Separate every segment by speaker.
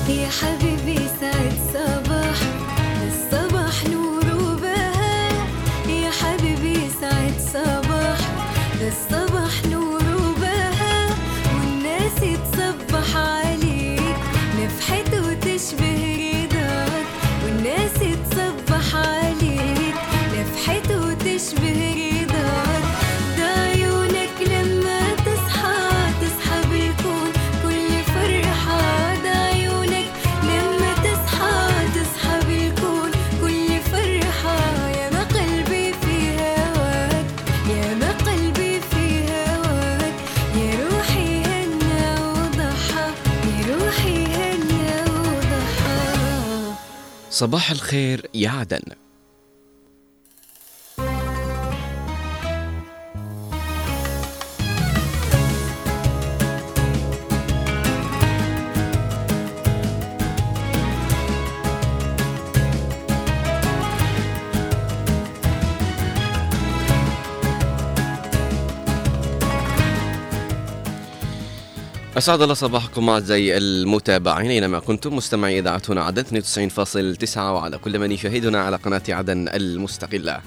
Speaker 1: يا حبيبي سعد صباح، الصباح نور وبهاء. يا حبيبي سعد صباح، الصباح نور وبهاء. والناس تصبح عليك، نفحت وتشبه رضاك. والناس تصبح عليك، نفحت وتشبه رضاك. ده عيونك لما تصحى، تصحى بالكون كل فرحة. ده عيونك لما تصحى، تصحى بالكون كل فرحة. يا ما قلبي في هواك، يا ما قلبي في هواك. يا روحي هنا وضحى، يا روحي هنا وضحى.
Speaker 2: صباح الخير يا عدن. أسعد الله صباحكم أعزائي المتابعين أينما كنتم، مستمعي إذاعتنا عدن 92.9 وعلى كل من يشاهدنا على قناة عدن المستقلة.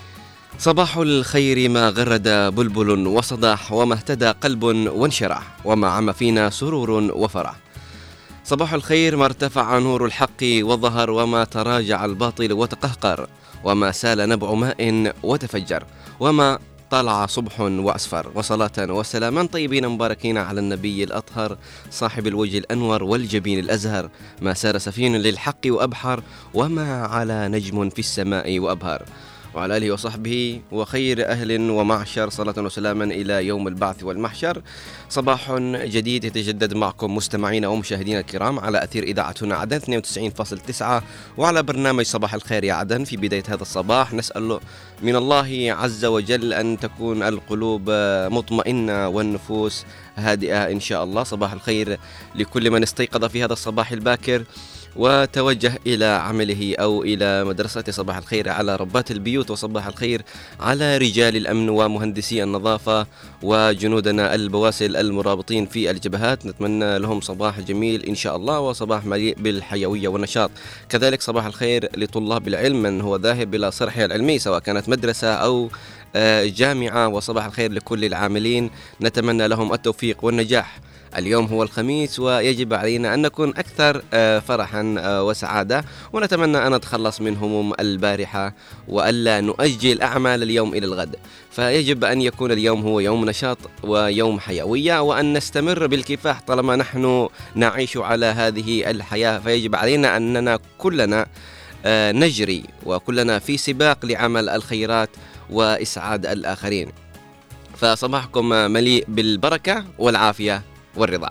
Speaker 2: صباح الخير ما غرد بلبل وصداح، وما اهتدى قلب وانشرح، وما عم فينا سرور وفرح. صباح الخير ما ارتفع نور الحق وظهر، وما تراجع الباطل وتقهقر، وما سال نبع ماء وتفجر، وما طلع صبح وأسفر. وصلاة وسلاما طيبين مباركين على النبي الأطهر صاحب الوجه الأنور والجبين الأزهر. ما سار سفين للحق وأبحر، وما على نجم في السماء وأبهر. وعلى آله وصحبه وخير أهل ومعشر، صلاة وسلاما إلى يوم البعث والمحشر. صباح جديد يتجدد معكم مستمعين ومشاهدين الكرام على أثير إذاعتنا عدن 92.9 وعلى برنامج صباح الخير يا عدن. في بداية هذا الصباح نسأل من الله عز وجل أن تكون القلوب مطمئنة والنفوس هادئة إن شاء الله. صباح الخير لكل من استيقظ في هذا الصباح الباكر وتوجه إلى عمله أو إلى مدرسته. صباح الخير على ربات البيوت، وصباح الخير على رجال الأمن ومهندسي النظافة وجنودنا البواسل المرابطين في الجبهات. نتمنى لهم صباح جميل إن شاء الله، وصباح مليء بالحيوية والنشاط. كذلك صباح الخير لطلاب العلم من هو ذاهب إلى صرحه العلمي سواء كانت مدرسة أو جامعة. وصباح الخير لكل العاملين، نتمنى لهم التوفيق والنجاح. اليوم هو الخميس ويجب علينا أن نكون أكثر فرحا وسعادة، ونتمنى أن نتخلص من هموم البارحة وألا نؤجل أعمال اليوم إلى الغد. فيجب أن يكون اليوم هو يوم نشاط ويوم حيوية، وأن نستمر بالكفاح طالما نحن نعيش على هذه الحياة. فيجب علينا أننا كلنا نجري وكلنا في سباق لعمل الخيرات وإسعاد الآخرين. فصباحكم مليء بالبركة والعافية والرضا.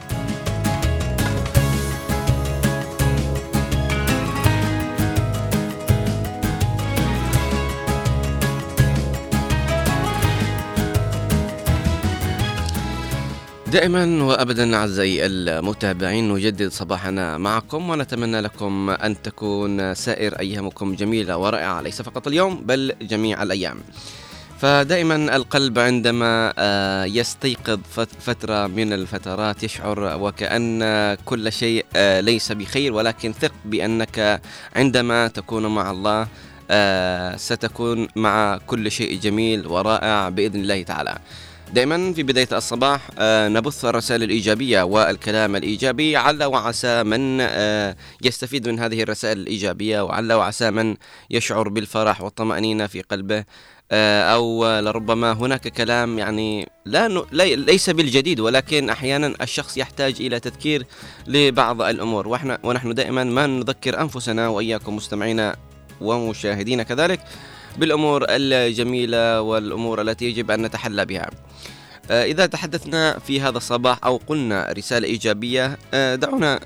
Speaker 2: دائما وأبدا أعزائي المتابعين نجدد صباحنا معكم، ونتمنى لكم أن تكون سائر أيامكم جميلة ورائعة، ليس فقط اليوم بل جميع الأيام. فدائما القلب عندما يستيقظ فترة من الفترات يشعر وكأن كل شيء ليس بخير، ولكن ثق بأنك عندما تكون مع الله ستكون مع كل شيء جميل ورائع بإذن الله تعالى. دائما في بداية الصباح نبث الرسائل الإيجابية والكلام الإيجابي، عل وعسى من يستفيد من هذه الرسائل الإيجابية، وعل وعسى من يشعر بالفرح والطمأنينة في قلبه، أو لربما هناك كلام يعني ليس بالجديد، ولكن أحيانا الشخص يحتاج إلى تذكير لبعض الأمور، ونحن دائما ما نذكر أنفسنا وإياكم مستمعينا ومشاهدين كذلك بالأمور الجميلة والأمور التي يجب أن نتحلى بها. إذا تحدثنا في هذا الصباح أو قلنا رسالة إيجابية، دعونا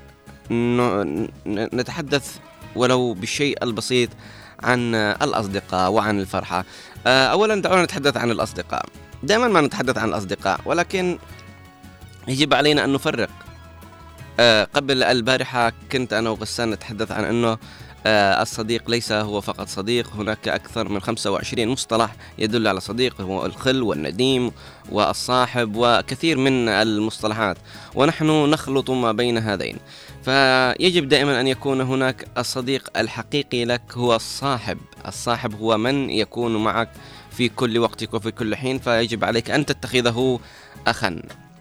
Speaker 2: نتحدث ولو بالشيء البسيط عن الأصدقاء وعن الفرحة. أولا دعونا نتحدث عن الأصدقاء. دائما ما نتحدث عن الأصدقاء، ولكن يجب علينا أن نفرق. قبل البارحة كنت أنا وغسان نتحدث عن أنه الصديق ليس هو فقط صديق، هناك أكثر من 25 مصطلح يدل على صديق، هو الخل والنديم والصاحب وكثير من المصطلحات، ونحن نخلط ما بين هذين. فيجب دائما أن يكون هناك الصديق الحقيقي لك هو الصاحب. الصاحب هو من يكون معك في كل وقتك وفي كل حين، فيجب عليك أن تتخذه أخا.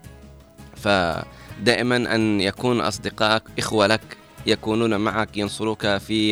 Speaker 2: فدائما أن يكون أصدقائك إخوة لك، يكونون معك، ينصروك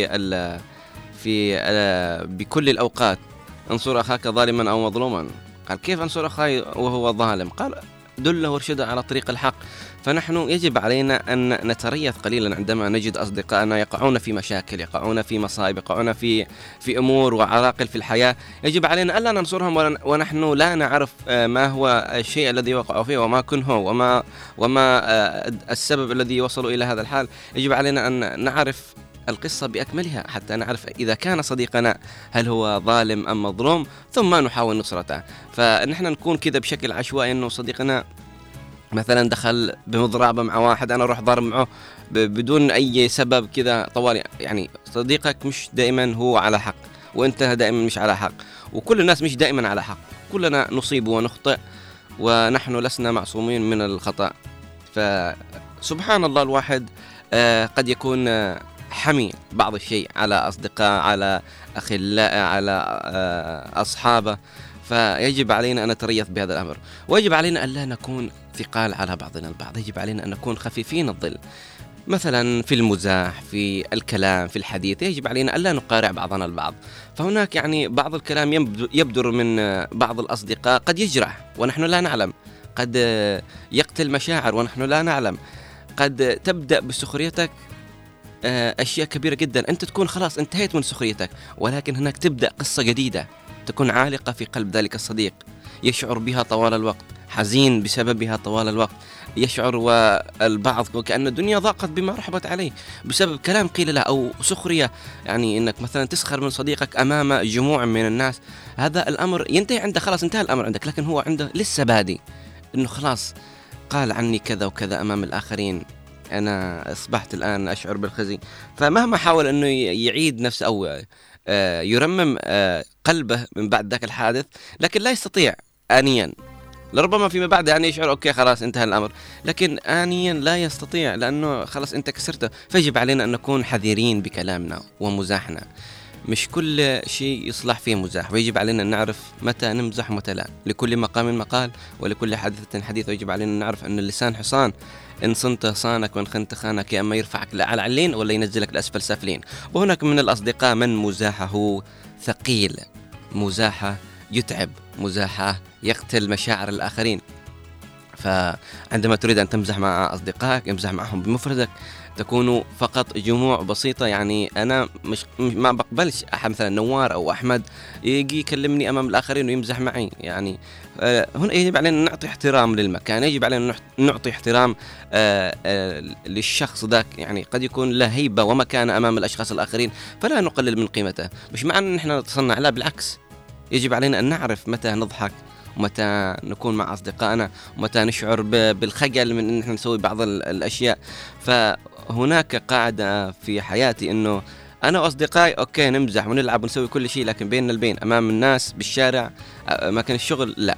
Speaker 2: بكل الأوقات. انصر أخاك ظالما أو مظلوما. قال كيف أنصر أخاي وهو ظالم؟ قال دله وارشده على طريق الحق. فنحن يجب علينا أن نتريث قليلا عندما نجد أصدقائنا يقعون في مشاكل، يقعون في مصائب، يقعون في أمور وعراقل في الحياة. يجب علينا ألا ننصرهم ونحن لا نعرف ما هو الشيء الذي وقعوا فيه وما كنه وما السبب الذي وصلوا إلى هذا الحال. يجب علينا أن نعرف القصة بأكملها حتى نعرف إذا كان صديقنا هل هو ظالم أم مظلوم، ثم نحاول نصرته. فنحن نكون كذا بشكل عشوائي إنه صديقنا مثلا دخل بمضربة مع واحد، أنا أروح ضارب معه بدون أي سبب كذا طوالي. يعني صديقك مش دائما هو على حق، وأنت دائما مش على حق، وكل الناس مش دائما على حق، كلنا نصيب ونخطئ ونحن لسنا معصومين من الخطأ. فسبحان الله الواحد قد يكون حمي بعض الشيء على أصدقاء، على أخلاء، على أصحابه. فيجب علينا أن نتريث بهذا الأمر، ويجب علينا أن لا نكون ثقال على بعضنا البعض. يجب علينا أن نكون خفيفين الظل، مثلا في المزاح، في الكلام، في الحديث. يجب علينا أن لا نقارع بعضنا البعض. فهناك يعني بعض الكلام يبدر من بعض الأصدقاء قد يجرح ونحن لا نعلم، قد يقتل مشاعر ونحن لا نعلم، قد تبدأ بسخريتك أشياء كبيرة جدا، أنت تكون خلاص انتهيت من سخريتك، ولكن هناك تبدأ قصة جديدة تكون عالقة في قلب ذلك الصديق، يشعر بها طوال الوقت، حزين بسببها طوال الوقت، يشعر والبعض وكأن الدنيا ضاقت بما رحبت عليه بسبب كلام قيل له أو سخرية. يعني إنك مثلا تسخر من صديقك أمام جموع من الناس، هذا الأمر ينتهي عنده، خلاص انتهى الأمر عندك، لكن هو عنده لسه بادي إنه خلاص قال عني كذا وكذا أمام الآخرين، أنا أصبحت الآن أشعر بالخزي. فمهما حاول أنه يعيد نفسه أو يرمم قلبه من بعد ذاك الحادث، لكن لا يستطيع آنيا. لربما فيما بعد يعني يشعر أوكي خلاص انتهى الأمر، لكن آنيا لا يستطيع لأنه خلاص أنت كسرته. فيجب علينا أن نكون حذرين بكلامنا ومزاحنا، مش كل شيء يصلح فيه مزاح، ويجب علينا أن نعرف متى نمزح ومتى لا. لكل مقام مقال ولكل حادثة حديث، ويجب علينا أن نعرف أن اللسان حصان، إن صنت صانك وإن خنت خانك، يا أما يرفعك على علين ولا ينزلك لأسفل سافلين. وهناك من الأصدقاء من مزاحه ثقيل، مزاحه يتعب، مزاحه يقتل مشاعر الآخرين. فعندما تريد أن تمزح مع أصدقائك امزح معهم بمفردك، تكونوا فقط جموع بسيطة. يعني أنا ما بقبلش أحد مثلا نوار أو أحمد يجي يكلمني أمام الآخرين ويمزح معي. يعني هنا يجب علينا نعطي احترام للمكان، يجب علينا نعطي احترام للشخص ذاك. يعني قد يكون له هيبة ومكانة أمام الأشخاص الآخرين، فلا نقلل من قيمته. مش معنى أن نحن نتصنع، لا بالعكس، يجب علينا أن نعرف متى نضحك ومتى نكون مع أصدقائنا ومتى نشعر بالخجل من أن نحن نسوي بعض الأشياء. فهناك قاعدة في حياتي أنه أنا وأصدقائي أوكي نمزح ونلعب ونسوي كل شيء، لكن بيننا البين أمام الناس بالشارع مكان الشغل لا.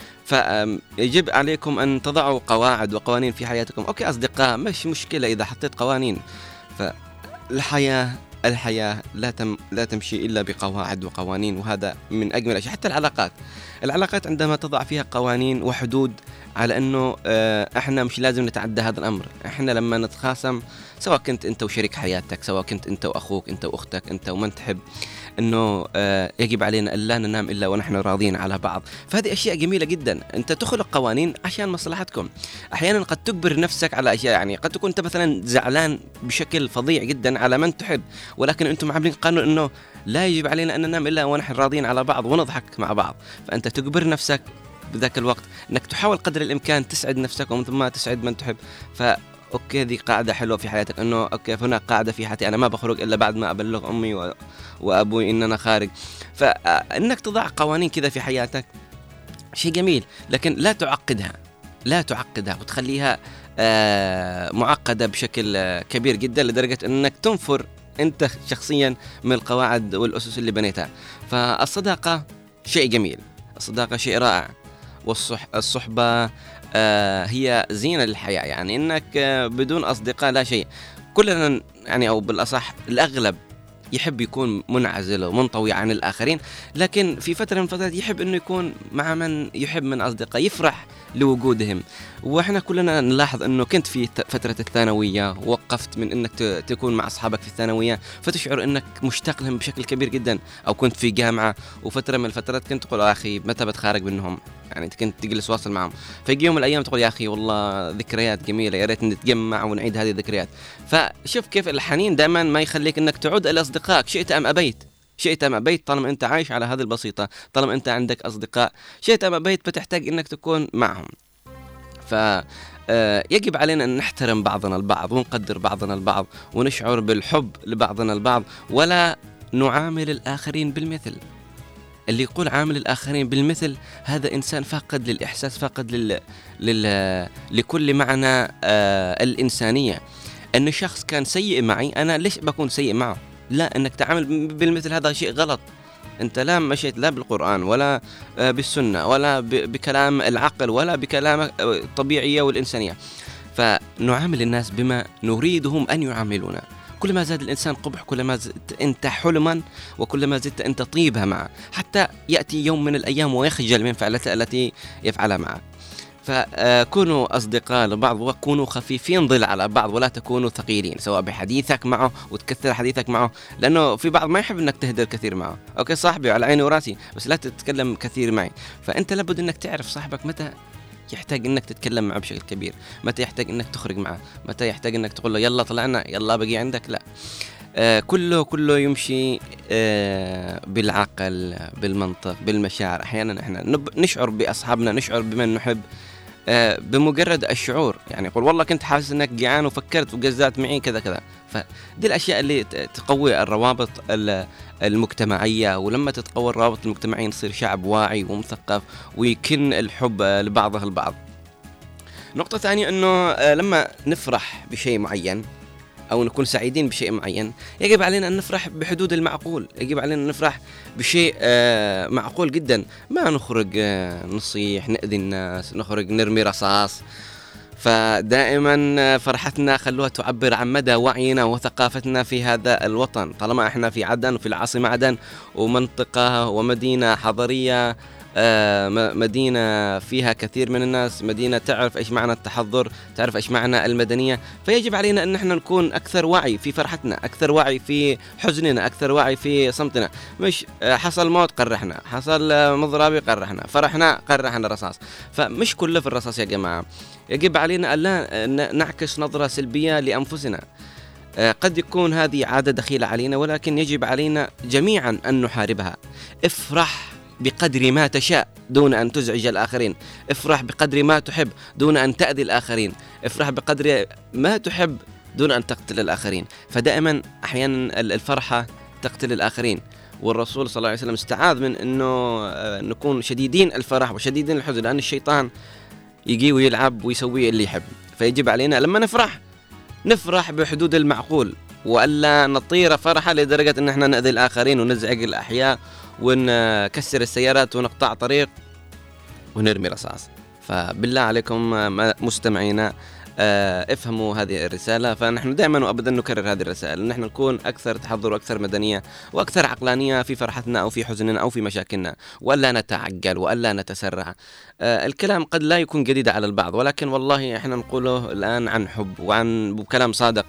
Speaker 2: فيجب عليكم أن تضعوا قواعد وقوانين في حياتكم. أوكي أصدقاء مش مشكلة إذا حطيت قوانين، فالحياة لا تمشي إلا بقواعد وقوانين، وهذا من أجمل الأشياء. حتى العلاقات عندما تضع فيها قوانين وحدود على أنه إحنا مش لازم نتعدى هذا الأمر. إحنا لما نتخاصم، سواء كنت أنت وشريك حياتك، سواء كنت أنت وأخوك، أنت وأختك، أنت ومن تحب، أنه يجب علينا أن لا ننام إلا ونحن راضين على بعض. فهذه أشياء جميلة جدا. أنت تخلق قوانين عشان مصلحتكم. أحيانا قد تجبر نفسك على أشياء، يعني قد تكون أنت مثلا زعلان بشكل فظيع جدا على من تحب، ولكن أنتم عاملين قانون أنه لا يجب علينا أن ننام إلا ونحن راضين على بعض ونضحك مع بعض. فأنت تجبر نفسك بذاك الوقت أنك تحاول قدر الإمكان تسعد نفسك ومن ثم تسعد من تحب. أوكي ذي قاعدة حلوة في حياتك، أنه أوكي هناك قاعدة في حياتي، أنا ما بخرج إلا بعد ما أبلغ أمي وأبوي إن أنا خارج. فإنك تضع قوانين كذا في حياتك شيء جميل، لكن لا تعقدها وتخليها معقدة بشكل كبير جدا لدرجة أنك تنفر أنت شخصيا من القواعد والأسس اللي بنيتها. فالصداقة شيء جميل، الصداقة شيء رائع، والصحبة هي زينة للحياة. يعني إنك بدون أصدقاء لا شيء. كلنا يعني أو بالأصح الأغلب يحب يكون منعزل ومنطوي عن الآخرين، لكن في فترة من الفترات يحب أنه يكون مع من يحب من أصدقاء، يفرح لوجودهم. وإحنا كلنا نلاحظ أنه كنت في فترة الثانوية، وقفت من أنك تكون مع أصحابك في الثانوية فتشعر أنك مشتاق لهم بشكل كبير جدا، أو كنت في جامعة وفترة من الفترات كنت تقول أخي متى بتخارج منهم، يعني كنت تجلس واصل معهم، فيجي يوم من الأيام تقول يا أخي والله ذكريات جميلة، يا ريت نتجمع ونعيد هذه الذكريات. فشوف كيف الحنين دائما ما يخليك أنك تعود إلى أصدقائك، شئت أم أبيت، شئت أم أبيت، طالما أنت عايش على هذه البسيطة، طالما أنت عندك أصدقاء شئت أم أبيت فتحتاج أنك تكون معهم. يجب علينا أن نحترم بعضنا البعض ونقدر بعضنا البعض ونشعر بالحب لبعضنا البعض، ولا نعامل الآخرين بالمثل. اللي يقول عامل الآخرين بالمثل هذا إنسان فاقد للإحساس، فاقد لكل معنى الإنسانية. أن شخص كان سيء معي أنا ليش بكون سيء معه؟ لا، أنك تعامل بالمثل هذا شيء غلط. أنت لا مشيت لا بالقرآن ولا بالسنة ولا بكلام العقل ولا بكلام الطبيعية والإنسانية. فنعامل الناس بما نريدهم أن يعاملونا. كل ما زاد الإنسان قبح كل ما زدت أنت حلما، وكل ما زدت أنت طيبها معه، حتى يأتي يوم من الأيام ويخجل من فعلته التي يفعلها معه. فكونوا أصدقاء لبعض وكونوا خفيفين ظل على بعض، ولا تكونوا ثقيلين سواء بحديثك معه وتكثر حديثك معه، لأنه في بعض ما يحب أنك تهدر كثير معه. أوكي صاحبي على عيني وراسي، بس لا تتكلم كثير معي. فأنت لابد أنك تعرف صاحبك متى يحتاج أنك تتكلم معه بشكل كبير، متى يحتاج أنك تخرج معه، متى يحتاج أنك تقول له يلا طلعنا يلا بقي عندك. لا، كله يمشي بالعقل بالمنطق بالمشاعر. أحيانا إحنا نشعر بأصحابنا، نشعر بمن نحب بمجرد الشعور. يعني يقول والله كنت حاسس انك جيعان وفكرت وجزعت معي كذا كذا. فدي الاشياء اللي تقوي الروابط المجتمعيه، ولما تتقوى الروابط المجتمعيه نصير شعب واعي ومثقف ويكن الحب لبعضه البعض. نقطه ثانيه انه لما نفرح بشيء معين أو نكون سعيدين بشيء معين يجب علينا أن نفرح بحدود المعقول، يجب علينا أن نفرح بشيء معقول جدا. ما نخرج نصيح نأذي الناس، نخرج نرمي رصاص. فدائما فرحتنا خلوها تعبر عن مدى وعينا وثقافتنا في هذا الوطن. طالما احنا في عدن وفي العاصمة عدن ومنطقة ومدينة حضرية، مدينة فيها كثير من الناس، مدينة تعرف إيش معنى التحضر، تعرف إيش معنى المدنية. فيجب علينا أن نحن نكون أكثر وعي في فرحتنا، أكثر وعي في حزننا، أكثر وعي في صمتنا. مش حصل موت قرحنا، حصل مضربي قرحنا، فرحنا قرحنا رصاص. فمش كله في الرصاص يا جماعة. يجب علينا ألا نعكس نظرة سلبية لأنفسنا. قد يكون هذه عادة دخيلة علينا، ولكن يجب علينا جميعا أن نحاربها. افرح بقدر ما تشاء دون أن تزعج الآخرين، افرح بقدر ما تحب دون أن تأذي الآخرين، افرح بقدر ما تحب دون أن تقتل الآخرين. فدائما أحيانا الفرحة تقتل الآخرين، والرسول صلى الله عليه وسلم استعاذ من أنه نكون شديدين الفرح وشديدين الحزن، لأن الشيطان يجي ويلعب ويسوي اللي يحب. فيجب علينا لما نفرح بحدود المعقول، وألا نطير فرحة لدرجة أن احنا نأذي الآخرين ونزعج الأحياء ونكسر السيارات ونقطع طريق ونرمي رصاص. فبالله عليكم مستمعينا افهموا هذه الرسالة. فنحن دائما وأبدا نكرر هذه الرسائل، أن نحن نكون أكثر تحضر وأكثر مدنية وأكثر عقلانية في فرحتنا أو في حزننا أو في مشاكلنا، وألا نتعجل وألا نتسرع. الكلام قد لا يكون جديد على البعض، ولكن والله احنا نقوله الآن عن حب وعن كلام صادق،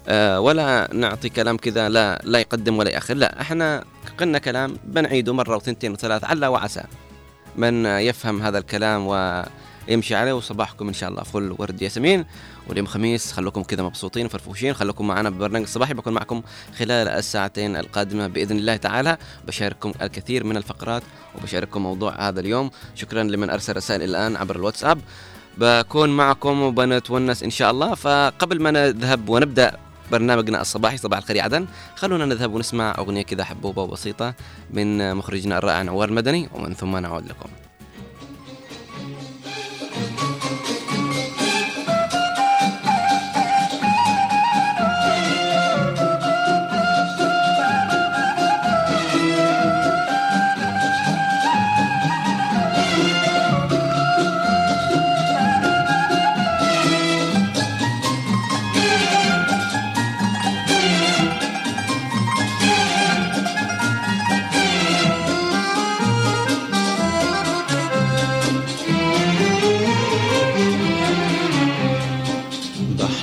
Speaker 2: ولا نعطي كلام كذا لا يقدم ولا يأخر. لا، احنا قلنا كلام بنعيده مرة وثنتين وثلاث على وعسى من يفهم هذا الكلام ويمشي عليه. وصباحكم إن شاء الله فل ورد ياسمين، واليوم خميس خلوكم كذا مبسوطين وفرفوشين. خلوكم معنا ببرنامج الصباحي، بكون معكم خلال الساعتين القادمة بإذن الله تعالى. بشارككم الكثير من الفقرات وبشارككم موضوع هذا اليوم. شكرا لمن أرسل رسائل الآن عبر الواتساب. بكون معكم وبنتونس إن شاء الله. فقبل ما نذهب ونبدأ برنامجنا الصباحي صباح الخير يا عدن، خلونا نذهب ونسمع أغنية كذا حبوبة وبسيطة من مخرجنا الرائع نوار المدني، ومن ثم نعود لكم.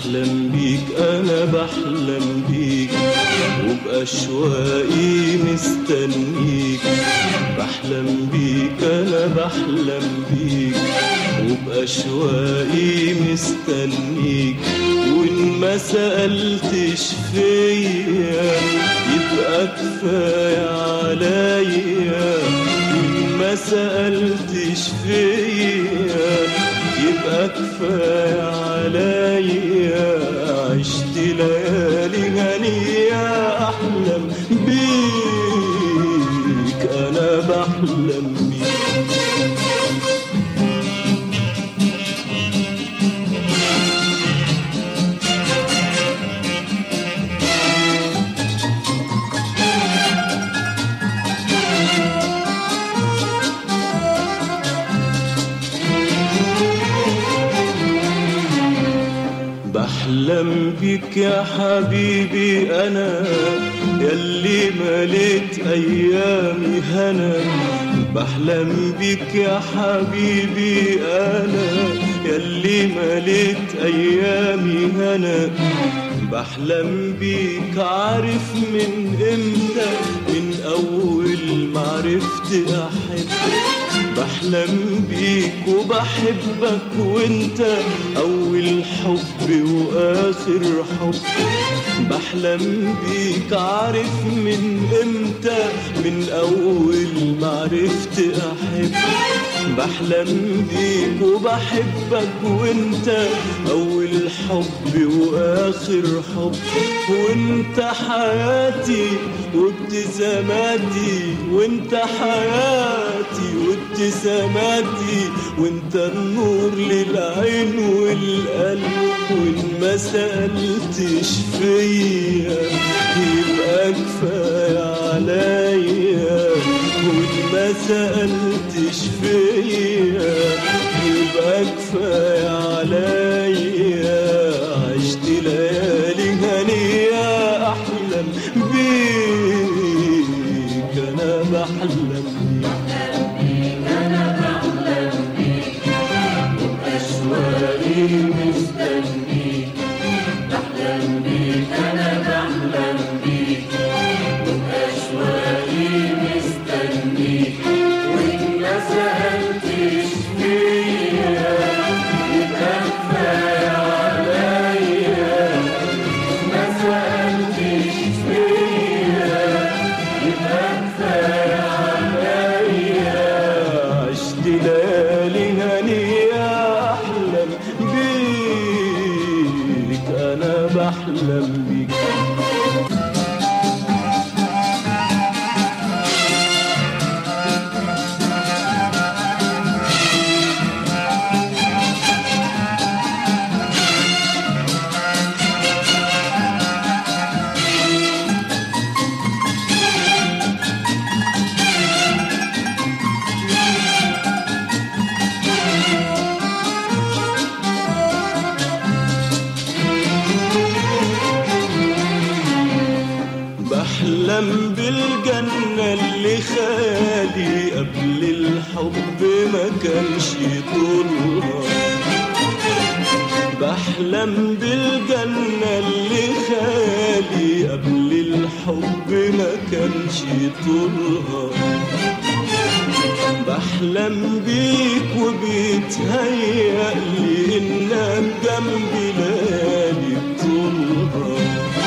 Speaker 3: بحلم بيك أنا بحلم بيك وبأشواقي مستنيك. بحلم بيك أنا بحلم بيك وبأشواقي مستنيك. وإن ما سألتش فيا يبقى كفاية عليا. وإن ما سألتش فيا يبقى كفاية عليا. عشت ليالي هنية أحلم بيك أنا بحلم بيك. بحلم بيك يا حبيبي أنا ياللي مليت أيامي هنا. بحلم بيك يا حبيبي أنا ياللي مليت أيامي هنا. بحلم بيك عارف من إمتى، من أول ما عرفت أحب. بحلم بيك وبحبك وانت أول حب وآخر حب. بحلم بيك عارف من إمتى، من أول ما عرفت أحب. بحلم بيك وبحبك وانت أول حب وآخر حب. وانت حياتي وابتساماتي، وانت حياتي وابتساماتي، وانت النور للعين والقلب. وان ما سألتش فيا يبقى كفاية عليا. وان ما سألتش فيا يبقى كفاية عليا. عشت ليالي هنية أحلم بيك أنا بحلم بيك. وبأشواقي مستنيك. بحلم بيك أنا بحلم بيك وبأشواقي مستنيك. وإن ما سألتش فيا يبقى كفاية عليا. ما سألتش فيا يبقى كفاية عليا. عشت ليالي هنية أحلم بيك أنا بحلم بيك. بحلم بالجنة اللي خالي قبل الحب ما كانش طولها. بحلم بالجنة اللي خالي قبل الحب ما كانش طولها. بحلم بيك وبيتهيألي إنك جنبي ليالي طولها.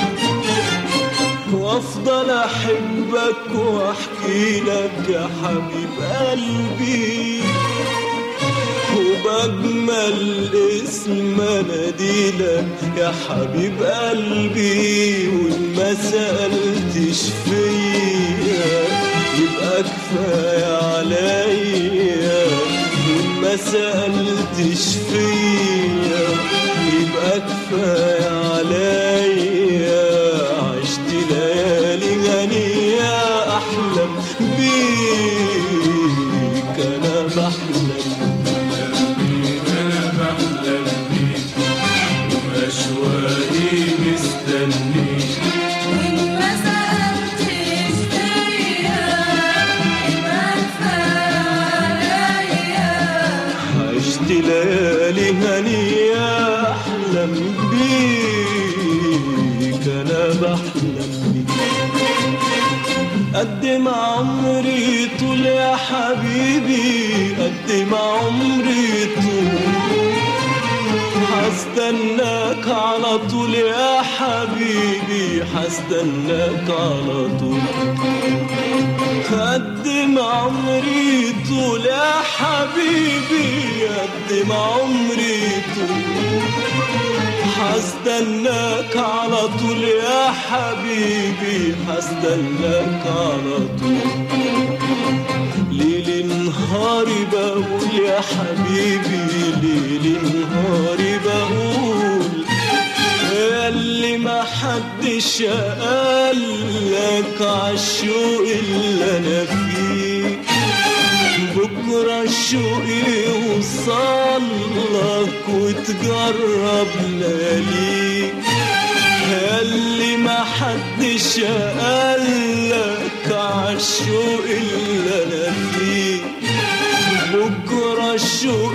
Speaker 3: وافضل احبك واحكي لك يا حبيب قلبي. وبجمل اسم اناديلك يا حبيب قلبي. وان ما سألتش فيا يبقى كفاية عليا. وان ما سألتش فيا يبقى كفاية عليا. عشت ليالي غنية أحلم بيك أنا بحلم بيك. أنا بحلم بيك وأشواقي مستنيك.
Speaker 1: وإن ما سألتش فيا يبقى كفاية عليا.
Speaker 3: عشت ليالي هنية قد ما عمري طول يا حبيبي، قد ما عمري طول حستناك على طول يا حبيبي، حستناك على طول. قد ما عمري طول يا حبيبي، قد ما عمري طول حستناك على طول يا حبيبي، حستناك على طول. ليل نهاري بقول يا حبيبي، ليل نهاري بقول اللي ما حدش قالك عالشوق اللي انا فيه. بكرة الشوق يوصلك وتجرب لياليك، اللي ما حدش قالك عالشوق اللي انا فيه. بكرة الشوق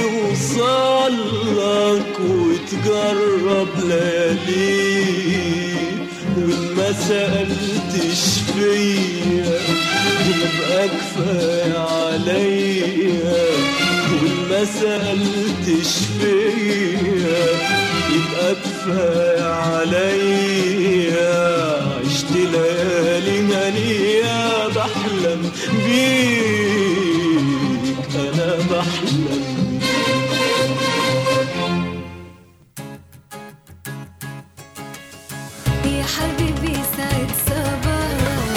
Speaker 3: يوصلك وتجرب لياليك، وإن ما سألتش فيا يبقى كفاية عليا، وإن ما سألتش فيا يبقى كفاية عليا. عشت ليالي هنية بحلم بيك، أنا بحلم
Speaker 1: يا حبيبي سعد صباح.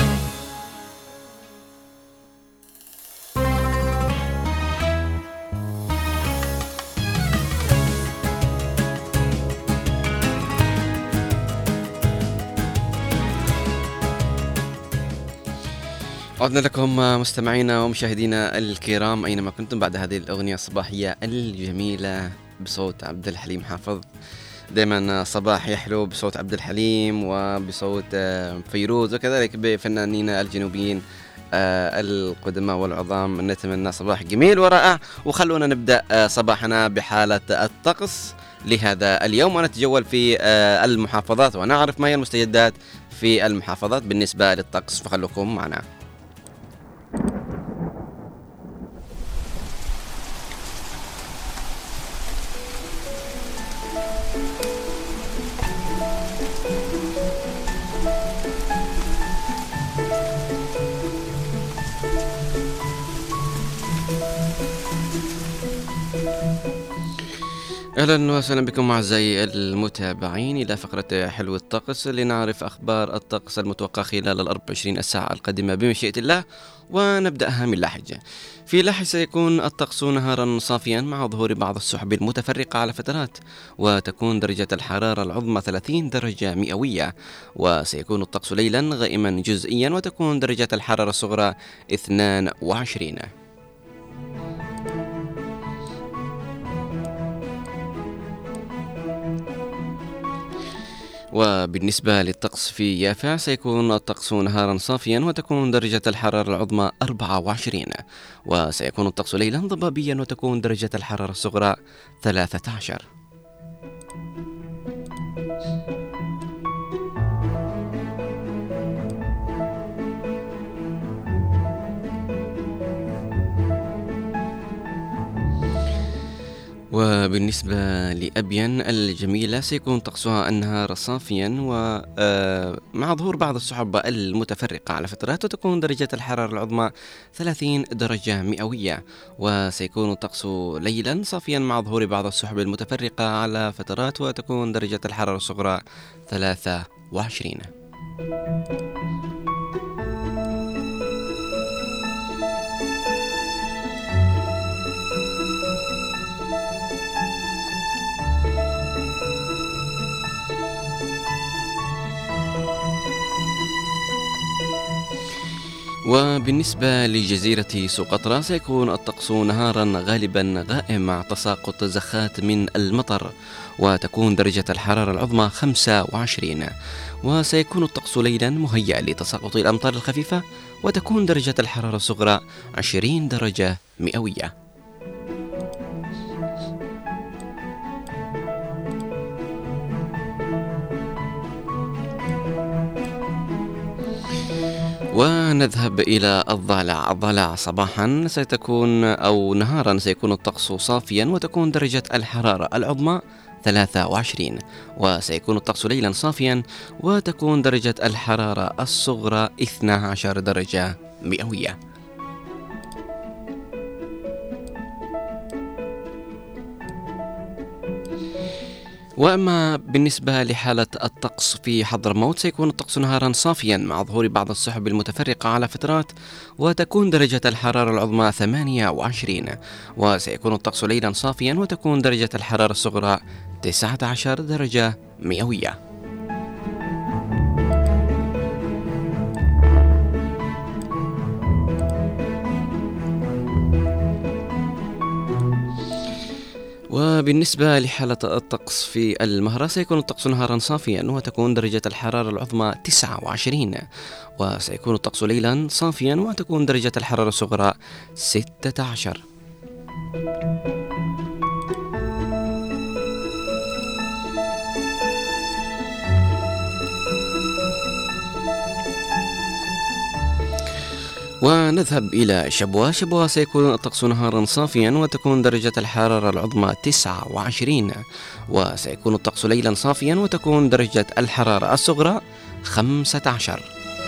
Speaker 2: عدنا لكم مستمعينا ومشاهدينا الكرام أينما كنتم بعد هذه الأغنية الصباحية الجميلة بصوت عبد الحليم حافظ. دائما صباح يحلو بصوت عبد الحليم وبصوت فيروز وكذلك بفنانين الجنوبيين القدماء والعظام. نتمنى صباح جميل ورائع، وخلونا نبدأ صباحنا بحالة الطقس لهذا اليوم ونتجول في المحافظات ونعرف ما هي المستجدات في المحافظات بالنسبة للطقس، فخلوكم معنا. أهلا وسهلا بكم أعزائي المتابعين إلى فقرة حلو الطقس لنعرف أخبار الطقس المتوقع خلال 24 الساعة القادمة بمشيئة الله، ونبدأها من لاحج. في لاحج سيكون الطقس نهارا صافيا مع ظهور بعض السحب المتفرقة على فترات، وتكون درجة الحرارة العظمى 30 درجة مئوية، وسيكون الطقس ليلا غائما جزئيا وتكون درجة الحرارة الصغرى 22. وبالنسبة للطقس في يافع سيكون الطقس نهارا صافيا وتكون درجة الحرارة العظمى 24، وسيكون الطقس ليلا ضبابيا وتكون درجة الحرارة الصغرى 13. وبالنسبة لأبين الجميلة سيكون طقسها النهار صافيا ومع ظهور بعض السحب المتفرقة على فترات، وتكون درجة الحرارة العظمى 30 درجة مئوية، وسيكون الطقس ليلا صافيا مع ظهور بعض السحب المتفرقة على فترات، وتكون درجة الحرارة الصغرى 23. وبالنسبة لجزيرة سقطرى سيكون الطقس نهارا غالبا غائم مع تساقط زخات من المطر، وتكون درجة الحرارة العظمى 25، وسيكون الطقس ليلا مهيأ لتساقط الأمطار الخفيفة، وتكون درجة الحرارة الصغرى 20 درجة مئوية. ونذهب إلى الضالع. الضالع صباحا سيكون أو نهارا سيكون الطقس صافيا وتكون درجة الحرارة العظمى 23، وسيكون الطقس ليلا صافيا وتكون درجة الحرارة الصغرى 12 درجة مئوية. وأما بالنسبة لحالة الطقس في حضرموت سيكون الطقس نهارا صافيا مع ظهور بعض السحب المتفرقة على فترات، وتكون درجة الحرارة العظمى 28، وسيكون الطقس ليلا صافيا وتكون درجة الحرارة الصغرى 19 درجة مئوية. وبالنسبة لحالة الطقس في المهرة سيكون الطقس نهارا صافيا وتكون درجة الحرارة العظمى 29، وسيكون الطقس ليلا صافيا وتكون درجة الحرارة الصغرى 16. ونذهب إلى شبوة. شبوة سيكون الطقس نهارا صافيا وتكون درجة الحرارة العظمى 29، وسيكون الطقس ليلا صافيا وتكون درجة الحرارة الصغرى 15.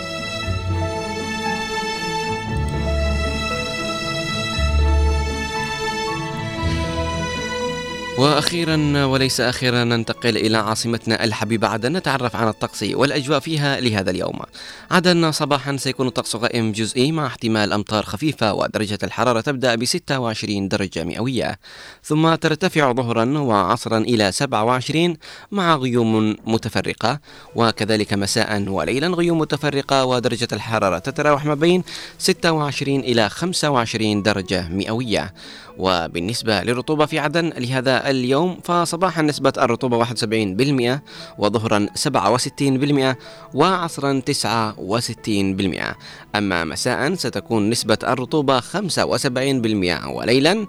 Speaker 2: وأخيرا وليس أخيرا ننتقل إلى عاصمتنا الحبيبة عدن، نتعرف عن الطقس والأجواء فيها لهذا اليوم. عدن صباحا سيكون الطقس غائم جزئي مع احتمال أمطار خفيفة، ودرجة الحرارة تبدأ ب 26 درجة مئوية، ثم ترتفع ظهرا وعصرا إلى 27 مع غيوم متفرقة، وكذلك مساء وليلا غيوم متفرقة، ودرجة الحرارة تتراوح ما بين 26 إلى 25 درجة مئوية. وبالنسبة للرطوبة في عدن لهذا اليوم فصباحا نسبة الرطوبة 71%، وظهرا 67%، وعصرا 69%. أما مساء ستكون نسبة الرطوبة 75% وليلا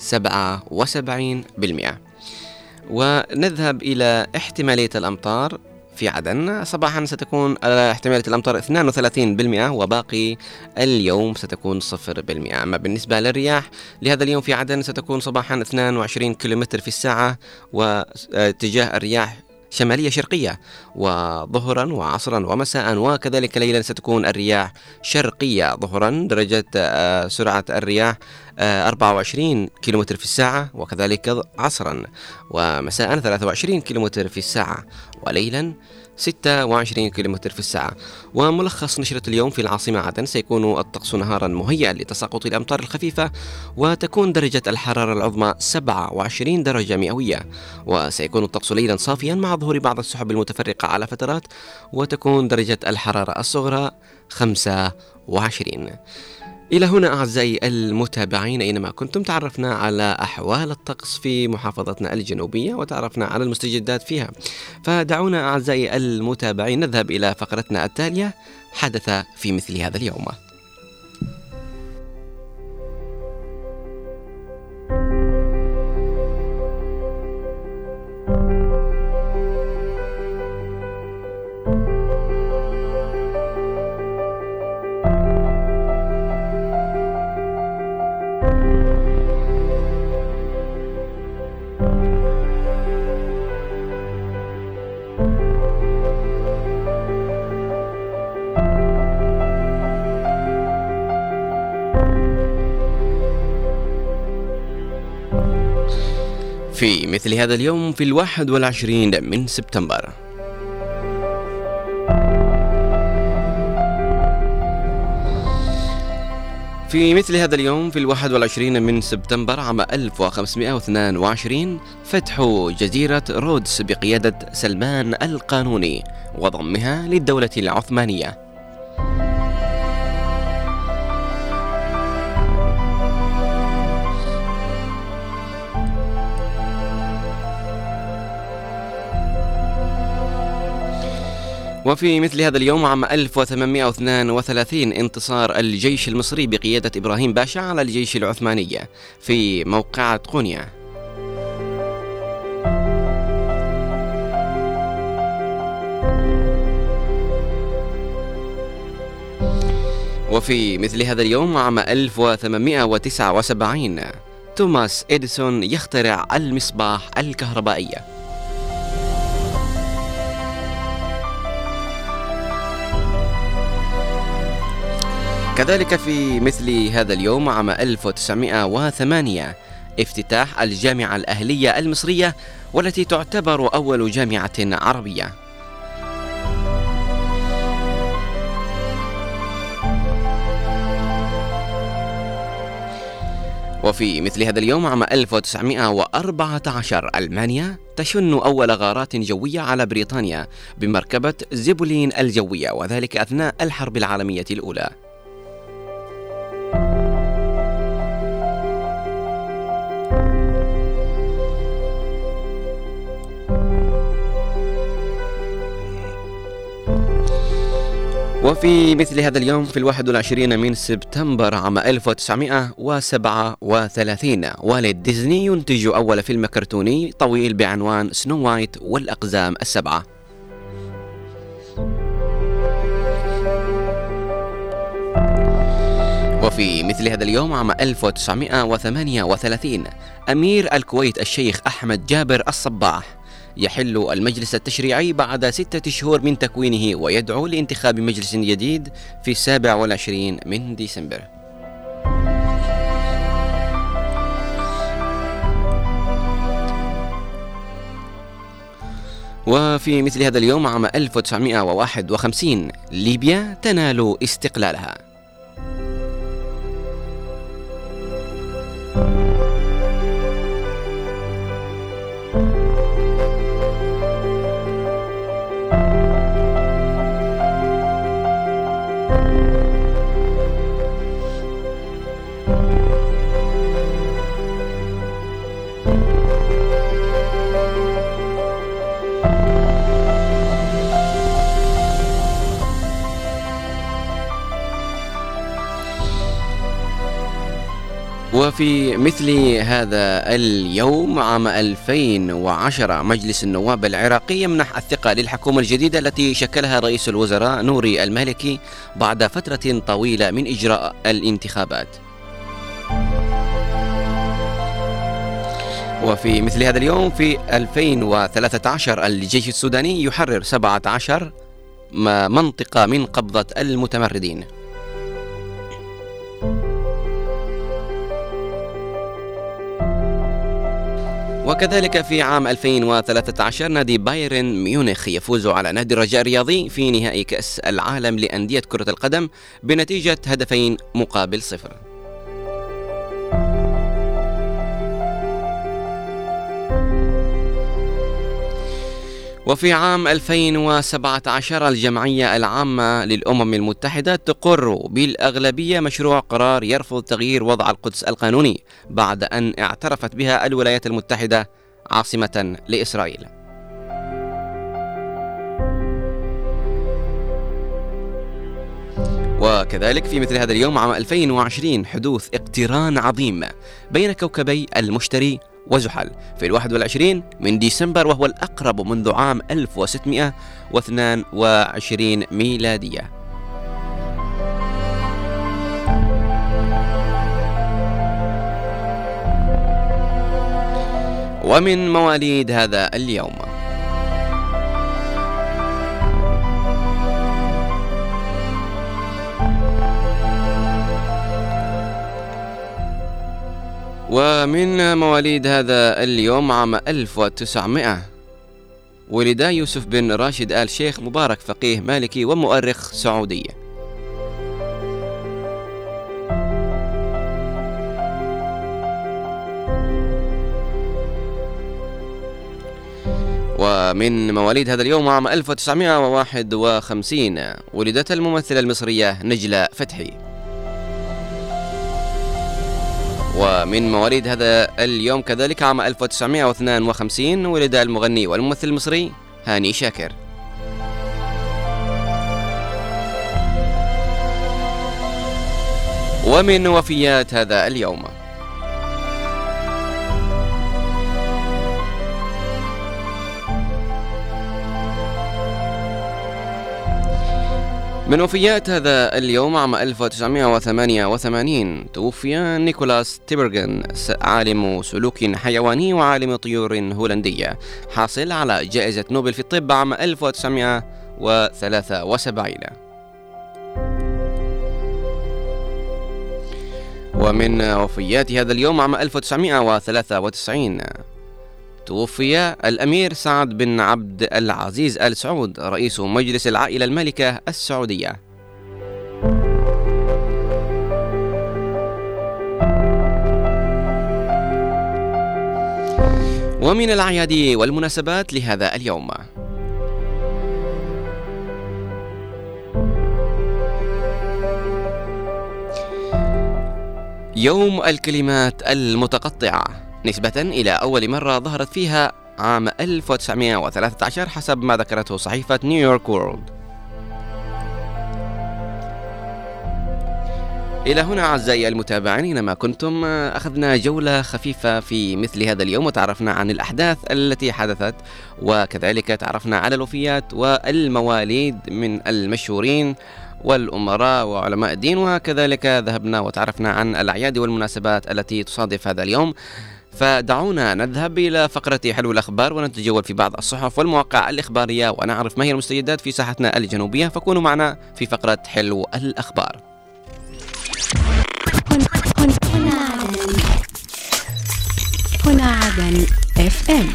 Speaker 2: 77%. ونذهب إلى احتمالية الأمطار في عدن. صباحا ستكون احتمالية الأمطار 32%، وباقي اليوم ستكون 0%. أما بالنسبة للرياح لهذا اليوم في عدن ستكون صباحا 22 كيلومتر في الساعة، واتجاه الرياح شمالية شرقية، وظهرا وعصرا ومساء وكذلك ليلا ستكون الرياح شرقية. ظهرا درجة سرعة الرياح 24 كيلومتر في الساعة، وكذلك عصرا، ومساء 23 كيلومتر في الساعة، وليلا 26 كيلومتر في الساعة. وملخص نشرة اليوم في العاصمة عدن: سيكون الطقس نهارا مهيئا لتساقط الأمطار الخفيفة، وتكون درجة الحرارة العظمى 27 درجة مئوية، وسيكون الطقس ليلا صافيا مع ظهور بعض السحب المتفرقة على فترات، وتكون درجة الحرارة الصغرى 25. إلى هنا أعزائي المتابعين أينما كنتم تعرفنا على أحوال الطقس في محافظتنا الجنوبية وتعرفنا على المستجدات فيها، فدعونا أعزائي المتابعين نذهب إلى فقرتنا التالية: حدث في مثل هذا اليوم. في مثل هذا اليوم في 21 من سبتمبر في مثل هذا اليوم في 21 من سبتمبر عام 1522 فتح جزيرة رودس بقيادة سلمان القانوني وضمها للدولة العثمانية. وفي مثل هذا اليوم عام 1832 انتصار الجيش المصري بقيادة إبراهيم باشا على الجيش العثماني في موقعة قونيا. وفي مثل هذا اليوم عام 1879 توماس إديسون يخترع المصباح الكهربائي. كذلك في مثل هذا اليوم عام 1908 افتتاح الجامعة الأهلية المصرية، والتي تعتبر أول جامعة عربية. وفي مثل هذا اليوم عام 1914 ألمانيا تشن أول غارات جوية على بريطانيا بمركبة زيبولين الجوية، وذلك أثناء الحرب العالمية الأولى. وفي مثل هذا اليوم في 21 من سبتمبر عام 1937 والد ديزني ينتج أول فيلم كرتوني طويل بعنوان سنو وايت والأقزام السبعة. وفي مثل هذا اليوم عام 1938 أمير الكويت الشيخ أحمد جابر الصباح يحل المجلس التشريعي بعد 6 شهور من تكوينه، ويدعو لانتخاب مجلس جديد في 27 من ديسمبر. وفي مثل هذا اليوم عام 1951 ليبيا تنال استقلالها. وفي مثل هذا اليوم عام 2010 مجلس النواب العراقي يمنح الثقة للحكومة الجديدة التي شكلها رئيس الوزراء نوري المالكي بعد فترة طويلة من إجراء الانتخابات. وفي مثل هذا اليوم في 2013 الجيش السوداني يحرر 17 منطقة من قبضة المتمردين. وكذلك في عام 2013 نادي بايرن ميونخ يفوز على نادي الرجاء الرياضي في نهائي كأس العالم لأندية كرة القدم بنتيجة 2-0. وفي عام 2017 الجمعية العامة للأمم المتحدة تقر بالأغلبية مشروع قرار يرفض تغيير وضع القدس القانوني بعد أن اعترفت بها الولايات المتحدة عاصمة لإسرائيل. وكذلك في مثل هذا اليوم عام 2020 حدوث اقتران عظيم بين كوكبي المشتري وزحل في 21 من ديسمبر، وهو الأقرب منذ عام 1622 ميلادية. ومن مواليد هذا اليوم هذا اليوم عام 1900 ولد يوسف بن راشد آل شيخ مبارك، فقيه مالكي ومؤرخ سعودي. ومن مواليد هذا اليوم عام 1951 ولدت الممثلة المصرية نجلة فتحي. ومن مواليد هذا اليوم كذلك عام 1952 ولد المغني والممثل المصري هاني شاكر. ومن وفيات هذا اليوم من وفيات هذا اليوم عام 1988 توفي نيكولاس تيبرغن، عالم سلوك حيواني وعالم طيور هولندي، حاصل على جائزة نوبل في الطب عام 1973. ومن وفيات هذا اليوم عام 1993 توفي الأمير سعد بن عبد العزيز آل سعود، رئيس مجلس العائلة المالكة السعودية. ومن الأعياد والمناسبات لهذا اليوم: يوم الكلمات المتقطعة، نسبة إلى أول مرة ظهرت فيها عام 1913 حسب ما ذكرته صحيفة نيويورك وورلد. إلى هنا أعزائي المتابعين إنما كنتم أخذنا جولة خفيفة في مثل هذا اليوم، وتعرفنا عن الأحداث التي حدثت، وكذلك تعرفنا على الوفيات والمواليد من المشهورين والأمراء وعلماء الدين، وكذلك ذهبنا وتعرفنا عن الأعياد والمناسبات التي تصادف هذا اليوم. فدعونا نذهب إلى فقرة حلو الأخبار ونتجول في بعض الصحف والمواقع الإخبارية ونعرف ما هي المستجدات في ساحتنا الجنوبية، فكونوا معنا في فقرة حلو الأخبار.
Speaker 4: هنا عدن FM.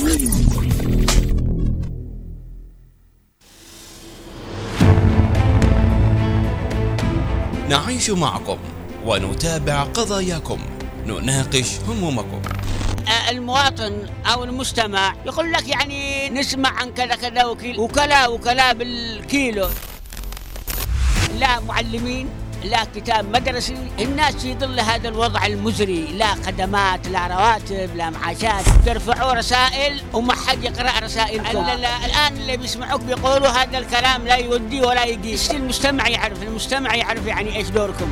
Speaker 5: نعيش معكم ونتابع قضاياكم، نناقش همومكم.
Speaker 6: المواطن أو المستمع يقول لك يعني نسمع عن كذا كذا وكلا بالكيلو، لا معلمين، لا كتاب مدرسي، الناس في ظل هذا الوضع المزري، لا خدمات، لا رواتب، لا معاشات، ترفعوا رسائل وما حد يقرأ رسائلكم. الآن اللي بيسمعوك بيقولوا هذا الكلام لا يودي ولا يقيس. المجتمع يعرف يعني إيش دوركم.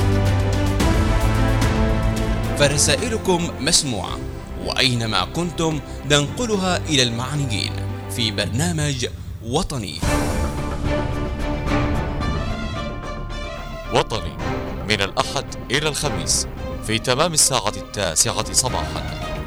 Speaker 5: فرسائلكم مسموعة، وأينما كنتم ننقلها إلى المعنيين في برنامج وطني.
Speaker 7: وطني من الأحد إلى الخميس في تمام الساعة 9 صباحا.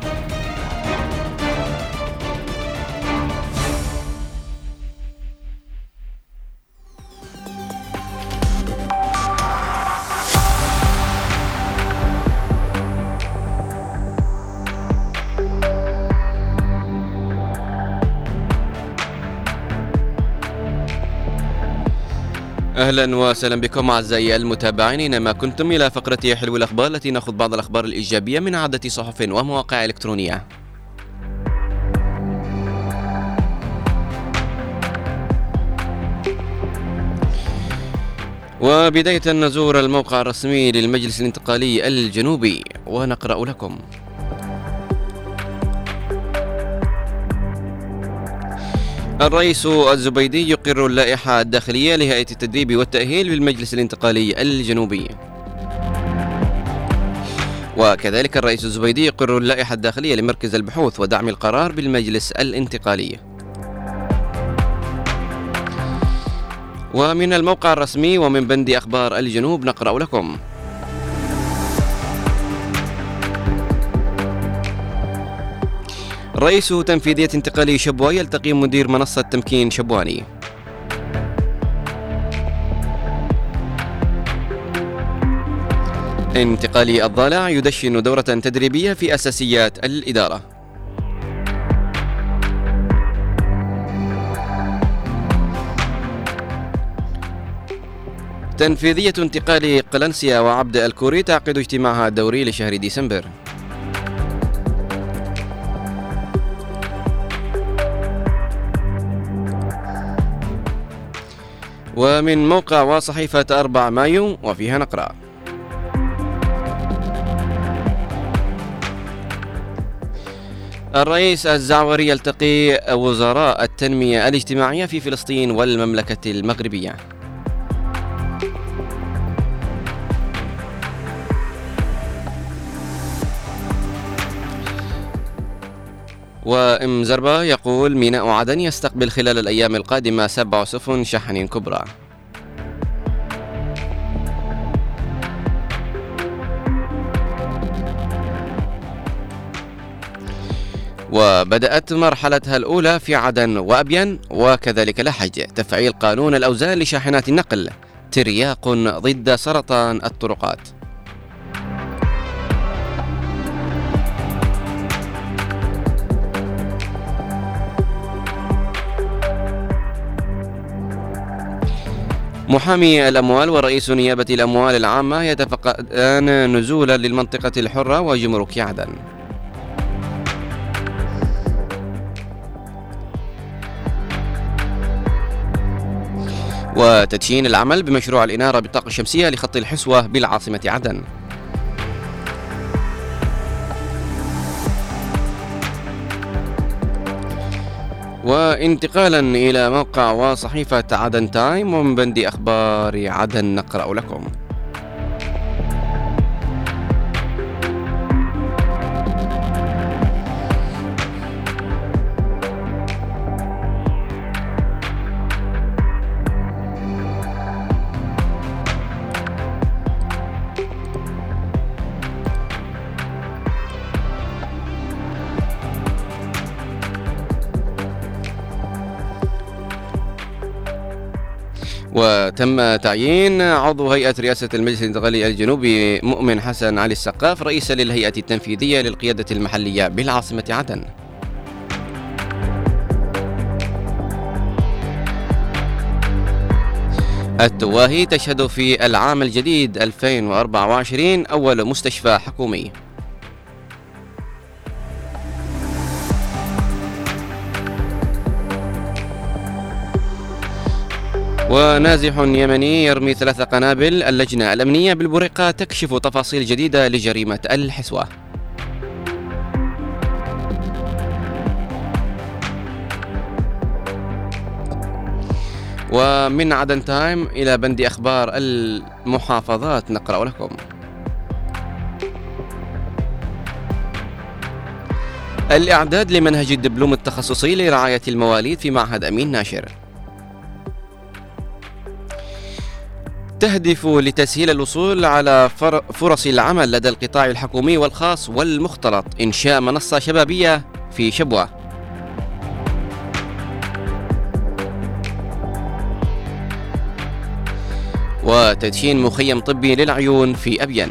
Speaker 2: أهلا وسهلا بكم أعزائي المتابعين أينما كنتم إلى فقرة حلو الأخبار التي نأخذ بعض الأخبار الإيجابية من عدة صحف ومواقع إلكترونية. وبداية نزور الموقع الرسمي للمجلس الانتقالي الجنوبي ونقرأ لكم: الرئيس الزبيدي يقر اللائحة الداخلية لهيئة التدريب والتأهيل بالمجلس الانتقالي الجنوبي. وكذلك الرئيس الزبيدي يقر اللائحة الداخلية لمركز البحوث ودعم القرار بالمجلس الانتقالي. ومن الموقع الرسمي ومن بند أخبار الجنوب نقرأ لكم: رئيس تنفيذية انتقالي شبوة يلتقي مدير منصة تمكين شبواني. انتقالي الضالع يدشن دورة تدريبية في أساسيات الإدارة. تنفيذية انتقال قلنسيا وعبد الكوري تعقد اجتماعها الدوري لشهر ديسمبر. ومن موقع وصحيفة 4 مايو وفيها نقرأ: الرئيس الزعوري يلتقي وزراء التنمية الاجتماعية في فلسطين والمملكة المغربية. وإم زربا يقول: ميناء عدن يستقبل خلال الأيام القادمة 7 سفن شحن كبرى. وبدأت مرحلتها الأولى في عدن وأبين وكذلك لحج تفعيل قانون الأوزان لشاحنات النقل، ترياق ضد سرطان الطرقات. محامي الأموال ورئيس نيابة الأموال العامة يتفقدان نزولا للمنطقة الحرة وجمرك عدن. وتدشين العمل بمشروع الإنارة بالطاقة الشمسية لخط الحسوة بالعاصمة عدن. وانتقالا إلى موقع وصحيفة عدن تايم، ومن بند أخبار عدن نقرأ لكم: وتم تعيين عضو هيئة رئاسة المجلس الانتقالي الجنوبي مؤمن حسن علي السقاف رئيسا للهيئة التنفيذية للقيادة المحلية بالعاصمة عدن. التواهي تشهد في العام الجديد 2024 أول مستشفى حكومي. ونازح يمني يرمي 3 قنابل، اللجنة الأمنية بالبريقة تكشف تفاصيل جديدة لجريمة الحسوة. ومن عدن تايم إلى بند أخبار المحافظات نقرأ لكم: الإعداد لمنهج الدبلوم التخصصي لرعاية المواليد في معهد أمين ناشر. تهدف لتسهيل الوصول على فرص العمل لدى القطاع الحكومي والخاص والمختلط إنشاء منصة شبابية في شبوة. وتدشين مخيم طبي للعيون في أبين.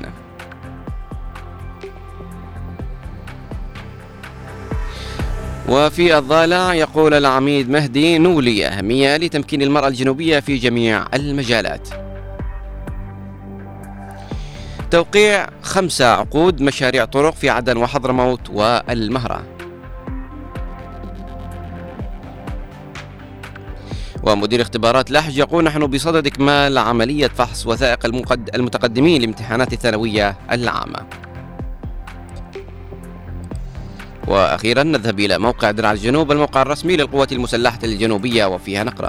Speaker 2: وفي الضالع يقول العميد مهدي نولي أهمية لتمكين المرأة الجنوبية في جميع المجالات. توقيع 5 عقود مشاريع طرق في عدن وحضرموت والمهرة. ومدير اختبارات لحج يقول نحن بصدد إكمال عملية فحص وثائق المتقدمين لامتحانات الثانوية العامة. وأخيرا نذهب إلى موقع درع الجنوب، الموقع الرسمي للقوات المسلحة الجنوبية، وفيها نقرأ: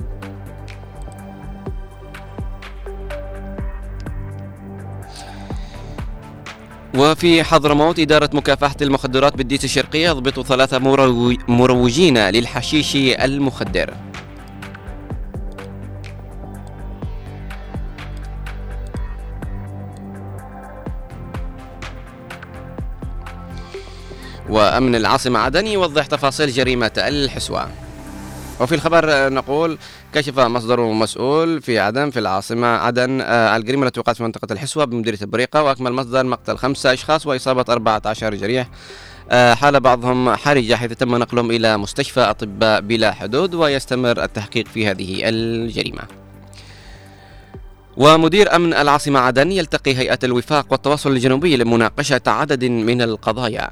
Speaker 2: وفي حضرموت إدارة مكافحة المخدرات بالديس الشرقية يضبط 3 مروجين للحشيش المخدر. وأمن العاصمة عدن يوضح تفاصيل جريمة الحسوة. وفي الخبر نقول: كشف مصدر مسؤول في عدن في العاصمة عدن الجريمة التي وقعت في منطقة الحسوة بمديرية البريقة، وأكمل مصدر مقتل 5 أشخاص وإصابة 14 جريح، حال بعضهم حرجة حيث تم نقلهم إلى مستشفى أطباء بلا حدود، ويستمر التحقيق في هذه الجريمة. ومدير أمن العاصمة عدن يلتقي هيئة الوفاق والتواصل الجنوبي لمناقشة عدد من القضايا.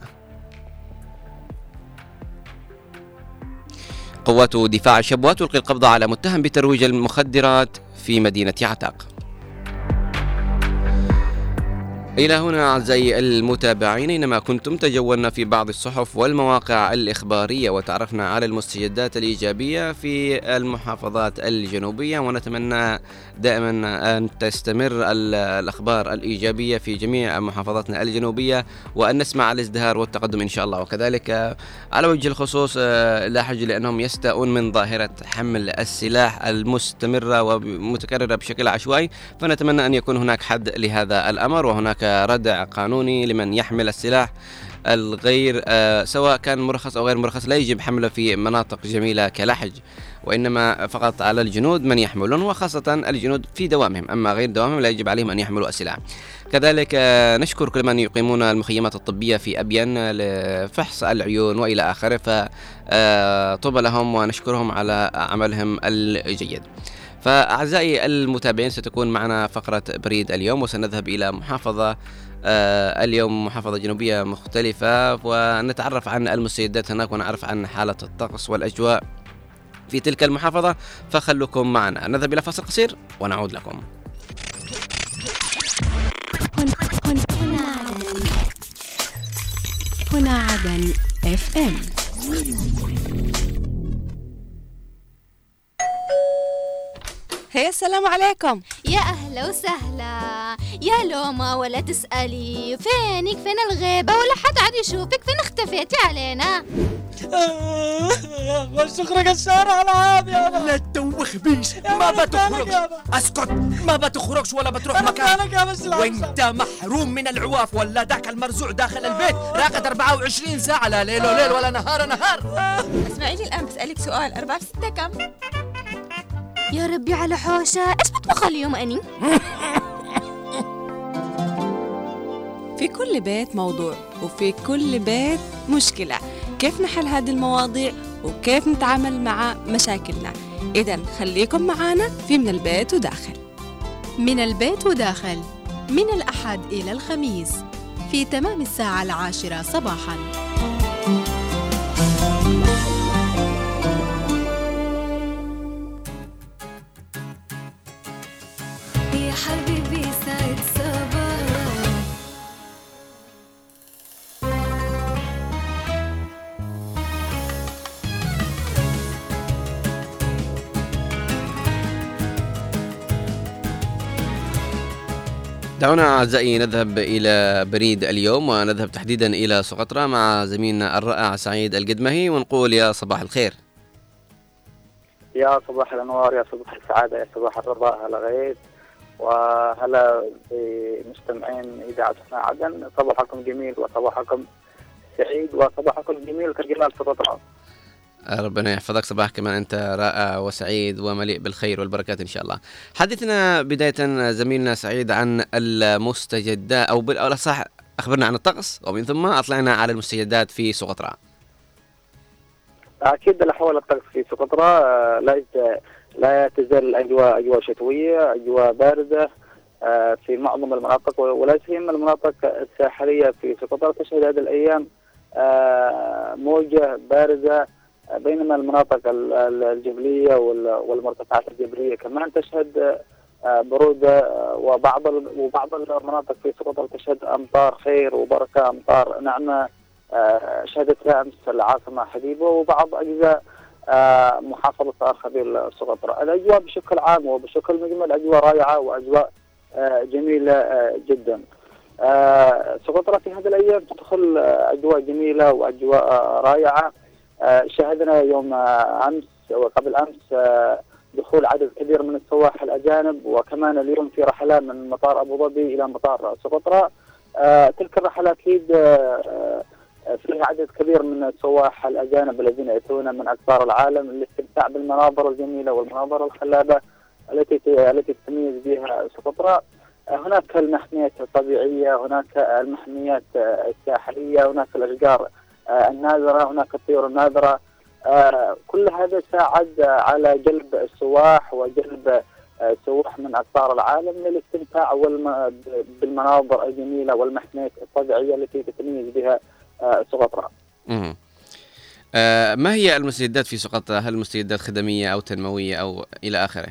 Speaker 2: قوات دفاع شبوة تلقي القبض على متهم بترويج المخدرات في مدينة عتاق. إلى هنا أعزائي المتابعين، إنما كنتم تجولنا في بعض الصحف والمواقع الإخبارية وتعرفنا على المستجدات الإيجابية في المحافظات الجنوبية، ونتمنى دائما أن تستمر الأخبار الإيجابية في جميع محافظاتنا الجنوبية، وأن نسمع الازدهار والتقدم إن شاء الله. وكذلك على وجه الخصوص لاحج لأنهم يستاءون من ظاهرة حمل السلاح المستمرة ومتكررة بشكل عشوائي، فنتمنى أن يكون هناك حد لهذا الأمر، وهناك ردع قانوني لمن يحمل السلاح الغير سواء كان مرخص أو غير مرخص. لا يجب حمله في مناطق جميلة كلحج، وإنما فقط على الجنود من يحملون، وخاصة الجنود في دوامهم، أما غير دوامهم لا يجب عليهم أن يحملوا السلاح. كذلك نشكر كل من يقيمون المخيمات الطبية في أبين لفحص العيون وإلى آخره، فطوبى لهم ونشكرهم على عملهم الجيد. فأعزائي المتابعين، ستكون معنا فقرة بريد اليوم، وسنذهب إلى محافظة اليوم محافظة جنوبية مختلفة، ونتعرف عن المستجدات هناك ونعرف عن حالة الطقس والأجواء في تلك المحافظة. فخلوكم معنا، نذهب إلى فاصل قصير ونعود لكم.
Speaker 4: هنا عدن FM.
Speaker 8: هيا السلام عليكم.
Speaker 1: يا أهلا وسهلا يا لوما، ولا تسألي فينك، فين الغيبة، ولا حد عاد يشوفك، فين اختفيتي علينا؟
Speaker 3: والشكر قشار على العاب يابا.
Speaker 9: لا تدوخ بيش، ما بتخرجش. اسكت، ما بتخرجش ولا بتروح مكان، وانت محروم من العواف ولا ذاك المرزوع داخل البيت راقد 24 ساعة، لا ليل وليل ولا نهار نهار.
Speaker 8: اسمعيني الآن بسألك سؤال، 4 في 6 كم؟
Speaker 1: يا ربي على حوشة، ايش بطبخ اليوم أني؟
Speaker 8: في كل بيت موضوع، وفي كل بيت مشكلة. كيف نحل هذه المواضيع وكيف نتعامل مع مشاكلنا؟ إذن خليكم معانا في من البيت وداخل.
Speaker 4: من البيت وداخل، من الأحد إلى الخميس في تمام الساعة 10 صباحاً.
Speaker 1: يا حبيبي سعد صباح.
Speaker 2: دعونا أعزائي نذهب إلى بريد اليوم، ونذهب تحديدا إلى سقطرى مع زميلنا الرائع سعيد القدمهي، ونقول يا صباح الخير.
Speaker 10: يا صباح الأنوار، يا صباح السعادة، يا صباح الرضا، هلا غيث، وهلا بمستمعين إذاعة هنا عدن. صباحكم جميل وصباحكم سعيد وصباحكم جميل كالجمال سقطرى.
Speaker 2: ربنا يحفظك، صباح كمان أنت رائع وسعيد ومليء بالخير والبركات إن شاء الله. حدثنا بداية زميلنا سعيد عن المستجدات، أو بالأصح أخبرنا عن الطقس، ومن ثم أطلعنا على المستجدات في سقطرى.
Speaker 10: أكيد الأحوال الطقس في سقطرى لا تزال الأجواء أجواء شتوية، أجواء باردة في معظم المناطق، ولا سيما المناطق الساحلية في سقطرى تشهد هذه الأيام موجة باردة، بينما المناطق الجبلية والمرتفعات الجبلية كمان تشهد برودة، وبعض المناطق في سقطرى تشهد أمطار خير وبركة، أمطار نعمة شهدتها أمس العاصمة حديبة وبعض أجزاء محافظة أرخبيل سقطرى. الأجواء بشكل عام وبشكل مجمل أجواء رائعة وأجواء جميلة جدا. سقطرى في هذه الأيام تدخل أجواء جميلة وأجواء رائعة. شاهدنا يوم أمس وقبل أمس دخول عدد كبير من السواح الأجانب، وكمان اليوم في رحلات من مطار أبو ظبي إلى مطار سقطرى. تلك الرحلات أكيد فيها عدد كبير من السواح الأجانب الذين يأتون من أقطار العالم للاستمتاع بالمناظر الجميلة والمناظر الخلابة التي تتميز بها سقطرى. هناك المحميات الطبيعية، هناك المحميات الساحلية، هناك الأشجار الناذرة، هناك الطيور الناذرة. كل هذا ساعد على جلب السواح وجلب سواح من أقطار العالم للاستمتاع بالمناظر الجميلة والمحميات الطبيعية التي تتميز بها سقطرى.
Speaker 2: ما هي المستجدات في سقطرى؟ هل مستجدات خدمية أو تنموية أو إلى آخره؟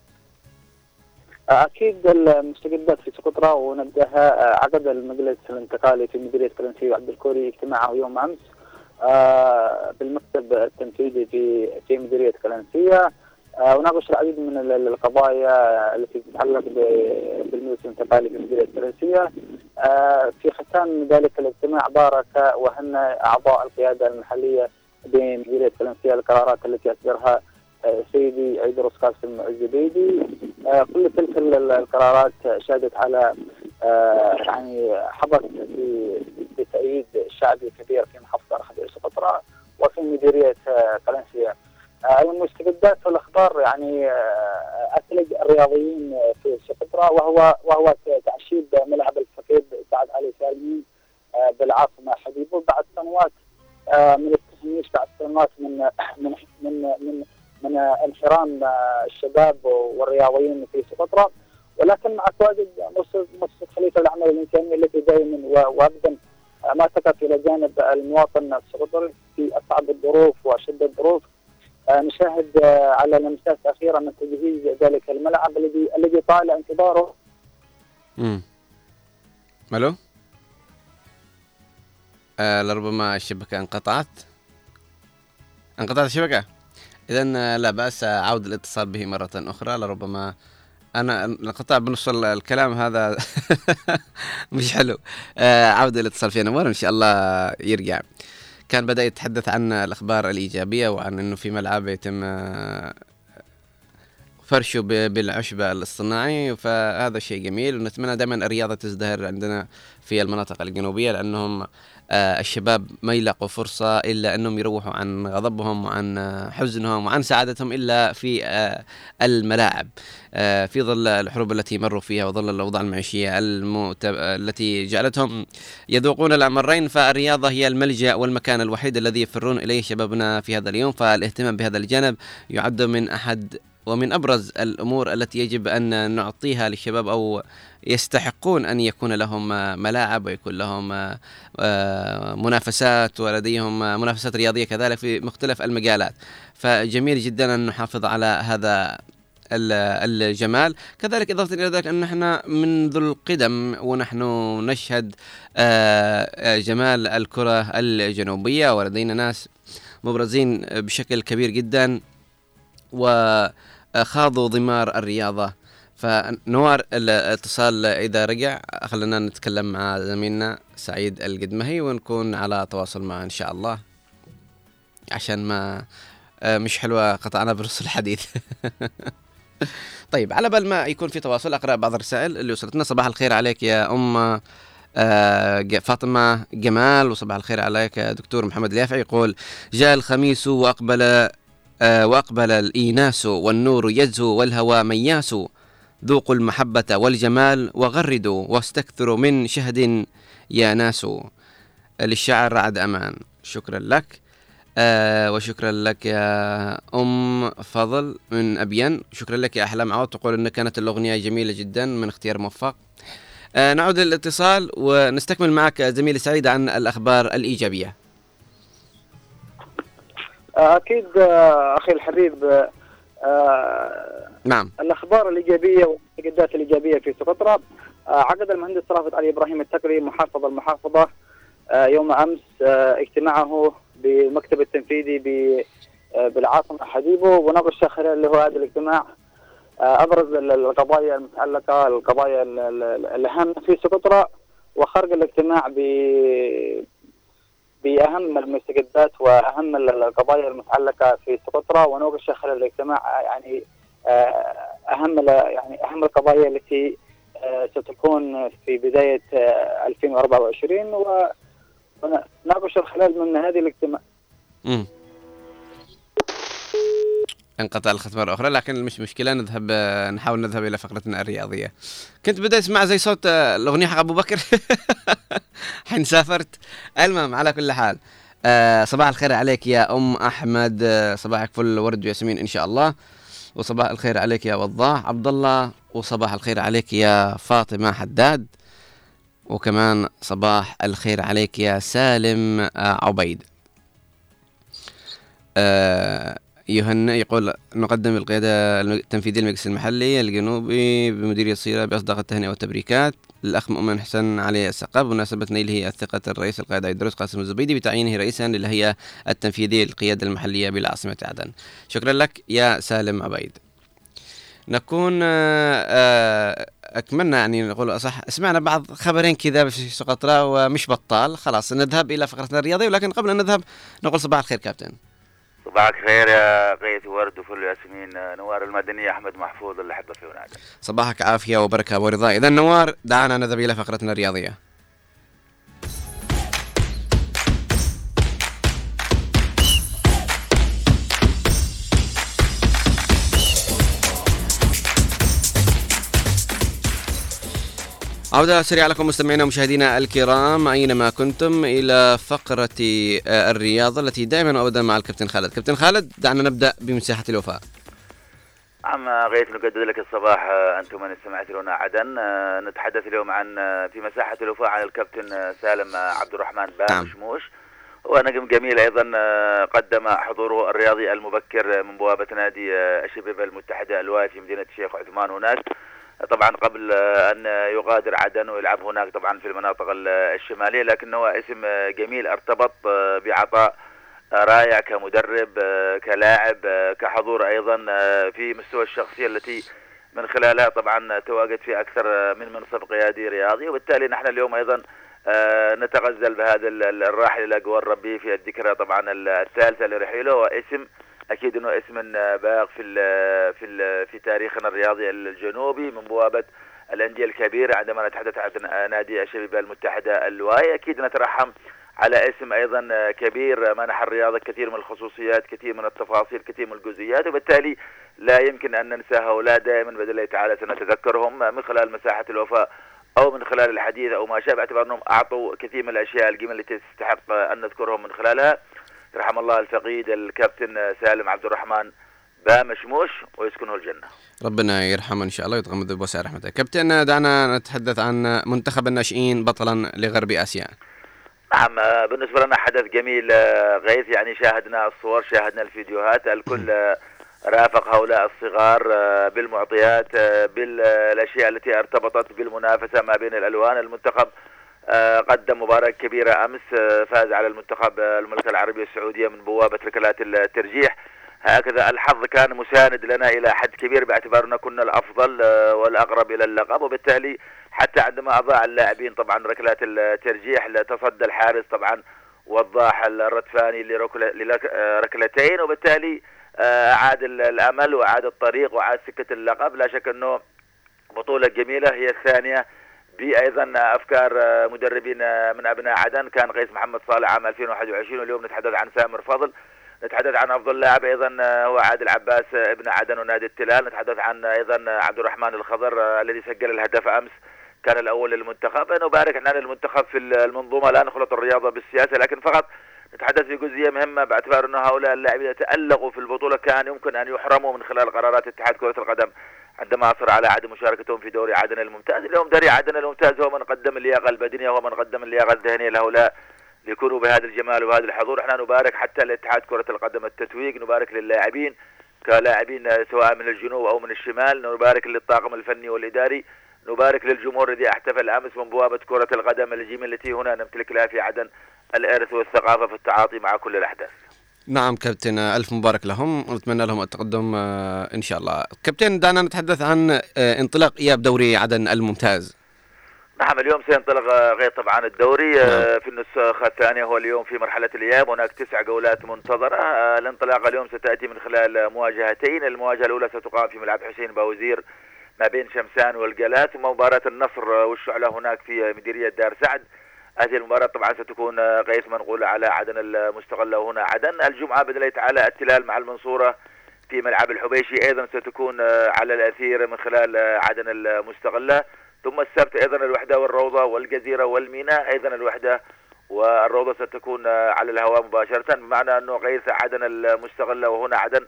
Speaker 10: أكيد المستجدات في سقطرى، ونبدأها عقد المجلس الانتقالي في مديرية كلنسية وعبد الكوري اجتماعه يوم أمس بالمكتب التنفيذي في مديرية كلنسية، وناقش العديد من القضايا التي تتعلق بالمجلس الانتقالي في مديرية كلنسية. في ختام ذلك الاجتماع بارك وهنأ أعضاء القيادة المحلية بمديرية كلنسية القرارات التي أصدرها سيدي عيدروس قاسم الزبيدي. كل تلك القرارات شهدت على يعني حدث بتأييد شعبي كبير في محافظة أرخبيل سقطرى وفي مديرية قلنسية. المستجدات والأخبار يعني أثلج الرياضيين في سقطرى وهو تعشيب ملعب الفقيد سعد علي سالمين بالعاصمة حبيبه بعد سنوات من التهميش، بعد سنوات من انحرام الشباب والرياضيين في سقطرى، ولكن مع تواجد مؤسسة خليفة للعمل الإنساني التي دائما وابدا ما تقف إلى جانب المواطن السقطري في أصعب الظروف وأشد الظروف. نشاهد على لمسات أخيرة من تجهيز ذلك الملعب الذي طال انتظاره.
Speaker 2: ألو؟ لربما الشبكة انقطعت الشبكة. إذن لا بأس عود الاتصال به مرة أخرى. لربما أنا انقطع بنص الكلام هذا مش حلو. عود الاتصال في نمر إن شاء الله يرجع. كان بدأ يتحدث عن الأخبار الإيجابية وعن أنه في ملعب يتم فرشه بالعشبة الاصطناعي، فهذا شيء جميل، ونتمنى دائما الرياضة تزدهر عندنا في المناطق الجنوبية، لأنهم الشباب ما يلاقوا فرصة إلا أنهم يروحوا عن غضبهم وعن حزنهم وعن سعادتهم إلا في الملاعب، في ظل الحروب التي مروا فيها وظل الأوضاع المعيشية التي جعلتهم يذوقون الأمرين. فالرياضة هي الملجأ والمكان الوحيد الذي يفرون إليه شبابنا في هذا اليوم، فالاهتمام بهذا الجانب يعد من أحد ومن أبرز الأمور التي يجب أن نعطيها للشباب، أو يستحقون أن يكون لهم ملاعب ويكون لهم منافسات ولديهم منافسات رياضية كذلك في مختلف المجالات. فجميل جدا أن نحافظ على هذا الجمال. كذلك إضافة إلى ذلك أن نحن منذ القدم ونحن نشهد جمال الكرة الجنوبية، ولدينا ناس مبرزين بشكل كبير جدا وخاضوا ضمار الرياضة. فنوار الاتصال إذا رجع خلنا نتكلم مع زميلنا سعيد القدمهي ونكون على تواصل معه إن شاء الله، عشان ما مش حلوة قطعنا بنص الحديث. طيب، على بال ما يكون في تواصل أقرأ بعض الرسائل اللي وصلتنا. صباح الخير عليك يا أم فاطمة جمال، وصباح الخير عليك يا دكتور محمد اليافعي. يقول: جاء الخميس وأقبل الإيناس والنور يزهو والهوى مياس، ذوقوا المحبة والجمال وغردوا واستكثروا من شهد يا ناس. للشاعر رعد أمان. شكرا لك. وشكرا لك يا أم فضل من أبين. شكرا لك يا أحلام عوض، تقول أن كانت الأغنية جميلة جدا من اختيار موفق. نعود للاتصال ونستكمل معك زميلي سعيد عن الأخبار الإيجابية.
Speaker 10: أكيد أخي الحبيب.
Speaker 2: نعم.
Speaker 10: الأخبار الإيجابية والمستجدات الإيجابية في سقطرى. عقد المهندس رافض علي إبراهيم التكري محافظ المحافظة يوم أمس اجتماعه بالمكتب التنفيذي بالعاصمة حبيبه، وناقش خلال له هذا الاجتماع أبرز القضايا المتعلقة القضايا الأهم في سقطرى، وخرج الاجتماع بأهم المستجدات وأهم القضايا المتعلقة في سقطرى، وناقش خلال الاجتماع يعني أهم القضايا التي ستكون في بداية 2024، وناقش خلال من هذه الاجتماع.
Speaker 2: انقطع الخط مرة أخرى، لكن مش مشكلة، نحاول نذهب إلى فقرتنا الرياضية. كنت بدأت أسمع زي صوت الأغنية حق أبو بكر حين سافرت. المهم، على كل حال صباح الخير عليك يا أم أحمد، صباحك فل ورد وياسمين إن شاء الله، وصباح الخير عليك يا وضاح عبد الله، وصباح الخير عليك يا فاطمة حداد، وكمان صباح الخير عليك يا سالم عبيد. يوهنا يقول: نقدم القيادة التنفيذية للمجلس المحلي الجنوبي بمديرية صيرة بأصدق التهنئة والتبريكات للأخ مؤمن حسن علي السقاب بمناسبة نيله الثقة الرئيس القائد عيدروس قاسم الزبيدي بتعيينه رئيسا للهيئة التنفيذية للقيادة المحلية بالعاصمة عدن. شكرا لك يا سالم عبيد. نكون أكملنا يعني نقول أصح، سمعنا بعض خبرين كذا في سقطرى ومش بطال. خلاص نذهب إلى فقرتنا الرياضية، ولكن قبل أن نذهب نقول صباح الخير كابتن.
Speaker 11: صباحك خير يا غيث ورد وفل ياسمين. نوار المدنية أحمد محفوظ اللي حبه في ونادى.
Speaker 2: صباحك عافية وبركة ورضا. إذا نوار دعنا نذهب إلى فقرتنا الرياضية. عودة سريعة لكم مستمعينا ومشاهدينا الكرام أينما كنتم إلى فقرة الرياضة التي دائما أبدأ مع الكابتن خالد. كابتن خالد دعنا نبدأ بمساحة الوفاء.
Speaker 11: عم غيث نجدد لك الصباح أنتم من استمعت لنا عدن. نتحدث اليوم عن في مساحة الوفاء عن الكابتن سالم عبد الرحمن بامشموش. هو نجم جميل أيضا قدم حضوره الرياضي المبكر من بوابة نادي الشباب المتحدة الواي في مدينة الشيخ عثمان هناك، طبعا قبل أن يغادر عدن ويلعب هناك طبعا في المناطق الشمالية، لكنه اسم جميل ارتبط بعطاء رائع كمدرب كلاعب كحضور أيضا في مستوى الشخصية التي من خلالها طبعا تواجد في أكثر من منصب قيادي رياضي. وبالتالي نحن اليوم أيضا نتغزل بهذا الراحل إلى قوى الربي في الذكرى طبعا الثالثة لرحيله، واسم أكيد أنه اسم باق في تاريخنا الرياضي الجنوبي من بوابة الأندية الكبيرة. عندما نتحدث عن نادي الشباب المتحدة الواي أكيد نترحم على اسم أيضا كبير منح الرياضة كثير من الخصوصيات، كثير من التفاصيل، كثير من الجزئيات، وبالتالي لا يمكن أن ننسى هؤلاء دائما بإذن الله تعالى سنتذكرهم من خلال مساحة الوفاء أو من خلال الحديث أو ما شابه، باعتبار أنهم أعطوا كثير من الأشياء القيمة التي تستحق أن نذكرهم من خلالها. رحم الله الفقيد الكابتن سالم عبد الرحمن بامشموش ويسكنه الجنة.
Speaker 2: ربنا يرحمه إن شاء الله ويتغمد بوسع رحمته. كابتن دعنا نتحدث عن منتخب الناشئين بطلا لغرب آسيا.
Speaker 11: نعم بالنسبة لنا حدث جميل غيث، يعني شاهدنا الصور شاهدنا الفيديوهات، الكل رافق هؤلاء الصغار بالمعطيات بالأشياء التي ارتبطت بالمنافسة ما بين الألوان. المنتخب قدم مباراة كبيرة أمس، فاز على المنتخب المملكة العربية السعودية من بوابة ركلات الترجيح. هكذا الحظ كان مساند لنا إلى حد كبير باعتبارنا كنا الأفضل والأقرب إلى اللقب، وبالتالي حتى عندما أضاع اللاعبين طبعا ركلات الترجيح تصدى الحارس طبعا وضاح الردفاني لركلتين، وبالتالي أعاد الأمل وأعاد الطريق وأعاد سكة اللقب. لا شك أنه بطولة جميلة هي الثانية بأيضا أفكار مدربين من أبناء عدن. كان قيس محمد صالح عام 2021، واليوم نتحدث عن سامر فضل، نتحدث عن أفضل لاعب أيضا هو عادل عباس ابن عدن ونادي التلال، نتحدث عن أيضا عبد الرحمن الخضر الذي سجل الهدف أمس كان الأول للمنتخب. نبارك احنا للمنتخب في المنظومة، لا نخلط الرياضة بالسياسة، لكن فقط نتحدث في جزئية مهمة باعتبار أن هؤلاء اللاعبين تألقوا في البطولة كان يمكن أن يحرموا من خلال قرارات اتحاد كرة القدم عندما أصر على عدم مشاركتهم في دوري عدن الممتاز. اليوم دوري عدن الممتاز هو من قدم اللياقة البدنية ومن قدم اللياقة الذهنية لهؤلاء ليكونوا بهذا الجمال وبهذا الحضور. احنا نبارك حتى لاتحاد كرة القدم التتويج، نبارك للاعبين كلاعبين سواء من الجنوب أو من الشمال، نبارك للطاقم الفني والإداري، نبارك للجمهور الذي احتفل أمس من بوابة كرة القدم الجميل التي هنا نمتلك لها في عدن الإرث والثقافة في التعاطي مع كل الأحداث.
Speaker 2: نعم كابتن، ألف مبارك لهم ونتمنى لهم التقدم إن شاء الله. كابتن دعنا نتحدث عن انطلاق إياب دوري عدن الممتاز.
Speaker 11: نعم اليوم سينطلق غير طبعا الدوري في النسخة الثانية، هو اليوم في مرحلة الإياب، هناك 9 جولات منتظرة. الانطلاقة اليوم ستأتي من خلال مواجهتين، المواجهة الأولى ستقام في ملعب حسين باوزير ما بين شمسان والجلات، ثم مباراة النصر والشعلة هناك في مديرية دار سعد. هذه المباراة طبعا ستكون قيس منقولة على عدن المستقلة وهنا عدن. الجمعة بإذن الله تعالى التلال مع المنصورة في ملعب الحبيشي، أيضا ستكون على الأثير من خلال عدن المستقلة. ثم السبت أيضا الوحدة والروضة والجزيرة والميناء، أيضا الوحدة والروضة ستكون على الهواء مباشرة، بمعنى أنه قيس عدن المستقلة وهنا عدن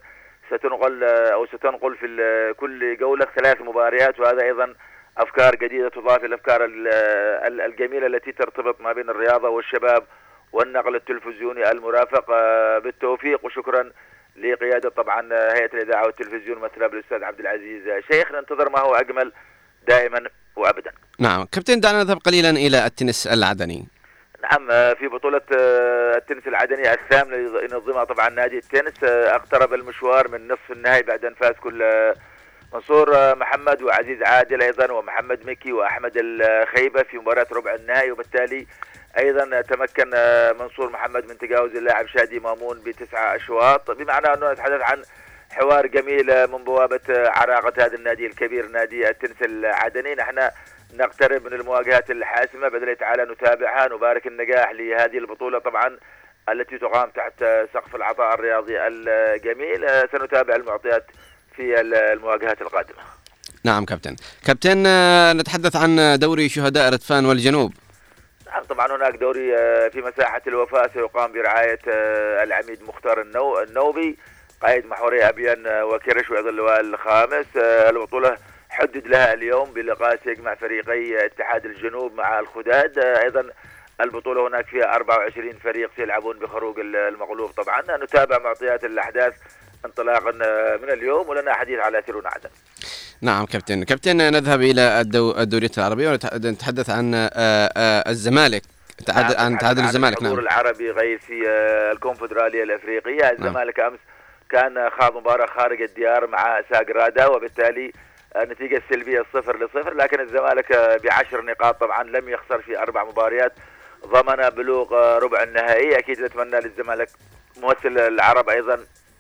Speaker 11: ستنقل في كل جولة 3 مباريات، وهذا أيضا أفكار جديدة تضاف الأفكار الجميلة التي ترتبط ما بين الرياضة والشباب والنقل التلفزيوني المرافق. بالتوفيق وشكرا لقيادة طبعا هيئة الإذاعة والتلفزيون مثل بالأستاذ عبد العزيز شيخ. ننتظر ما هو أجمل دائما وأبدا.
Speaker 2: نعم كابتن دعنا نذهب قليلا إلى التنس العدني.
Speaker 11: نعم في بطولة التنس العدني الثامنة ينظمها طبعا نادي التنس، اقترب المشوار من نصف النهائي بعد أن فاز كل منصور محمد وعزيز عادل أيضا ومحمد مكي وأحمد الخيبة في مباراة ربع النهائي، وبالتالي أيضا تمكن منصور محمد من تجاوز اللاعب شادي مامون ب9 أشواط، بمعنى أنه نتحدث عن حوار جميل من بوابة عراقة هذا النادي الكبير نادي التنس العدني. نحن نقترب من المواجهات الحاسمة بإذن الله تعالى، نتابعها، نبارك النجاح لهذه البطولة طبعا التي تقام تحت سقف العطاء الرياضي الجميل. سنتابع المعطيات في المواجهات القادمة.
Speaker 2: نعم كابتن نتحدث عن دوري شهداء ردفان والجنوب.
Speaker 11: نعم طبعا هناك دوري في مساحة الوفاء سيقام برعاية العميد مختار النوبي قائد محوري أبيان وكرش وأيضا اللواء الخامس. البطولة حدد لها اليوم بلقاء سيجمع فريقي اتحاد الجنوب مع الخداد. أيضا البطولة هناك فيها 24 فريق سيلعبون بخروج المغلوب. طبعا نتابع معطيات الأحداث انطلاقا من اليوم، ولنا حديث على سيرون عدن.
Speaker 2: نعم كابتن نذهب إلى الدوريات العربية ونتحدث عن الزمالك. عن تعادل الزمالك.
Speaker 11: نعم العربي غير في الكونفدرالية الأفريقية. الزمالك أمس كان خاض مباراة خارج الديار مع ساغرادا، وبالتالي النتيجة السلبية 0-0، لكن الزمالك ب10 نقاط طبعا لم يخسر في 4 مباريات، ضمن بلوغ ربع النهائي. أكيد نتمنى للزمالك ممثل العرب أيضا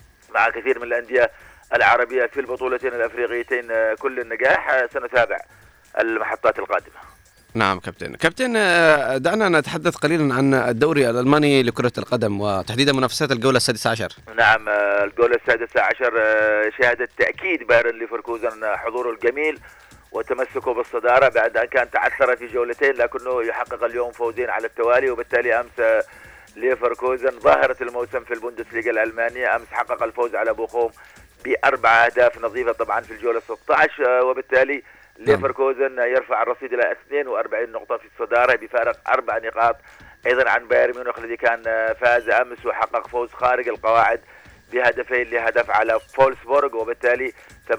Speaker 11: مع كثير من الأندية العربية في البطولتين الأفريقيتين كل النجاح. سنتابع المحطات القادمة.
Speaker 2: نعم كابتن دعنا نتحدث قليلا عن الدوري الألماني لكرة القدم وتحديدا منافسات الجولة 16.
Speaker 11: نعم الجولة 16 شهدت تأكيد بايرن ليفركوزن حضوره الجميل وتمسكه بالصدارة بعد أن كان تعثر في جولتين، لكنه يحقق اليوم فوزين على التوالي، وبالتالي أمس ليفركوزن ظاهرة الموسم في البوندسليغا الألمانية. أمس حقق الفوز على بوخوم ب4 أهداف نظيفة طبعا في الجولة 16، وبالتالي ليفركوزن يرفع الرصيد إلى 42 نقطة في الصدارة بفارق 4 نقاط أيضا عن بايرن ميونخ الذي كان فاز أمس وحقق فوز خارج القواعد بهدفين لهدف على فولسبورغ، وبالتالي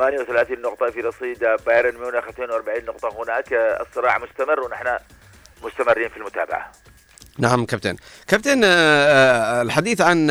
Speaker 11: 38 نقطة في رصيد بايرن ميونخ 42 نقطة. هناك الصراع مستمر ونحن مستمرين في المتابعة.
Speaker 2: نعم كابتن الحديث عن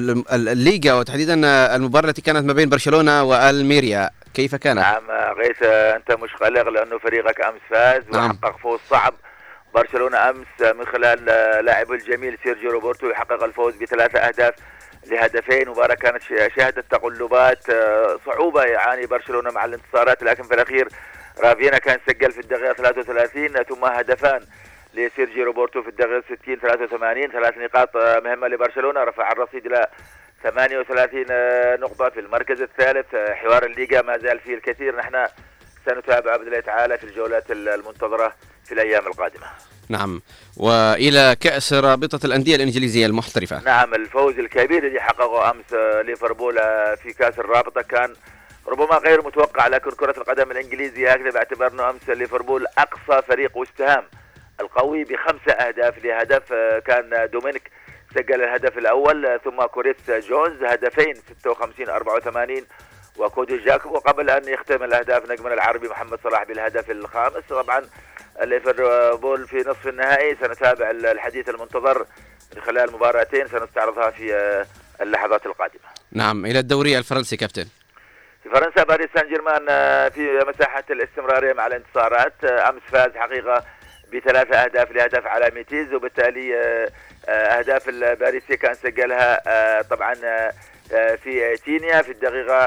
Speaker 2: الليغا وتحديدا المباراة التي كانت ما بين برشلونة والميريا كيف كانت؟
Speaker 11: نعم غيث أنت مش قلق لأنه فريقك أمس فاز وحقق فوز صعب. برشلونة أمس من خلال لاعبه الجميل سيرجيو روبرتو يحقق الفوز ب3 أهداف لهدفين. مباراة كانت شهدت تقلبات، صعوبة يعاني برشلونة مع الانتصارات، لكن في الأخير رافينا كان سجل في الدقيقة 33 ثم هدفان لسيرجي روبرتو في الدقيقة 60-83. 3 نقاط مهمة لبرشلونة، رفع الرصيد إلى 38 نقطة في المركز الثالث. حوار الليغا ما زال فيه الكثير، نحن سنتابع بإذن الله تعالى في الجولات المنتظرة في الأيام القادمة.
Speaker 2: نعم وإلى كأس رابطة الأندية الإنجليزية المحترفة.
Speaker 11: نعم الفوز الكبير الذي حققه أمس ليفربول في كأس الرابطة كان ربما غير متوقع، لكن كرة القدم الإنجليزية هكذا باعتبار أنه أمس ليفربول أقصى فريق واستهام القوي ب5 أهداف لهدف. كان دومينيك سجل الهدف الأول، ثم كوريث جونز هدفين 56-84 وكودي جاكوب، وقبل أن يختم الأهداف نجمنا العربي محمد صلاح بالهدف الخامس. طبعا ليفربول في نصف النهائي سنتابع الحديث المنتظر من خلال مباراتين سنستعرضها في اللحظات القادمة.
Speaker 2: نعم إلى الدوري الفرنسي كابتن.
Speaker 11: في فرنسا باريس سان جيرمان في مساحة الاستمرارية مع الانتصارات. أمس فاز حقيقة ب3 أهداف لهدف على ميتيز، وبالتالي أهداف الباريسي كان سجلها طبعا في تينيا في الدقيقة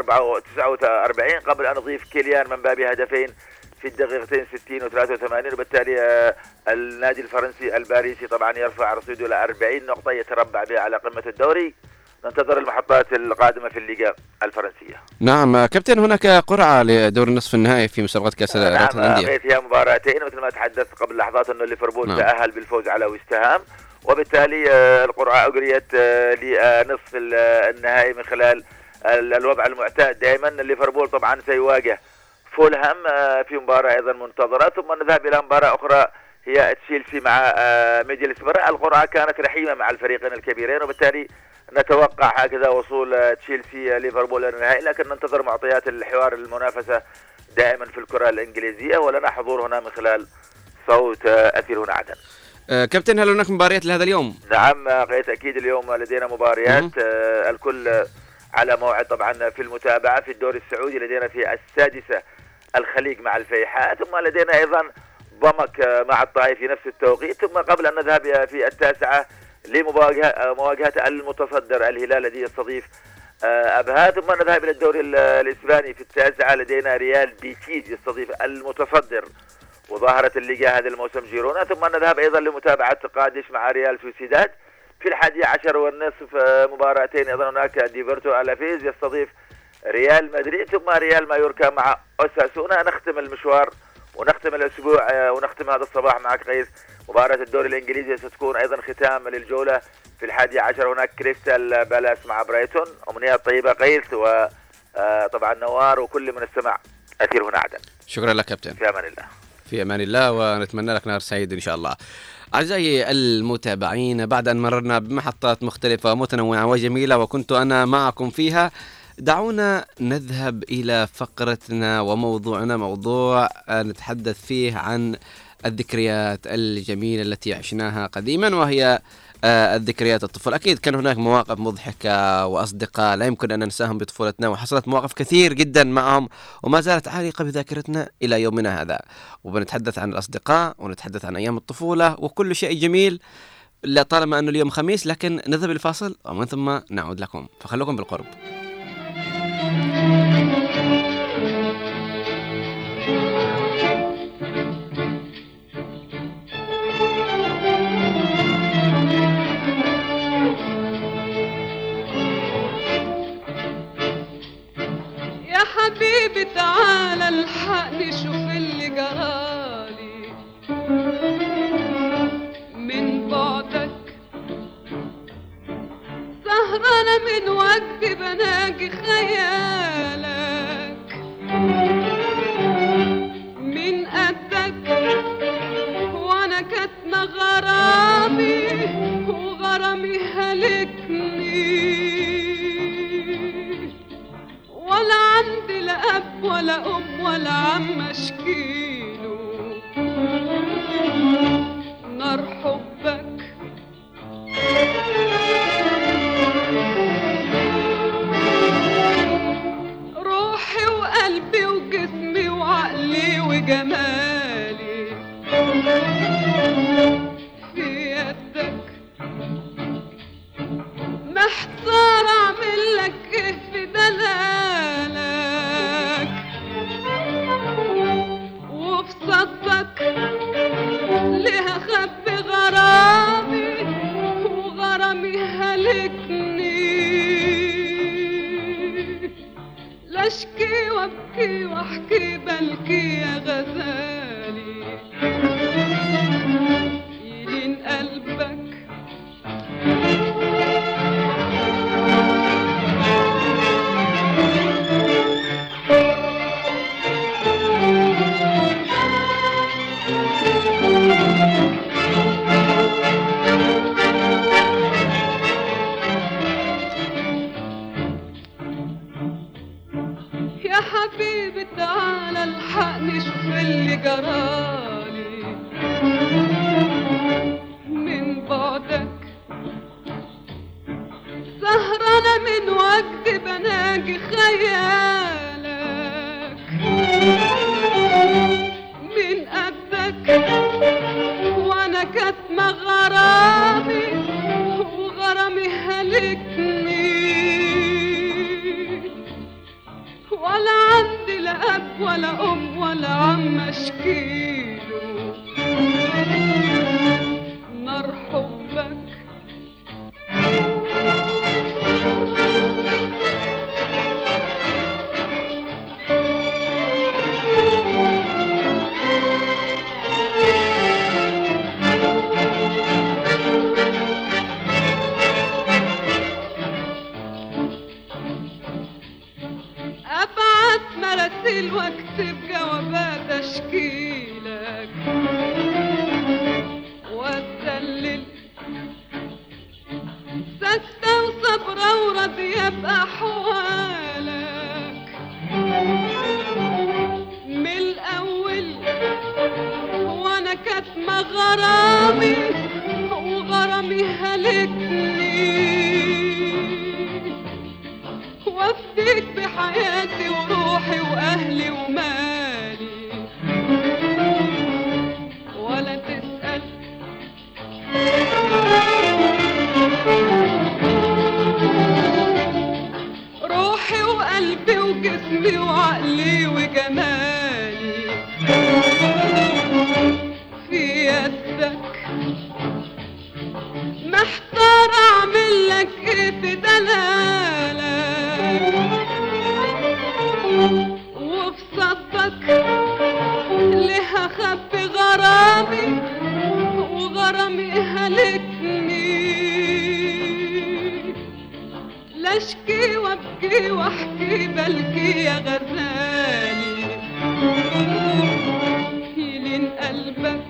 Speaker 11: 49 قبل أن يضيف كيليان مبابي هدفين في الدقيقتين 60 و83، وبالتالي النادي الفرنسي الباريسي طبعا يرفع رصيده إلى 40 نقطة يتربع بها على قمة الدوري. ننتظر المحطات القادمة في الليغا الفرنسية.
Speaker 2: نعم كابتن هناك قرعة لدور النصف النهائي في مسابقة كأس رابطة الأندية.
Speaker 11: نعم فيها مباراتين مثل ما تحدثت قبل لحظات أنه ليفربول تأهل بالفوز على ويستهام، وبالتالي القرعة أجريت لنصف النهائي من خلال الوضع المعتاد دائما. ليفربول طبعا سيواجه فولهام في مباراة أيضا منتظرة، ثم نذهب إلى مباراة أخرى هي تشيلسي مع ميدلسبرا. القرعة كانت رحيمة مع الفريقين الكبيرين، وبالتالي نتوقع هكذا وصول تشيلسي ليفربول إلى النهائي، لكن ننتظر معطيات الحوار المنافسة دائما في الكرة الإنجليزية، ولنا حضور هنا من خلال صوت أثير هنا عدن.
Speaker 2: كابتن هل هناك مباريات لهذا اليوم؟
Speaker 11: نعم أكيد اليوم لدينا مباريات. الكل على موعد طبعا في المتابعة. في الدوري السعودي لدينا في 6 الخليج مع الفيحاء، ثم لدينا أيضا ضمك مع الطائي في نفس التوقيت، ثم قبل أن نذهب في 9 لمواجهة المتصدر الهلال الذي يستضيف أبها، ثم نذهب إلى الدوري الإسباني في 9 لدينا ريال بيتيز يستضيف المتصدر وظاهرة الليغا هذا الموسم جيرونا، ثم نذهب أيضا لمتابعة قادش مع ريال سوسيداد في 11:30 مباراتين. أيضا هناك ديفرتو ألافيز يستضيف ريال مدريد، ثم ريال مايوركا مع أوساسونا. نختم المشوار ونختم الأسبوع ونختم هذا الصباح معك قيس مباراة الدوري الإنجليزي ستكون أيضا ختام للجولة في 11. هناك كريستال بالاس مع برايتون. أمنيات طيبة قيس، وطبعا نوار وكل من استمع أثير هنا عدن.
Speaker 2: شكرا لك كابتن.
Speaker 11: في أمان الله.
Speaker 2: في أمان الله، ونتمنى لك نهار سعيد إن شاء الله. أعزائي المتابعين، بعد أن مررنا بمحطات مختلفة متنوعة وجميلة وكنت أنا معكم فيها، دعونا نذهب إلى فقرتنا وموضوعنا، موضوع نتحدث فيه عن الذكريات الجميلة التي عشناها قديما، وهي الذكريات الطفل. أكيد كان هناك مواقف مضحكة وأصدقاء لا يمكن أن ننساهم بطفولتنا، وحصلت مواقف كثير جدا معهم وما زالت عالقة بذاكرتنا إلى يومنا هذا. وبنتحدث عن الأصدقاء ونتحدث عن أيام الطفولة وكل شيء جميل، لا طالما أنه اليوم خميس. لكن نذهب الفاصل ومن ثم نعود لكم، فخلوكم بالقرب.
Speaker 12: حبيبي تعالى الحقني شوف اللي جرالي من بعدك، سهرانة من وجدي بناجي خيالك من قدك، وانا كاتمة غرامي وغرامي هلكني، ولا عندي لا أب ولا أم ولا عم أشكيله نار حبك. روحي وقلبي وجسمي وعقلي وجمالي في يدك، محتار أعمل لك إيه في دلالك وفي صدك، ليه أخبي غرامي وغرامي هلكني، لا أشكي وأبكي وأحكي بلكي يا غزالي يلين قلبك. يا حبيبي تعالى الحقني شوف اللي جرالي من بعدك، سهرانة من وجدي بناجي خيالك من قدك، وانا كاتمة غرامي وغرامي هلكني، ولا عندي لا أب ولا أم ولا عم أشكيله نار حبك. مراسيل واكتب جوابات اشكيلك واتدلل، ساكتة وصبرة وراضية بأحوالك من الأول، وانا كاتمة غرامي وغرامي هلكني، وافديك بحياتي وروحي واهلي ومالي قلبي وجسمي وعقلي وجمالي في يدك، محتار اعمل لك ايه في دلالك، وفي صدك ليه اخبي غرامي وغرامي هلكني، لا اشكي وابكي واحكي بلكي يا غزالي يلين قلبك.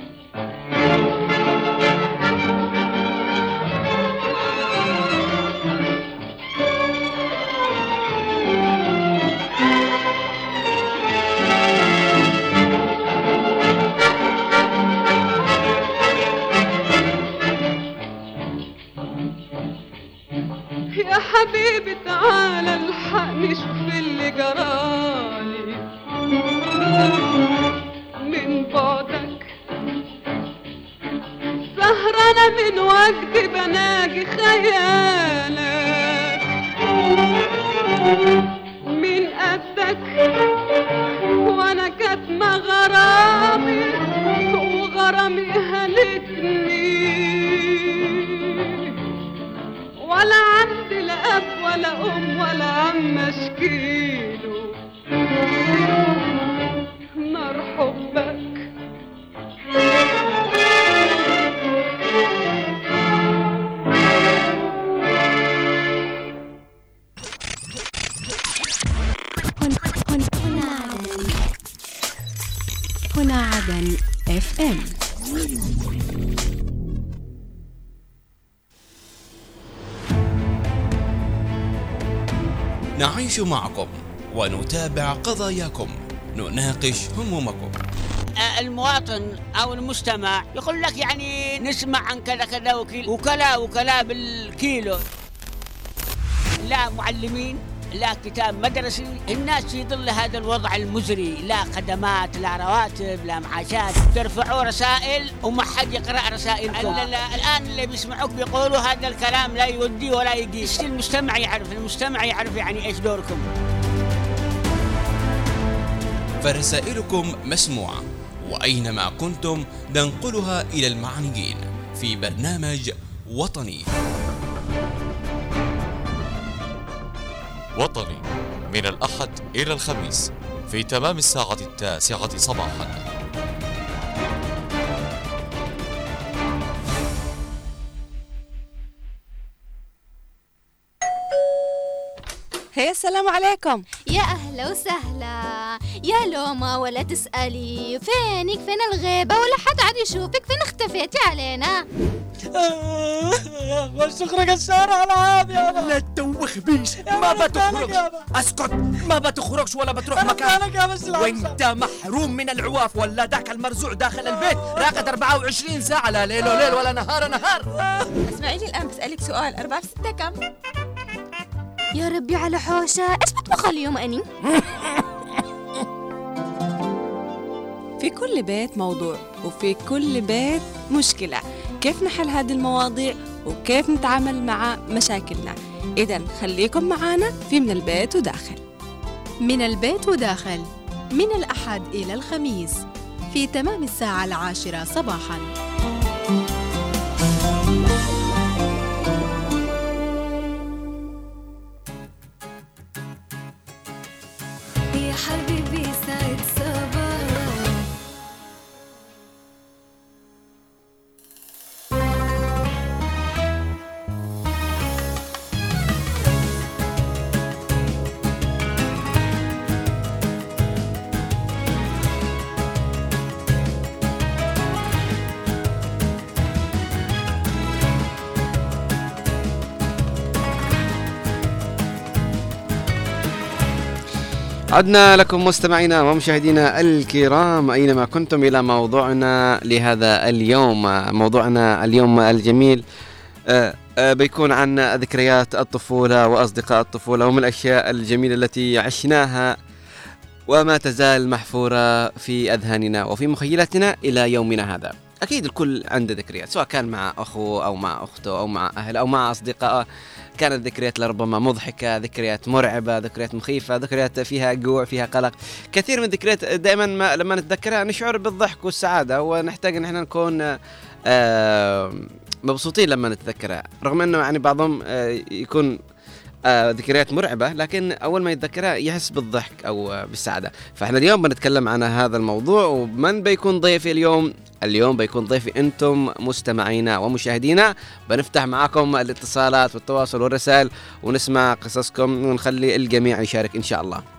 Speaker 12: يا حبيبي تعالى الحقني شوف اللي جرالي من بعدك، سهرانة من وجدي بناجي خيالك، من قدك وانا كاتمة غرامي وغرامي هلكني، ولا عندي لا اب ولا ام ولا عم اشكيله نار حبك.
Speaker 4: هنا عدن FM.
Speaker 5: نعيش معكم ونتابع قضاياكم، نناقش همومكم.
Speaker 6: المواطن او المستمع يقول لك يعني نسمع عن كذا كذا وكلا بالكيلو، لا معلمين لا كتاب مدرسي، الناس في ظل هذا الوضع المزري، لا خدمات لا رواتب لا معاشات، ترفعوا رسائل وما حد يقرأ رسائلكم. الآن اللي بيسمعوك بيقولوا هذا الكلام لا يودي ولا يجي. المجتمع يعرف يعني ايش دوركم.
Speaker 5: فرسائلكم مسموعة، وأينما كنتم ننقلها إلى المعنيين في برنامج وطني.
Speaker 7: وطني من الأحد إلى الخميس في تمام الساعة 9 صباحا.
Speaker 8: هيا السلام عليكم.
Speaker 1: يا أهلا وسهلا يا لوما، ولا تسألي فينك فين الغيبة ولا حد عاد يشوفك، فين اختفيتي علينا؟
Speaker 3: والشكر قشار على العاب يابا.
Speaker 9: لا تدوخ بيش، ما بتخرج. اسكت، ما بتخرجش ولا بتروح مكان، وانت محروم من العواف ولا ذاك المرزوع داخل البيت راقد 24 ساعة، لا ليل وليل ولا نهار نهار.
Speaker 8: اسمعيني الآن بسألك سؤال، 4 في 6 كم؟
Speaker 1: يا ربي على حوشة، ايش بطبخ اليوم أني؟
Speaker 8: في كل بيت موضوع وفي كل بيت مشكلة، كيف نحل هذه المواضيع وكيف نتعامل مع مشاكلنا. إذن خليكم معانا في من البيت وداخل.
Speaker 4: من البيت وداخل من الأحد إلى الخميس في تمام الساعة 10 صباحاً.
Speaker 13: يا حبيبي سعد صباح.
Speaker 2: عدنا لكم مستمعينا ومشاهدينا الكرام أينما كنتم إلى موضوعنا لهذا اليوم. موضوعنا اليوم الجميل بيكون عن ذكريات الطفولة وأصدقاء الطفولة ومن الأشياء الجميلة التي عشناها وما تزال محفورة في أذهاننا وفي مخيلتنا إلى يومنا هذا. أكيد الكل عنده ذكريات، سواء كان مع أخوه أو مع أخته أو مع أهله أو مع أصدقائه. كانت ذكريات لربما مضحكة، ذكريات مرعبة، ذكريات مخيفة، ذكريات فيها جوع، فيها قلق. كثير من الذكريات دائما لما نتذكرها نشعر بالضحك والسعادة، ونحتاج أن احنا نكون مبسوطين لما نتذكرها، رغم أنه يعني بعضهم يكون ذكريات مرعبة، لكن أول ما يتذكرها يحس بالضحك أو بالسعادة. فإحنا اليوم بنتكلم عن هذا الموضوع، ومن بيكون ضيفي اليوم بيكون ضيفي أنتم مستمعينا ومشاهدينا. بنفتح معكم الاتصالات والتواصل والرسائل ونسمع قصصكم ونخلي الجميع يشارك إن شاء الله.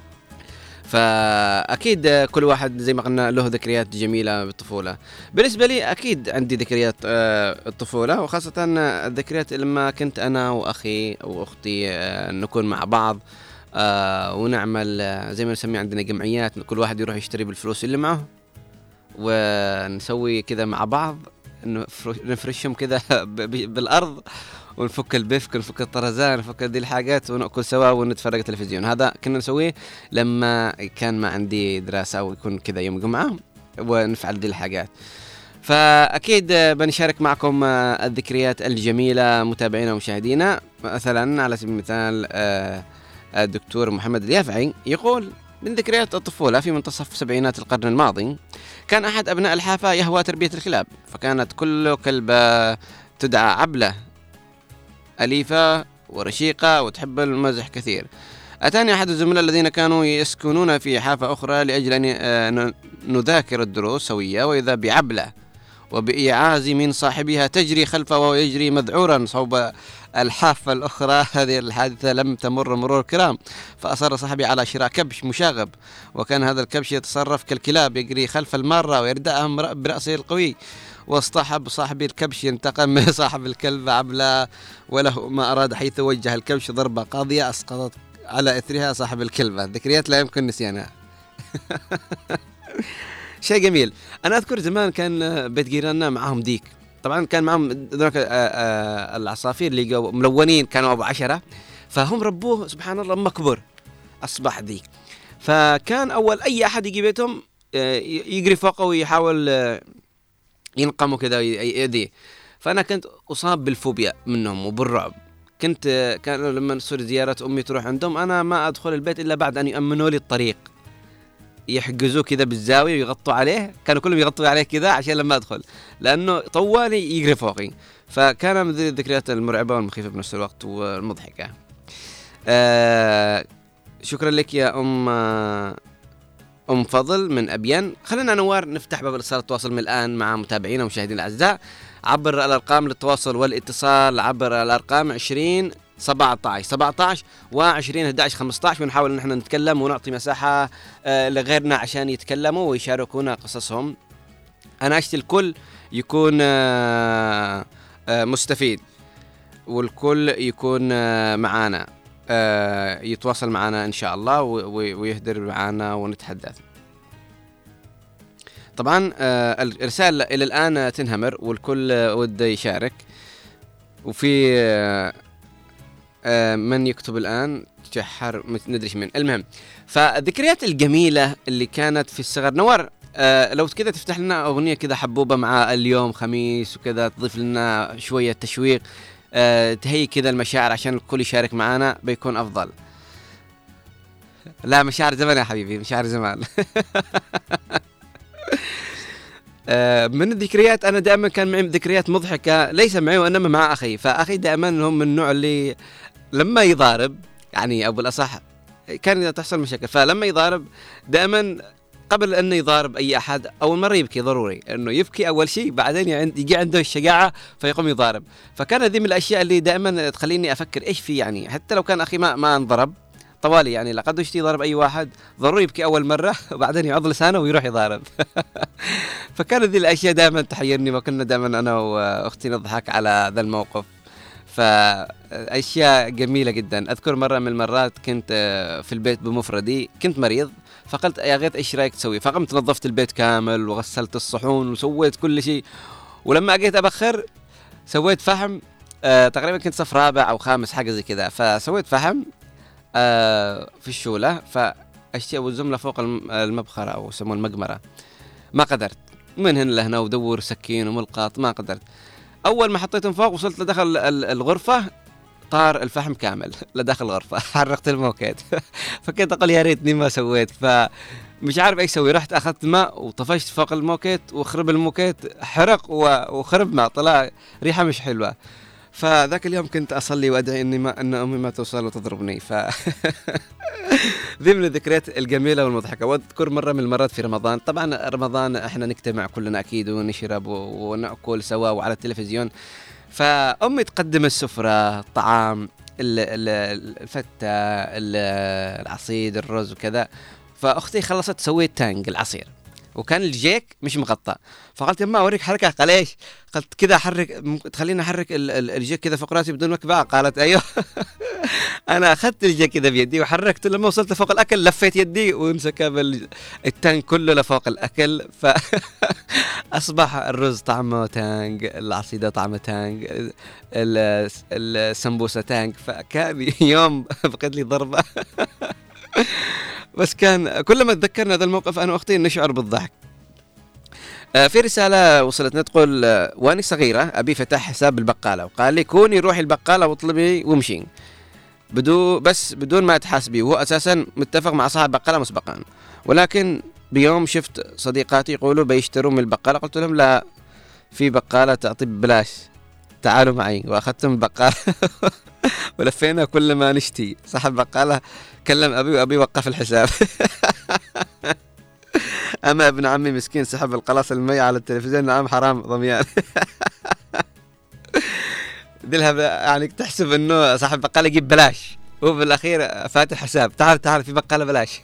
Speaker 2: فأكيد كل واحد زي ما قلنا له ذكريات جميلة بالطفولة. بالنسبة لي أكيد عندي ذكريات الطفولة، وخاصة الذكريات لما كنت أنا وأخي وأختي نكون مع بعض ونعمل زي ما نسميه عندنا جمعيات، كل واحد يروح يشتري بالفلوس اللي معه، ونسوي كذا مع بعض، نفرشهم كذا بالأرض، ونفك البفك، ونفك الطرزان، نفك دي الحاجات، ونأكل سوا ونتفرج تلفزيون. هذا كنا نسويه لما كان ما عندي دراسة أو يكون كذا يوم جمعة، ونفعل دي الحاجات. فأكيد بنشارك معكم الذكريات الجميلة متابعينا ومشاهدينا. مثلا على سبيل المثال الدكتور محمد اليافعي يقول: من ذكريات الطفولة في منتصف سبعينات القرن الماضي كان أحد أبناء الحافة يهوى تربية الكلاب، فكانت كل كلبة تدعى عبلة، أليفة ورشيقة وتحب المزح كثير. أتاني أحد الزملاء الذين كانوا يسكنون في حافة أخرى لأجل أن نذاكر الدروس سوية، وإذا بعبلة وبإعاز من صاحبها تجري خلفه وهو يجري مذعورا صوب الحافة الأخرى. هذه الحادثة لم تمر مرور الكرام، فأصر صاحبي على شراء كبش مشاغب، وكان هذا الكبش يتصرف كالكلاب، يجري خلف المارة ويردأهم برأسه القوي. واصطحب صاحبي الكبش ينتقم من صاحب الكلب عبلة، وله ما أراد، حيث وجه الكبش ضربة قاضية أسقطت على إثرها صاحب الكلبة. ذكريات لا يمكن نسيانها. شيء جميل. أنا أذكر زمان كان بيت جيراننا معهم ديك، طبعا كان معهم ذلك العصافير اللي جو ملونين، كانوا أبو 10، فهم ربوه سبحان الله لما كبر أصبح ديك. فكان أول أي أحد يجي بيتهم يجري فوقه ويحاول ينقموا كذا يأذيه. فأنا كنت أصاب بالفوبيا منهم وبالرعب. كانوا لما تصير زيارة أمي تروح عندهم أنا ما أدخل البيت إلا بعد أن يأمنوا لي الطريق، يحجزوه كذا بالزاوية ويغطوا عليه، كانوا كلهم يغطوا عليه كذا عشان لما أدخل، لأنه طوالي يجري فوقي. فكان من الذكريات المرعبة والمخيفة بنفس الوقت والمضحكة. شكرا لك يا أم فضل من أبيان. خلينا نوار نفتح باب الاتصال التواصل من الآن مع متابعينا ومشاهدينا الأعزاء عبر الأرقام للتواصل والاتصال، عبر الأرقام 20 17 و20 11 15، ونحاول ان احنا نتكلم ونعطي مساحة لغيرنا عشان يتكلموا ويشاركونا قصصهم. انا اشتي الكل يكون مستفيد، والكل يكون معانا، يتواصل معنا ان شاء الله ويهدر معنا ونتحدث. طبعا الرسالة الى الان تنهمر والكل وده يشارك، وفي من يكتب الآن تشحر ندريش من. المهم، فالذكريات الجميلة اللي كانت في الصغر. نوار لو كذا تفتح لنا أغنية كذا حبوبة مع اليوم خميس وكذا، تضيف لنا شوية تشويق، تهيئ كذا المشاعر عشان الكل يشارك معنا، بيكون أفضل. لا مشاعر زمان يا حبيبي، مشاعر زمان. من الذكريات أنا دائما كان معي ذكريات مضحكة، ليس معي وإنما مع أخي. فأخي دائما هم من النوع اللي لما يضارب، يعني أبو الأصح كان تحصل مشاكل، فلما يضارب دائما قبل أنه يضارب أي أحد أول مرة يبكي، ضروري أنه يبكي أول شيء، بعدين يجي عنده الشجاعة فيقوم يضارب. فكان هذه من الأشياء اللي دائما تخليني أفكر إيش في، يعني حتى لو كان أخي ما انضرب طوالي، يعني لقد يشتي يضرب أي واحد ضروري يبكي أول مرة وبعدين يعض لسانه ويروح يضارب. فكانت ذي الأشياء دائما تحيرني، وكنا دائما أنا وأختي نضحك على ذا الموقف. فأشياء جميلة جدا. أذكر مرة من المرات كنت في البيت بمفردي، كنت مريض، فقلت يا غيث إيش رأيك تسوي؟ فقمت نظفت البيت كامل وغسلت الصحون وسويت كل شيء، ولما أجيت أبخر سويت فحم. تقريبا كنت صف رابع أو خامس حاجة زي كذا، فسويت فحم في الشولة، فأشتي أبو الزملة فوق المبخرة أو يسمون المقمرة، ما قدرت. من هنا لهنا ودور سكين وملقاط ما قدرت. أول ما حطيتهم فوق وصلت لداخل الغرفة طار الفحم كامل لداخل الغرفة. حرقت الموكيت. فكنت أقول يا ريتني ما سويت، فمش عارف أيش سوي. رحت أخذت ماء وطفشت فوق الموكيت وخرب الموكيت، حرق وخرب ماء، طلع ريحة مش حلوة. فذاك اليوم كنت أصلي وأدعي أن أمي ما توصل وتضربني. ذي من الذكريات الجميلة والمضحكة. وأذكر مرة من المرات في رمضان، طبعا رمضان إحنا نجتمع كلنا أكيد ونشرب ونأكل سوا وعلى التلفزيون. فأمي تقدم السفرة، الطعام، الفتة، العصيد، الرز وكذا. فأختي خلصت سويت تانج العصير وكان الجيك مش مغطى. فقلت يما أوريك حركة. قال إيش؟ قلت كذا أحرك، تخليني أحرك الجيك كذا فوق راسي بدون مكبعة. قالت أيوه. أنا أخذت الجيك كذا بيدي وحركت، لما وصلت فوق الأكل لفيت يدي وانسكب التانج كله لفوق الأكل. فأصبح الرز طعمه تانج، العصيدة طعمه تانج، السمبوسة تانج. فكان يوم بقيت لي ضربة. بس كان كلما تذكرنا هذا الموقف أنا وأختي نشعر بالضحك. في رسالة وصلتنا تقول وأني صغيرة أبي فتح حساب بالبقالة وقال لي كوني روحي البقالة واطلبي ومشي بدون ما تحاسبي، وهو أساسا متفق مع صاحب بقالة مسبقا. ولكن بيوم شفت صديقاتي يقولوا بيشتروا من البقالة، قلت لهم لا، في بقالة تعطي ببلاش، تعالوا معي. وأخذتهم البقالة ولفينا كل ما نشتي. صاحب بقالة كلم أبي وأبي وقف الحساب. أما ابن عمي مسكين سحب القلاص المي على التلفزيون. نعم حرام ضميان. دلها يعني تحسب إنه صاحب بقالة يجيب بلاش، هو بالأخير فاتح حساب. تعال في بقالة بلاش.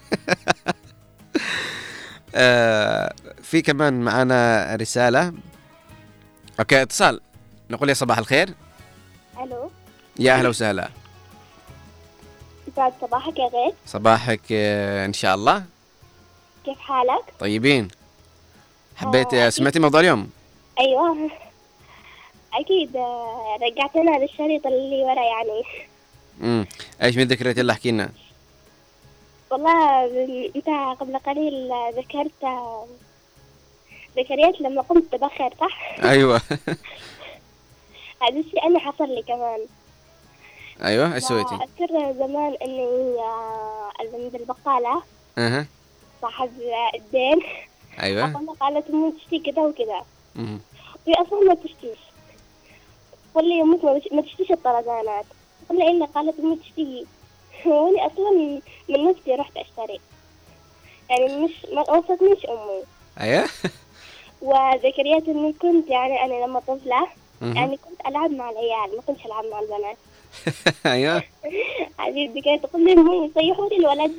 Speaker 2: في كمان معنا رسالة. أوكي اتصال، نقول يا صباح الخير.
Speaker 14: ألو،
Speaker 2: يا أهلا وسهلا.
Speaker 14: بعد صباحك يا غيث.
Speaker 2: صباحك إن شاء الله.
Speaker 14: كيف حالك؟
Speaker 2: طيبين. حبيت سمعتي موضوع اليوم؟
Speaker 14: أيوة أكيد، رجعتنا للشريط اللي ورا يعني.
Speaker 2: إيش من ذكريات اللي حكينا؟
Speaker 14: والله أنت قبل قليل ذكرت ذكريات لما قمت تبخر، صح؟
Speaker 2: أيوة.
Speaker 14: هذا الشيء أنا حصل لي كمان.
Speaker 2: أيوة، إيش سويتي؟
Speaker 14: أذكر زمان إني عند البقالة صاحب الدين.
Speaker 2: أيوة.
Speaker 14: قالت أمي تشتي كذا وكذا. وهي أصلا ما تشتيش. قل لي أمك ما تشتيش الطرزانات. قل لي إلا قالت أمي تشتي. وأنا أصلا من نفسي رحت أشتري. يعني ما وصلتنيش أمي.
Speaker 2: أيوة.
Speaker 14: وذكريات إني كنت يعني أنا لما طفلة يعني كنت ألعب مع العيال، ما كنتش ألعب مع البنات.
Speaker 2: أيوة.
Speaker 14: هذه الذكريات تقول لي أمي يصيحوا لي الولد.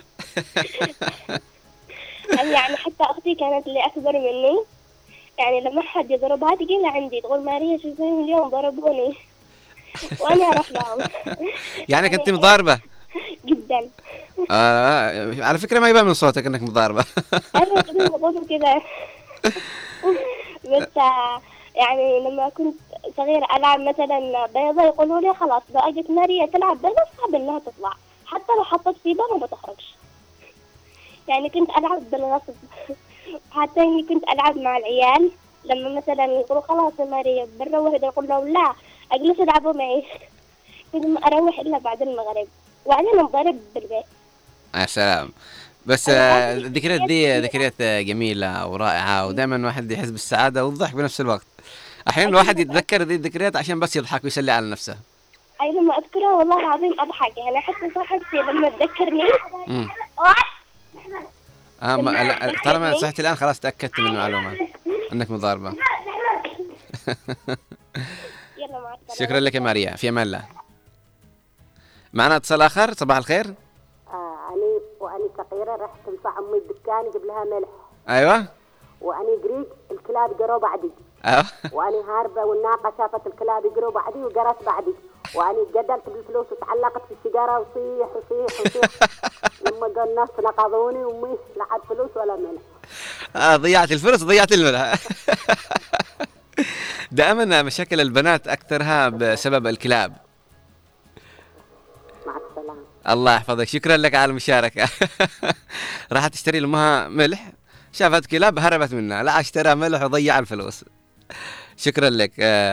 Speaker 14: يعني حتى أختي كانت اللي أكبر مني، يعني لما حد يضربها تجي عندي تقول ماريا شو زين اليوم ضربوني. وأنا أروح لهم.
Speaker 2: يعني كنت مضاربة؟
Speaker 14: جدا.
Speaker 2: على فكرة ما يبان من صوتك إنك مضاربة.
Speaker 14: أنا كنت مضاربة كذا. بس يعني لما كنت صغيرة ألعب مثلا بيضة يقولوا لي خلاص بقى جت ماريا تلعب بيضة صعب إنها تطلع، حتى لو حطت في بيضة ما بتخرجش. يعني كنت ألعب بالغصب. حتى إني كنت ألعب مع العيال لما مثلا يقولوا خلاص يا ماريا بنروح، يقول لهم لا أجلس ألعبوا معي. كنت ما أروح إلا بعد المغرب وأنا نضرب بالبيت.
Speaker 2: يا سلام. بس الذكريات دي ذكريات جميلة ورائعة، ودائما واحد يحس بالسعادة والضحك بنفس الوقت. أحيانا الواحد يتذكر ذي الذكريات عشان بس يضحك ويسلي على نفسه.
Speaker 14: أي لما أذكرها والله العظيم أضحك، يعني حتى صاحبتي لما تذكرني.
Speaker 2: طالما صحتي الآن خلاص تأكدت من المعلومة أنك مضاربة. شكرا لك يا ماريا، في أمان الله. معنا اتصال آخر. صباح الخير.
Speaker 15: وأني صغيرة رحت مع أمي الدكان يجيب لها ملح.
Speaker 2: أيوة.
Speaker 15: وأني قريب الكلاب جروا بعدي.
Speaker 2: أيوة.
Speaker 15: وأني هاربة والناقة شافت الكلاب يجروا بعدي وجرت بعدي. وأني جدلت بالفلوس وتعلقت في السيجارة وصيح. لما قال الناس نقضوني وأمي لا عاد فلوس ولا ملح.
Speaker 2: ضيعت الفلوس ضيعت الملح. دائما مشاكل البنات أكثرها بسبب الكلاب.
Speaker 15: مع السلامة.
Speaker 2: الله يحفظك، شكرا لك على المشاركة. راح تشتري لأمها ملح، شافت كلاب هربت منها، لا اشترى ملح وضيع الفلوس. شكرا لك.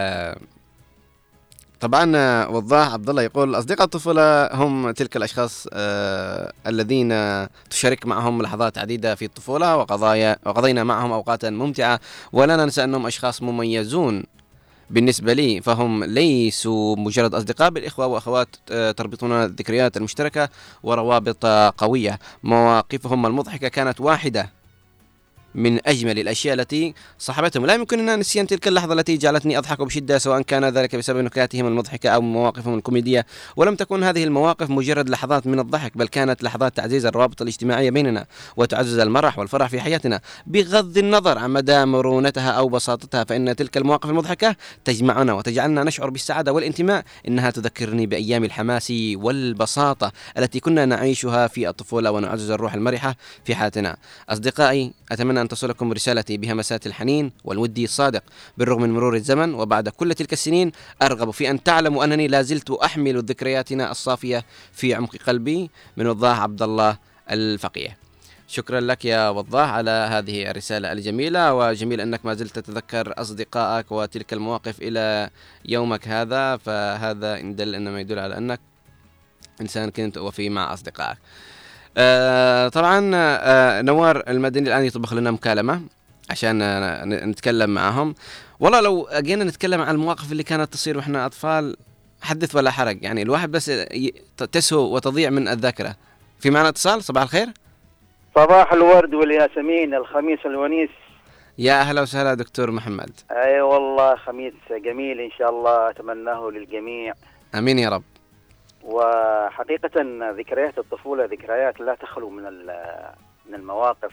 Speaker 2: طبعا وضاح عبد الله يقول أصدقاء الطفولة هم تلك الأشخاص الذين تشارك معهم لحظات عديدة في الطفولة وقضينا معهم أوقاتا ممتعة، ولا ننسى أنهم أشخاص مميزون. بالنسبة لي فهم ليسوا مجرد أصدقاء، بل إخوة وأخوات تربطنا الذكريات المشتركة وروابط قوية. مواقفهم المضحكة كانت واحدة من أجمل الأشياء التي صاحبتهم. لا يمكننا نسيان تلك اللحظة التي جعلتني أضحك بشدة، سواء كان ذلك بسبب نكاتهم المضحكة أو مواقفهم الكوميدية. ولم تكن هذه المواقف مجرد لحظات من الضحك، بل كانت لحظات تعزيز الروابط الاجتماعية بيننا وتعزز المرح والفرح في حياتنا، بغض النظر عن مدى مرونتها أو بساطتها. فإن تلك المواقف المضحكة تجمعنا وتجعلنا نشعر بالسعادة والانتماء. إنها تذكرني بأيام الحماس والبساطة التي كنا نعيشها في الطفولة، ونعزز الروح المرحة في حياتنا. أصدقائي، أتمنى أن تصلكم رسالتي بهمسات الحنين والود الصادق. بالرغم من مرور الزمن وبعد كل تلك السنين، أرغب في أن تعلموا أنني لازلت أحمل ذكرياتنا الصافية في عمق قلبي. من وضاح عبد الله الفقيه. شكرا لك يا وضاح على هذه الرسالة الجميلة، وجميل أنك ما زلت تتذكر أصدقائك وتلك المواقف إلى يومك هذا، فهذا إنما يدل على أنك إنسان كنت وفي مع أصدقائك. طبعا نوار المدني الآن يطبخ لنا مكالمة عشان نتكلم معهم. والله لو جينا نتكلم عن المواقف اللي كانت تصير وإحنا أطفال، حدث ولا حرج، يعني الواحد بس تسهو وتضيع من الذاكرة. في معنا اتصال. صباح الخير.
Speaker 16: صباح الورد والياسمين، الخميس الونيس.
Speaker 2: يا أهلا وسهلا دكتور محمد.
Speaker 16: أي والله خميس جميل إن شاء الله، أتمناه للجميع.
Speaker 2: أمين يا رب.
Speaker 16: وحقيقة ذكريات الطفولة ذكريات لا تخلو من المواقف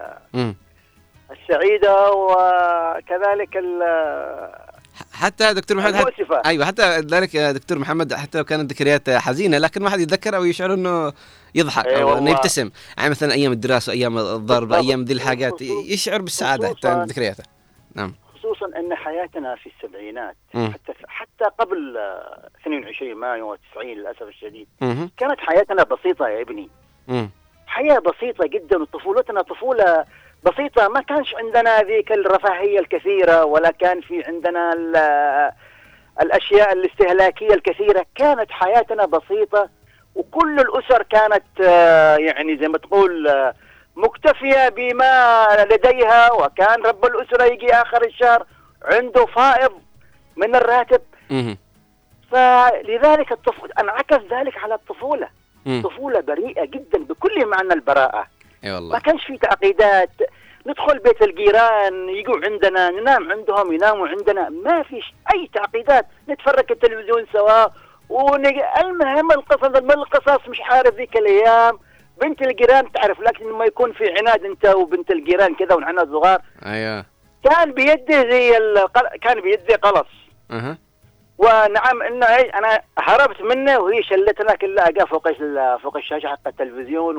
Speaker 16: السعيدة، وكذلك
Speaker 2: حتى دكتور محمد أيوة، حتى ذلك دكتور محمد، حتى لو كانت ذكريات حزينة لكن واحد يتذكر أو يشعر إنه يضحك أو إنه يبتسم. يعني مثلا أيام الدراسة، أيام الضرب، أيام ذي الحاجات، يشعر بالسعادة حتى ذكرياته. نعم.
Speaker 16: خصوصا أن حياتنا في السبعينات حتى قبل 22 مايو 90 للأسف الشديد كانت حياتنا بسيطة يا ابني. حياة بسيطة جدا، وطفولتنا طفولة بسيطة. ما كانش عندنا ذيك الرفاهية الكثيرة، ولا كان في عندنا الأشياء الاستهلاكية الكثيرة. كانت حياتنا بسيطة، وكل الأسر كانت يعني زي ما تقول مكتفية بما لديها، وكان رب الأسرة يجي آخر الشهر عنده فائض من الراتب. فلذلك انعكس ذلك على الطفولة. طفولة بريئة جدا بكل معنى البراءة. ما كانش في تعقيدات. ندخل بيت الجيران يجوا عندنا، ننام عندهم يناموا عندنا، ما فيش أي تعقيدات. نتفرج التلفزيون سوا المهم القصص مش عارف ذيك الأيام بنت الجيران تعرف، لكن لما يكون في عناد انت وبنت الجيران كذا ونعناد صغار،
Speaker 2: ايوه
Speaker 16: كان بيدي كان بيدي قلص. ونعم انه انا هربت منه وهي شلتنا كلها جا فوق الشاشه حق التلفزيون،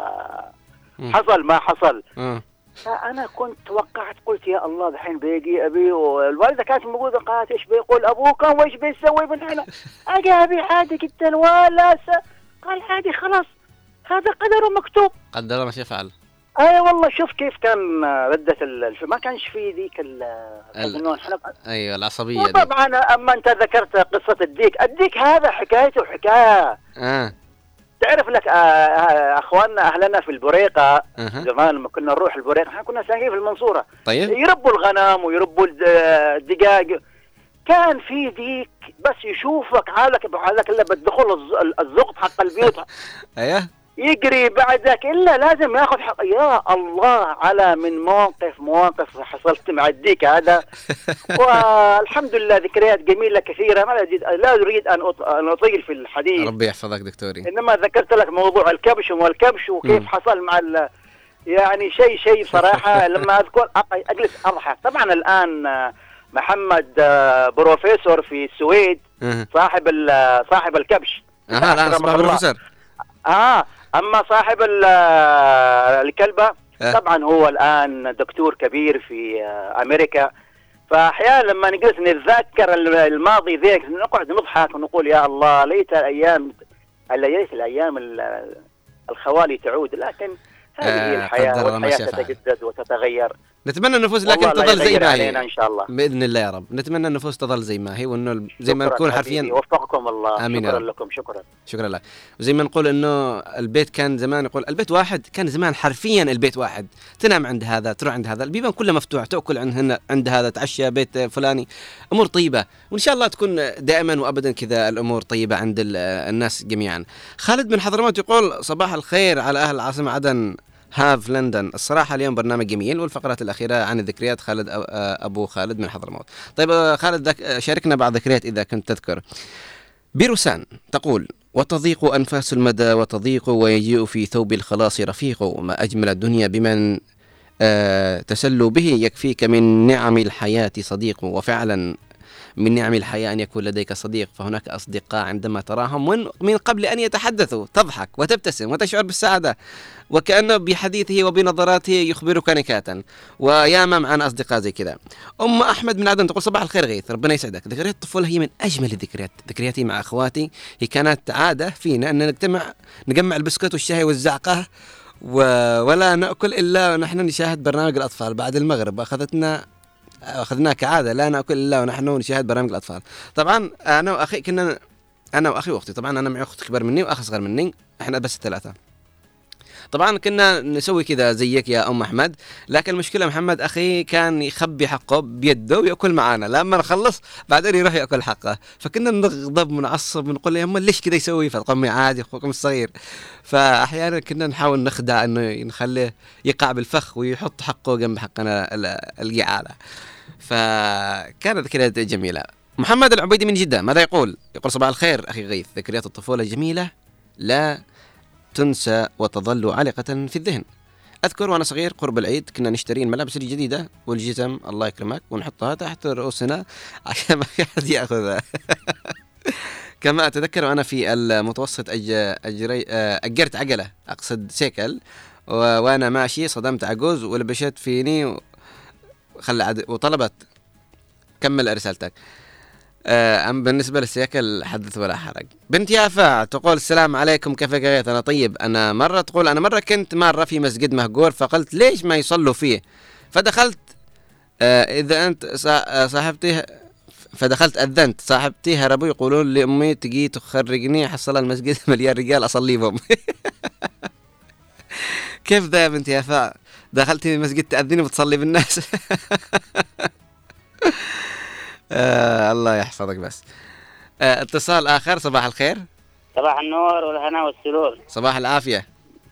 Speaker 16: وحصل ما حصل. فانا كنت توقعت، قلت يا الله دحين بيجي ابي، والوالده كانت موجوده، قالت ايش بيقول ابوك وايش بيسوي بنحنا؟ اجي ابي عادي جدا ولا قال عادي خلاص هذا قدر مكتوب،
Speaker 2: قدر ما يفعل.
Speaker 16: اي والله شوف كيف كان ردة ما كانش في ذيك
Speaker 2: ايوه العصبية.
Speaker 16: وطبعا اما انت ذكرت قصة الديك هذا حكايته حكاية. تعرف لك اخواننا اهلنا في البريقة زمان لما كنا نروح البريقة، احنا كنا ساكنين في المنصورة.
Speaker 2: طيب.
Speaker 16: يربوا الغنم ويربوا الدجاج. كان في ديك بس يشوفك عالك الا بتدخل الزقط حق البيوت.
Speaker 2: ايوه
Speaker 16: يجري بعدك الا لازم ياخذ حق. يا الله على من مواقف حصلت مع الديك هذا. والحمد لله ذكريات جميله كثيره، لا اريد ان اطيل في الحديث.
Speaker 2: ربي يحفظك دكتوري.
Speaker 16: انما ذكرت لك موضوع الكبش وكيف حصل مع يعني شيء بصراحه. لما اذكر اجلس اضحك. طبعا الان محمد بروفيسور في السويد صاحب الكبش.
Speaker 2: الان اصبح بروفيسور.
Speaker 16: أما صاحب الكلبة طبعا هو الآن دكتور كبير في أمريكا. فأحيانا لما نجلس نتذكر الماضي ذيك نقعد نضحك ونقول يا الله ليت الأيام الخوالي تعود. لكن هذه الحياة،
Speaker 2: قدر الله ما
Speaker 16: والحياة
Speaker 2: شاء فعل.
Speaker 16: تتجدد وتتغير.
Speaker 2: نتمنى النفوس لكن
Speaker 16: والله لا
Speaker 2: تظل زي
Speaker 16: يغير
Speaker 2: ما
Speaker 16: علينا
Speaker 2: هي
Speaker 16: إن شاء الله.
Speaker 2: بإذن الله يا رب. نتمنى النفوس تظل زي ما هي، وإنه زي ما
Speaker 16: شكراً
Speaker 2: نكون
Speaker 16: حبيبي،
Speaker 2: حرفيا.
Speaker 16: وفقكم الله.
Speaker 2: آمين يا
Speaker 16: شكرا
Speaker 2: رب.
Speaker 16: لكم. شكرا.
Speaker 2: شكرا لك. وزي ما نقول انه البيت كان زمان، يقول البيت واحد، كان زمان حرفيا البيت واحد، تنام عند هذا، تروح عند هذا، البيبان كلها مفتوح، تاكل عند هذا، تعشى بيت فلاني، امور طيبه، وان شاء الله تكون دائما وابدا كذا الامور طيبه عند الناس جميعا. خالد من حضرموت يقول صباح الخير على اهل العاصمه عدن هاف لندن. الصراحه اليوم برنامج جميل، والفقرات الاخيره عن الذكريات. خالد ابو خالد من حضرموت. طيب خالد شاركنا بعض ذكريات اذا كنت تذكر. بيروسان تقول: وتضيق أنفاس المدى وتضيق ويجيء في ثوب الخلاص رفيق، ما أجمل الدنيا بمن تسلوا به، يكفيك من نعم الحياة صديق. وفعلا من نعم الحياة أن يكون لديك صديق، فهناك أصدقاء عندما تراهم من قبل أن يتحدثوا تضحك وتبتسم وتشعر بالسعادة، وكأنه بحديثه وبنظراته يخبرك نكاتا. وياما معنا أصدقاء زي كذا. أم أحمد من عدن تقول: صباح الخير غيث، ربنا يسعدك. ذكريات الطفولة هي من أجمل الذكريات. ذكرياتي مع أخواتي هي كانت عادة فينا أن نجمع البسكوت والشاي والزعقة ولا نأكل إلا ونحن نشاهد برنامج الأطفال بعد المغرب. أخذناه كعادة، لا نأكل إلا ونحن نشاهد برامج الأطفال. طبعا أنا وأخي كنا، أنا وأخي وأختي، طبعا أنا معي أخت كبر مني وأخ أصغر مني، إحنا بس 3. طبعا كنا نسوي كذا زيك يا أم أحمد، لكن المشكلة محمد أخي كان يخبي حقه بيده ويأكل معانا، لما نخلص بعدين يروح يأكل حقه، فكنا نغضب ونعصب ونقول له يا أما ليش كذا يسوي، فتقومي عادي أخوكم الصغير. فأحيانا كنا نحاول نخدع إنه نخليه يقع بالفخ ويحط حقه جنب حقنا الجعالة. فكانت ذكريات جميلة. محمد العبيدي من جدة ماذا يقول؟ يقول: صباح الخير أخي غيث، ذكريات الطفولة جميلة لا تنسى وتظل عالقة في الذهن. أذكر وأنا صغير قرب العيد كنا نشتري الملابس الجديدة والجزم الله يكرمك ونحطها تحت رؤوسنا عشان ما في أحد يأخذها. كما أتذكر وأنا في المتوسط أجرت عجلة، أقصد سيكل، وأنا ماشي صدمت عجوز ولبشت فيني وطلبت كمل رسالتك. أم بالنسبة للسيكل حدث ولا حرج. بنت يافع تقول: السلام عليكم، كيفك يا غيث؟ أنا طيب. أنا مرة كنت في مسجد مهجور، فقلت ليش ما يصلوا فيه، فدخلت إذا أنت صاحبتي، فدخلت أذنت، صاحبتي هربوا يقولون لأمي تجي تخرجني، حصل المسجد مليان رجال أصلي بهم. كيف ذا يا بنت يافع؟ دخلتي المسجد تأذني وتصلي بالناس؟ الله يحفظك. بس اتصال آخر. صباح الخير.
Speaker 17: صباح النور والهنا والسرور.
Speaker 2: صباح العافية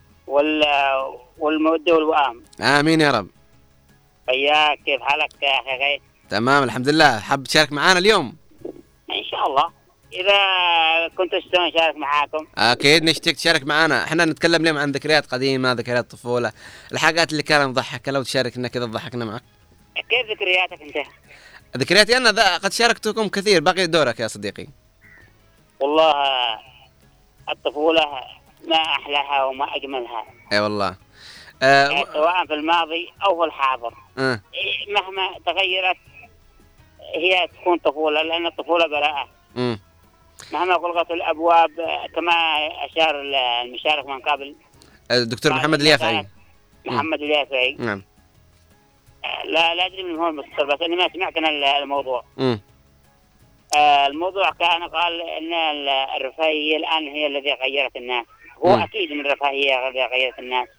Speaker 17: والمودة والوئام.
Speaker 2: آمين يا رب.
Speaker 17: حياك، كيف حالك يا أخي غيث؟
Speaker 2: تمام الحمد لله. حاب تشارك معانا اليوم؟
Speaker 17: إن شاء الله، إذا كنت تشتون نشارك معاكم.
Speaker 2: أكيد نشتيك تشارك معانا. إحنا نتكلم اليوم عن ذكريات قديمة، ذكريات طفولة، الحاجات اللي كانت مضحكة، لو تشاركنا كذا تضحكنا معك.
Speaker 17: كيف ذكرياتك أنت؟
Speaker 2: ذكرياتي أنا قد شاركتكم كثير، باقي دورك يا صديقي.
Speaker 17: والله الطفولة ما أحلاها وما أجملها.
Speaker 2: أي والله.
Speaker 17: سواء في الماضي أو في الحاضر. مهما تغيرت هي تكون طفولة، لأن الطفولة براءة. مهما غلقت الأبواب، كما أشار المشارك من قبل
Speaker 2: الدكتور محمد اليافعي.
Speaker 17: محمد اليافعي.
Speaker 2: نعم.
Speaker 17: لا أدري من هو المتصل، بس أنا ما سمعت الموضوع. الموضوع كان قال إن الرفاهية الآن هي الذي غيرت الناس. هو أكيد من الرفاهية الذي غيرت الناس.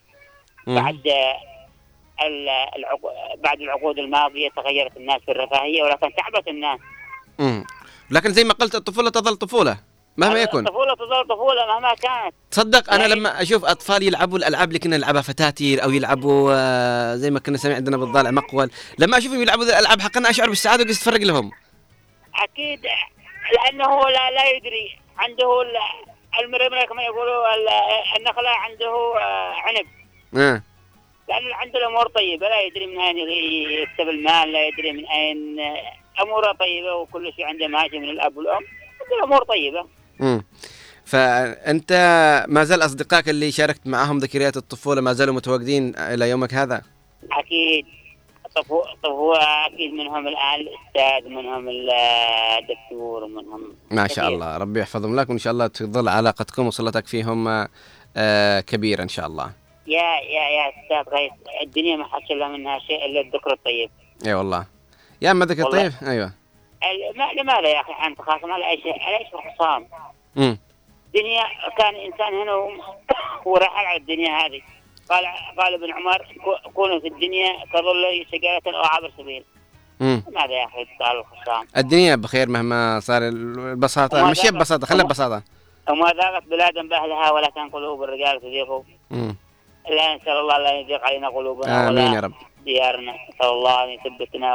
Speaker 17: بعد العقود الماضية تغيرت الناس في الرفاهية، ولكن تعبت الناس.
Speaker 2: لكن زي ما قلت الطفولة تظل طفولة مهما يكون.
Speaker 17: الطفولة تظل طفولة مهما كانت.
Speaker 2: تصدق أنا لما أشوف أطفال يلعبوا الألعاب اللي كنا نلعبها فتاتير، أو يلعبوا زي ما كنا سمع عندنا بالضالع مقول، لما أشوفهم يلعبوا الألعاب حقنا أشعر بالسعادة وقصة أتفرج لهم.
Speaker 17: أكيد، لأنه لا يدري عنده المرمى كما يقولوا النخلة عنده عنب. لأن عنده الأمور طيبة، لا يدري من أين يكسب المال، لا يدري من أين أموره طيبة، وكل شيء عنده ماشي من الأب والأم، عنده الأمور طيبة.
Speaker 2: فأنت ما زال أصدقائك اللي شاركت معهم ذكريات الطفولة ما زالوا متواجدين إلى يومك هذا؟
Speaker 17: أكيد. طفولة أكيد، منهم الآن الأستاذ، منهم الدكتور، ومنهم
Speaker 2: ما شاء الله. ربي يحفظهم لك، وإن شاء الله تظل علاقتكم وصلتك فيهم كبيرة إن شاء الله.
Speaker 17: يا أستاذ غيث، الدنيا ما حصل منها شيء إلا الذكر الطيب.
Speaker 2: اي والله يا اما ذكر طيب. ايوه
Speaker 17: لماذا يا أخي أنت خاصم على أي شيء؟ على إيش الخصام؟ دنيا كان إنسان هنا ورحل على الدنيا هذه. قال ابن عمر كونوا في الدنيا كظل سجارة أو عبر سبيل. ماذا يا أخي قال الخصام؟ الدنيا
Speaker 2: بخير مهما صار البساطة، مش ببساطة، خليها ببساطة.
Speaker 17: وما ذاقت بلادا بأهلها ولا كان قلوب الرجال تضيقوا. لا نسأل الله لا يضيق علينا قلوبنا
Speaker 2: آمين يا رب.
Speaker 17: ديارنا، نسأل الله أن يثبتنا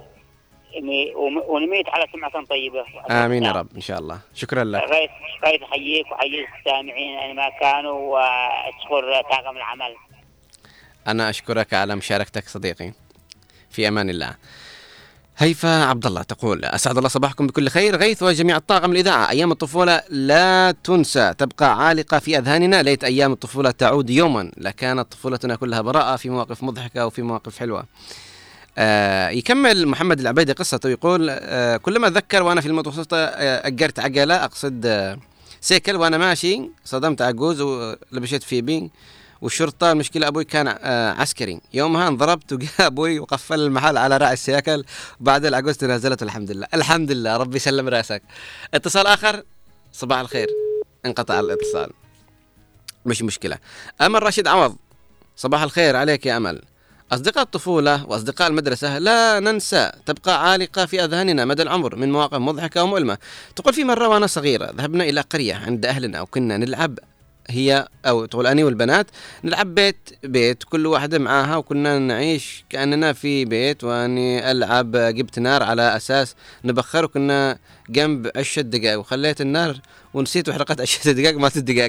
Speaker 17: ونميت على سمعة طيبة.
Speaker 2: آمين يا رب إن شاء الله. شكرا لك.
Speaker 17: غيث حييك وحيي السامعين أينما كانوا، وأشكر طاقم العمل.
Speaker 2: أنا أشكرك على مشاركتك صديقي، في أمان الله. هيفا عبد الله تقول: أسعد الله صباحكم بكل خير غيث وجميع الطاقم الإذاعة. أيام الطفولة لا تنسى، تبقى عالقة في أذهاننا. ليت أيام الطفولة تعود يوما، لكانت طفولتنا كلها براءة، في مواقف مضحكة وفي مواقف حلوة. يكمل محمد العبيدي قصته يقول: كلما أتذكر وأنا في المتوسطة أجرت عجلة، أقصد سيكل، وأنا ماشي صدمت عجوز ولبشت في بين والشرطة. المشكلة أبوي كان عسكري، يومها انضربت وجاء أبوي وقفل المحل على راعي السياكل، وبعد العجوز تنازلت. الحمد لله الحمد لله، ربي يسلم راسك. اتصال آخر. صباح الخير، انقطع الاتصال، مش مشكلة. أمل راشد عوض: صباح الخير عليك يا أمل. أصدقاء الطفولة وأصدقاء المدرسة لا ننسى، تبقى عالقة في أذهاننا مدى العمر من مواقف مضحكة ومؤلمة. تقول: في مرة وأنا صغيرة ذهبنا إلى قرية عند أهلنا، وكنا نلعب هي أو تقول أني والبنات نلعب بيت كل واحدة معاها، وكنا نعيش كأننا في بيت، وأني ألعب جبت نار على أساس نبخر، وكنا جنب عشة دقائق وخليت النار ونسيت وحرقت عشة دقائق مالت الدقائق.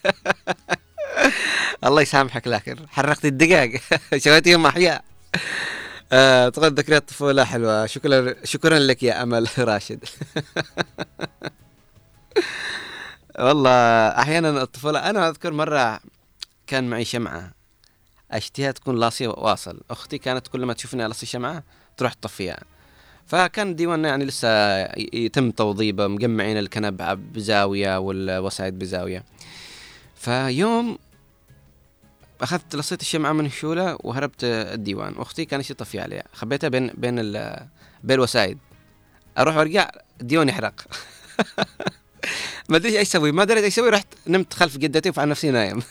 Speaker 2: الله يسامحك، لكن حرقت الدقائق شويتهم أحياء. تقول ذكريات الطفولة حلوة. شكرا لك يا أمل راشد. والله أحيانا الطفولة، أنا أذكر مرة كان معي شمعة أشتيها تكون لاصية واصل. أختي كانت كل ما تشوفني لاصي شمعة تروح تطفيها، فكان ديواننا يعني لسه يتم توضيبه، مجمعين الكنب بزاوية والوسائد بزاوية. فيوم أخذت لصيت الشمعة من الشولة وهربت الديوان، وأختي كانت تطفي عليها، خبيتها بين الوسائد. أروح وارجع الديوان يحرق. ما أدري إيش أسوي، ما دريت إيش أسوي، رحت نمت خلف جدتي وفعل نفسي نايم.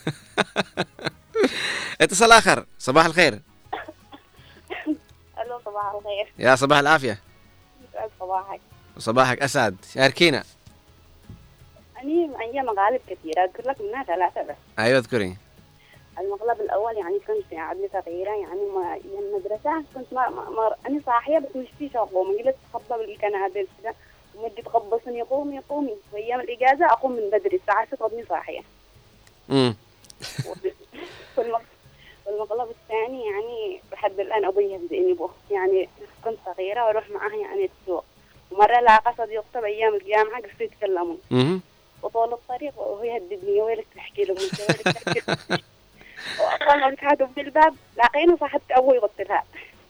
Speaker 2: اتصال آخر. صباح الخير.
Speaker 14: ألو صباح الخير.
Speaker 2: يا صباح العافية.
Speaker 14: يسعد صباحك.
Speaker 2: وصباحك أسعد. شاركينا.
Speaker 14: أني معي مقالب كثيرة أذكر لك منها 3 بس.
Speaker 2: أيوة اذكري.
Speaker 14: المقلب الأول يعني كنت عادي صغيرة، يعني المدرسة كنت أنا صاحية بس مش في شغل، جلست أخبى بالكنادل كده ومدي تخبصني قومي وأيام الإجازة أقوم من بدري الساعة 6 تضني صاحية. والمقلب الثاني يعني لحد الآن أضيع بذهني به، يعني كنت صغيرة وأروح معها يعني السوق، ومرة لاقى صديقتي بأيام الجامعة قصدي يتكلمون وطول الطريق وهو يهددني: ويلك تحكي له ويلك تحكي له. وأول ما فتحته بالباب لاقينه صاحبتي أبوي يغطلها.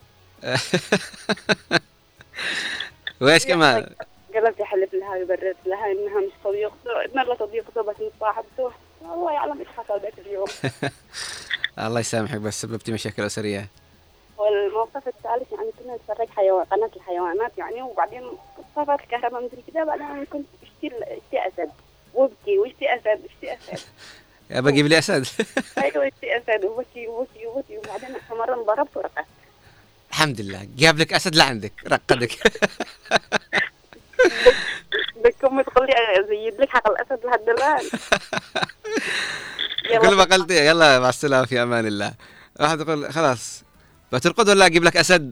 Speaker 2: وإيش كمان؟
Speaker 14: قلبت يحلف لها ويبرر لها إنها مش صديقته، إنها لا صديقته بس مش صاحبته. الله يعلم إيش حصل ذاك اليوم. الله
Speaker 2: يسامحك، بس سببتي مشاكل أسرية.
Speaker 14: والموقف الثالث يعني كنا نتفرج قناة الحيوانات يعني، وبعدين صفت الكهرباء مدري كده، بعدين كنت اشتي أسد وابكي واشتي أسد
Speaker 2: يا بجيب لي أسد.
Speaker 14: أيوة اشتي أسد وبكي وبعدين مرة انضربت ورقصت.
Speaker 2: الحمد لله جاب لك أسد لعندك رقدك.
Speaker 14: بكم تقول لي أزيد لك حق الأسد لحد الآن.
Speaker 2: كل ما قلت يلا مع السلامة في أمان الله، واحد يقول خلاص بترقد ولا أجيب لك أسد.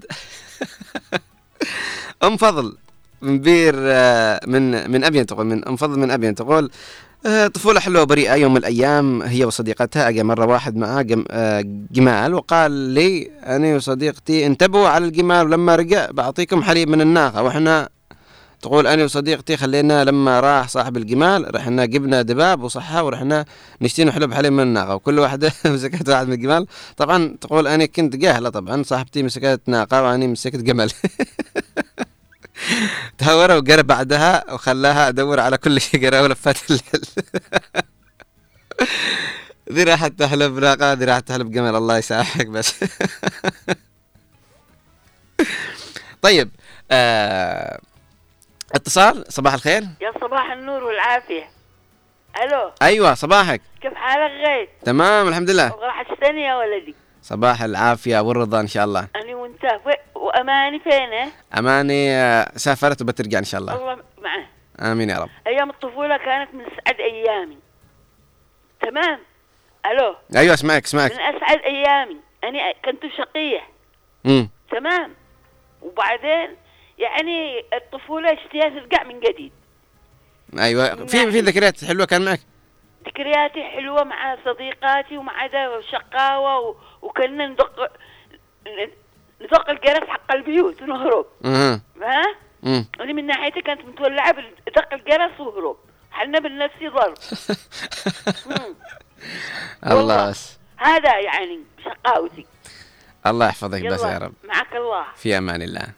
Speaker 2: أم فضل من بير من أبين تقول، من أم فضل من أبين تقول: طفولة حلوة بريئة. يوم من الأيام هي وصديقتها أجا مرة واحد معها جمال، وقال لي أنا وصديقتي انتبهوا على الجمال، ولما رجع بعطيكم حليب من الناقة. وإحنا تقول أنا وصديقتي خلينا لما راح صاحب الجمال رحنا جبنا دباب وصحة ورحنا نشتري نحلب حليب من الناقة، وكل واحدة مسكت واحد من الجمال. طبعا تقول أنا كنت جاهلة، طبعا صاحبتي مسكت ناقة وأنا مسكت جمل. تهور وقرب بعدها وخلاها أدور على كل شجرة ولفات ذي راح تحلب ناقة، ذي راح تحلب جمل، الله يسامحك بس. طيب اتصال. صباح الخير.
Speaker 18: يا صباح النور والعافية. الو.
Speaker 2: ايوه صباحك.
Speaker 18: كيف حالك غيث؟
Speaker 2: تمام الحمد لله.
Speaker 18: وحشتني يا ولدي.
Speaker 2: صباح العافية والرضا ان شاء الله.
Speaker 18: أنا وانت وأماني فين؟
Speaker 2: أماني سافرت وبترجع ان شاء الله.
Speaker 18: الله معه.
Speaker 2: امين يا رب.
Speaker 18: ايام الطفولة كانت من اسعد ايامي. تمام. الو.
Speaker 2: ايوه اسمعك.
Speaker 18: من اسعد ايامي، انا كنت شقية. تمام. وبعدين يعني الطفولة اشتيها ترجع من جديد.
Speaker 2: ايوه في ذكريات حلوة كان معك؟
Speaker 18: ذكرياتي حلوة مع صديقاتي ومع ده شقاوة وكنا ندق الجرس حق البيوت ونهرب. ها؟ أنا من ناحيتي كانت متولعة بدق الجرس وهرب، حنا بالنفسي ضرب.
Speaker 2: الله
Speaker 18: هذا يعني شقاوتي.
Speaker 2: الله يحفظك بس يا رب.
Speaker 18: معك الله.
Speaker 2: في أمان الله.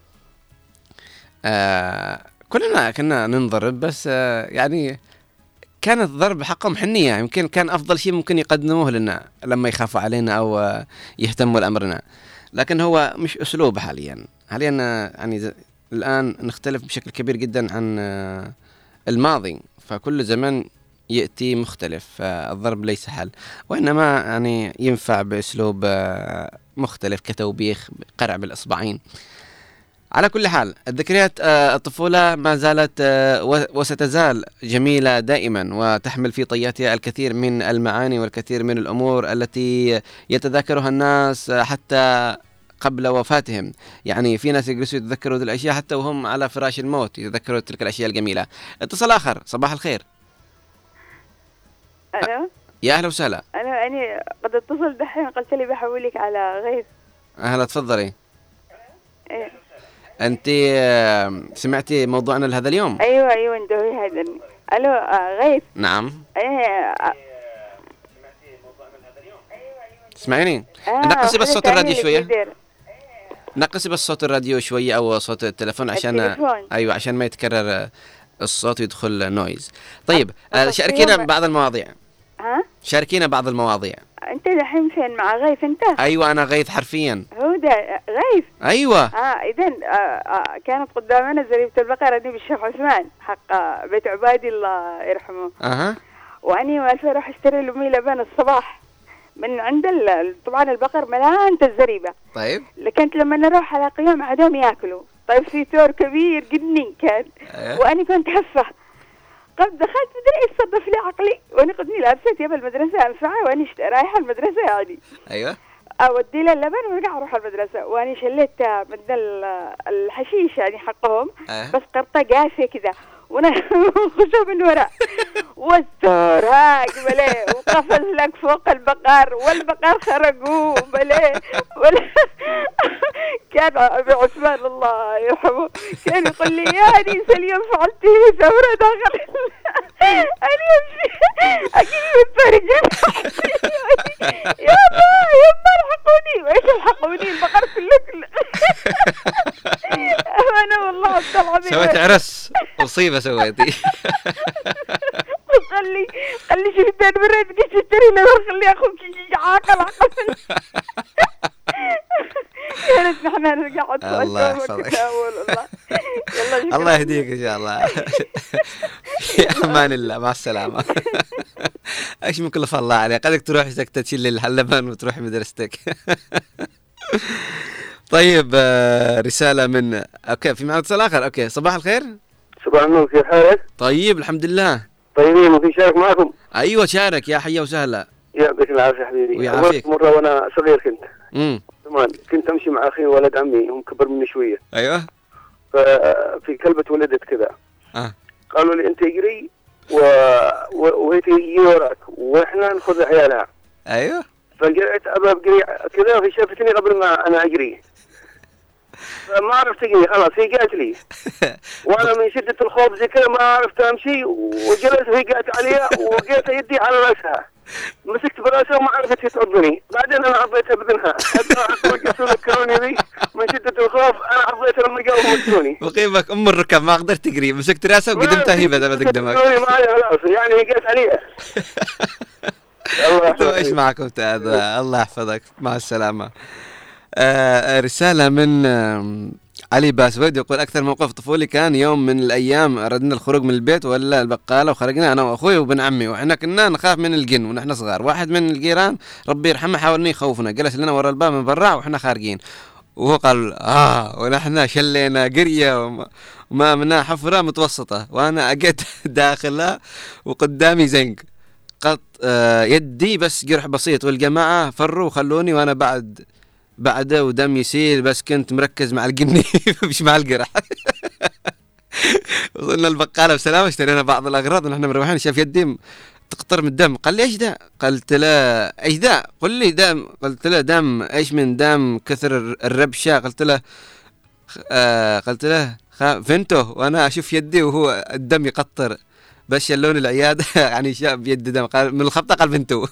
Speaker 2: كلنا كنا ننضرب بس يعني كانت ضرب حقهم حنية، يمكن كان أفضل شيء ممكن يقدموه لنا لما يخافوا علينا أو يهتموا لأمرنا، لكن هو مش أسلوب حاليا يعني الآن نختلف بشكل كبير جدا عن الماضي، فكل زمان يأتي مختلف، فالضرب ليس حل، وإنما يعني ينفع بأسلوب مختلف كتوبيخ، قرع بالإصبعين. على كل حال الذكريات الطفولة ما زالت وستزال جميلة دائما، وتحمل في طياتها الكثير من المعاني والكثير من الأمور التي يتذاكرها الناس حتى قبل وفاتهم. يعني في ناس يجلسوا يتذكروا ذي الأشياء حتى وهم على فراش الموت، يتذكروا تلك الأشياء الجميلة. اتصال آخر. صباح الخير.
Speaker 19: ألو.
Speaker 2: يا أهلا وسهلا.
Speaker 19: أنا قد اتصل دحين قلت لي بحولك على غيث.
Speaker 2: أهلا تفضلي.
Speaker 19: إيه.
Speaker 2: أنت سمعتي موضوعنا لهذا اليوم؟
Speaker 19: أيوة ندوي هذا. ألو غيث.
Speaker 2: نعم. تسمعيني؟ نقصي بس صوت الراديو شوية. نقصي بس صوت الراديو شوية أو صوت التلفون عشان أيوة عشان ما يتكرر الصوت يدخل نويز. طيب شاركينا بعض المواضيع.
Speaker 19: ها؟
Speaker 2: شاركينا بعض المواضيع.
Speaker 19: أنت الحين فين مع غيث أنت؟
Speaker 2: أيوة أنا غيث حرفيا.
Speaker 19: هو ده غيث.
Speaker 2: أيوة.
Speaker 19: إذن كانت قدامنا زريبة البقرة دي بالشيخ عثمان حق بيت عبادي الله يرحمه. وأني والفة أروح أشتري لأمي لبن الصباح من عند طبعا البقر ملان الزريبة.
Speaker 2: طيب.
Speaker 19: كنت لما نروح على قيام عدوم ياكلوا. طيب في ثور كبير جني كان. وأنا كنت هفة. قد دخلت مدري ايش صدف لي عقلي وانا قدني لابسه ثياب المدرسه انفعها وانا رايحه المدرسه يعني.
Speaker 2: ايوه.
Speaker 19: اودي له اللبن وارجع اروح المدرسه وانا شليت من الحشيش يعني حقهم. بس قرطه قافيه كذا وانا خشوا من وراء والثور هاك بليه وقفز لك فوق البقر والبقر خرجوا بليه كان ابي عثمان الله يرحمه كان يقول لي يا انيس اليوم فعلتي ثوره داخل انا امشي اجيب متفرجه يا ما الحقوني وايش الحقوني البقر كله انا والله عبد العظيم
Speaker 2: سويت عرس مصيبه سويتي.
Speaker 19: قال لي شوفي بين مرات قلت اشتري له خلي اخوك عاقل يا ريت نحن نرجع.
Speaker 2: الله يحفظك. الله يهديك ان شاء الله. في امان الله. مع السلامه. ايش من كل الله عليك قدك تروح سكتة تشيل اللبن وتروح مدرستك. طيب رسالة من اوكي في معنا اتصال اخر. اوكي صباح الخير.
Speaker 20: صباح النور كيف حالك؟
Speaker 2: طيب الحمد لله.
Speaker 20: طيبين وفي شارك معكم؟
Speaker 2: ايوه شارك يا حيا وسهلا.
Speaker 20: يعطيك العافية حبيبي.
Speaker 2: ويعافيك.
Speaker 20: مرة وانا صغير زمان كنت امشي مع اخي ولد عمي هم كبر مني شوية.
Speaker 2: ايوه.
Speaker 20: ففي كلبة ولدت كذا. قالوا لي انت اجري وهي تيجي وراك واحنا ناخذ عيالها.
Speaker 2: ايوه.
Speaker 20: فقعدت ابى اجري كذا في شافتني قبل ما انا اجري. فما عرفت اجري خلاص هي قالت لي وانا من شدة الخوف زي كذا ما عرفت امشي وجلست وهي قالت عليها وقيت يدي على راسها مسكت براسها وما عرفت تعضني. بعدين انا عضيتها باذنها ذكروني ذي من شدة الخوف انا عضيتها لما جاوا مسكوني.
Speaker 2: وقيمك ام الركب ما قدرت تجري مسكت راسها وقدمتها هي بدل ما تقدمك.
Speaker 20: يعني هي قالت عليها.
Speaker 2: ايش معك أستاذ؟ الله يحفظك، مع السلامة. رسالة من علي باسود يقول أكثر موقف طفولي كان يوم من الأيام أردنا الخروج من البيت ولا البقالة، وخرجنا أنا وأخوي وابن عمي، وإحنا كنا نخاف من الجن ونحن صغار. واحد من الجيران ربي يرحمه حاول يخوفنا، جلس لنا ورا الباب من برا وإحنا خارجين، وهو قال ونحن شلينا قرية وما منها حفرة متوسطة، وأنا أجيت داخلها وقدامي زنق قط يدي بس جرح بسيط، والجماعة فروا وخلوني وأنا بعده ودم يسيل، بس كنت مركز مع الجني مش مع الجرح. وصلنا البقالة بسلامة، اشترينا بعض الأغراض ونحن مروحين، شاف يدي تقطر من الدم، قال لي ايش ده؟ قلت له ايش ده؟ قل لي دم. قلت له دم ايش من دم؟ كثر الربشة. قلت له فنته، وانا اشوف يدي وهو الدم يقطر، بس شلون العيادة يعني شاف بيد دم، قال من الخبطة قال فنتو.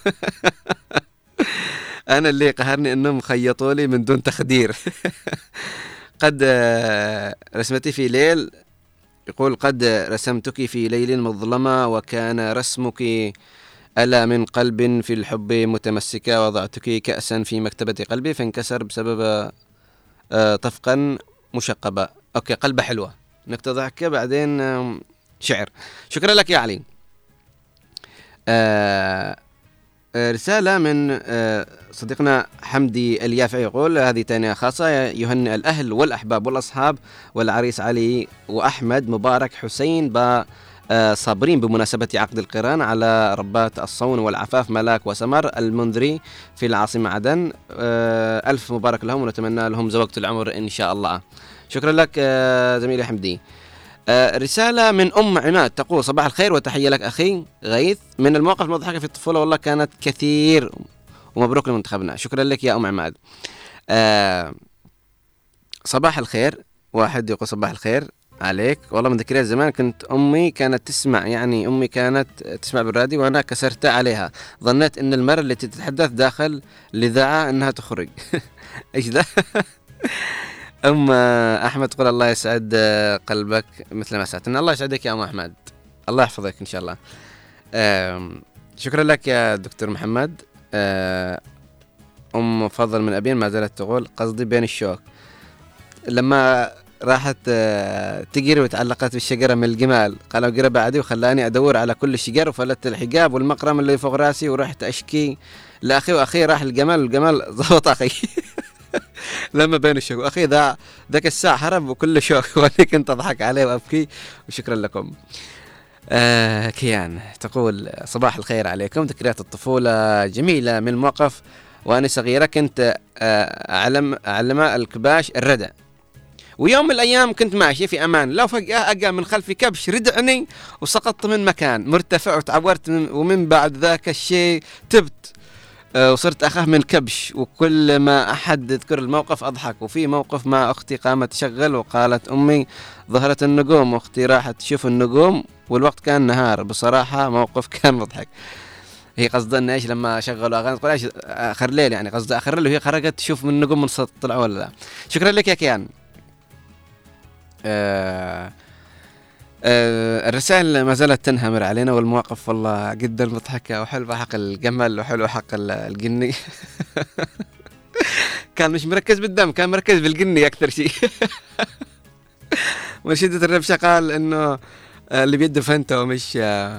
Speaker 2: انا اللي قهرني انهم خيطوا لي من دون تخدير. قد رسمتي في ليل، يقول قد رسمتك في ليل مظلمة وكان رسمك ألا من قلب في الحب متمسكة، وضعتك كأسا في مكتبة قلبي فانكسر بسبب طفقا مشقبة. أوكي، قلبة حلوة نكتة ضحكة بعدين شعر. شكرا لك يا علي. رسالة من صديقنا حمدي اليافعي يقول هذه تهنئة خاصة، يهنئ الأهل والأحباب والأصحاب والعريس علي وأحمد مبارك حسين صابرين بمناسبة عقد القران على ربات الصون والعفاف ملاك وسمر المنذري في العاصمة عدن. ألف مبارك لهم ونتمنى لهم زوجة العمر إن شاء الله. شكرا لك زميلي حمدي. رسالة من أم عماد تقول صباح الخير وتحية لك أخي غيث، من المواقف المضحكة في الطفولة والله كانت كثير، ومبروك لمنتخبنا. شكرا لك يا أم عماد. صباح الخير، واحد يقول صباح الخير عليك، والله من ذكريات زمان كنت أمي كانت تسمع بالراديو وأنا كسرت عليها، ظنيت أن المرة التي تتحدث داخل الإذاعة أنها تخرج. إيش ذا؟ أم أحمد تقول الله يسعد قلبك مثل ما سعدتنا. الله يسعدك يا أم أحمد، الله يحفظك إن شاء الله. شكرا لك يا دكتور محمد. أم فضل من أبين ما زالت تقول قصدي بين الشوك، لما راحت تجري وتعلقت بالشجرة من الجمال، قالوا جرى بعدي وخلاني أدور على كل الشجر وفلت الحجاب والمقرم اللي فوق راسي ورحت أشكي لأخي، وأخي راح الجمال والجمال ضبط أخي. لما بين الشوك وأخي ذاك الساعة هرب وكل شوك، وأنا كنت أضحك عليه وأبكي. وشكرا لكم. كيان تقول صباح الخير عليكم، ذكريات الطفولة جميلة. من الموقف وأنا صغيرة كنت أعلم الكباش الردع، ويوم من الأيام كنت ماشي في أمان، لو فجأة ألقى من خلفي كبش ردعني وسقطت من مكان مرتفع وتعورت، ومن بعد ذاك الشيء تبت وصرت أخاف من كبش، وكل ما أحد يذكر الموقف أضحك. وفي موقف مع أختي قامت تشغل وقالت أمي ظهرت النجوم، وأختي راحت تشوف النجوم والوقت كان نهار. بصراحة موقف كان مضحك. هي قصدنا إيش لما شغلوا أغاني تقول إيش آخر ليل، يعني قصدها آخر ليل وهي خرجت تشوف من النجوم من طلعوا ولا لا. شكرا لك يا كيان. الرسائل ما زالت تنهمر علينا، والمواقف والله جدا مضحكة وحلوة، حق الجمل وحلوة حق الجني. كان مش مركز بالدم، كان مركز بالجني أكثر شيء. من شدة الربشة قال إنه اللي بيده فانتا ومش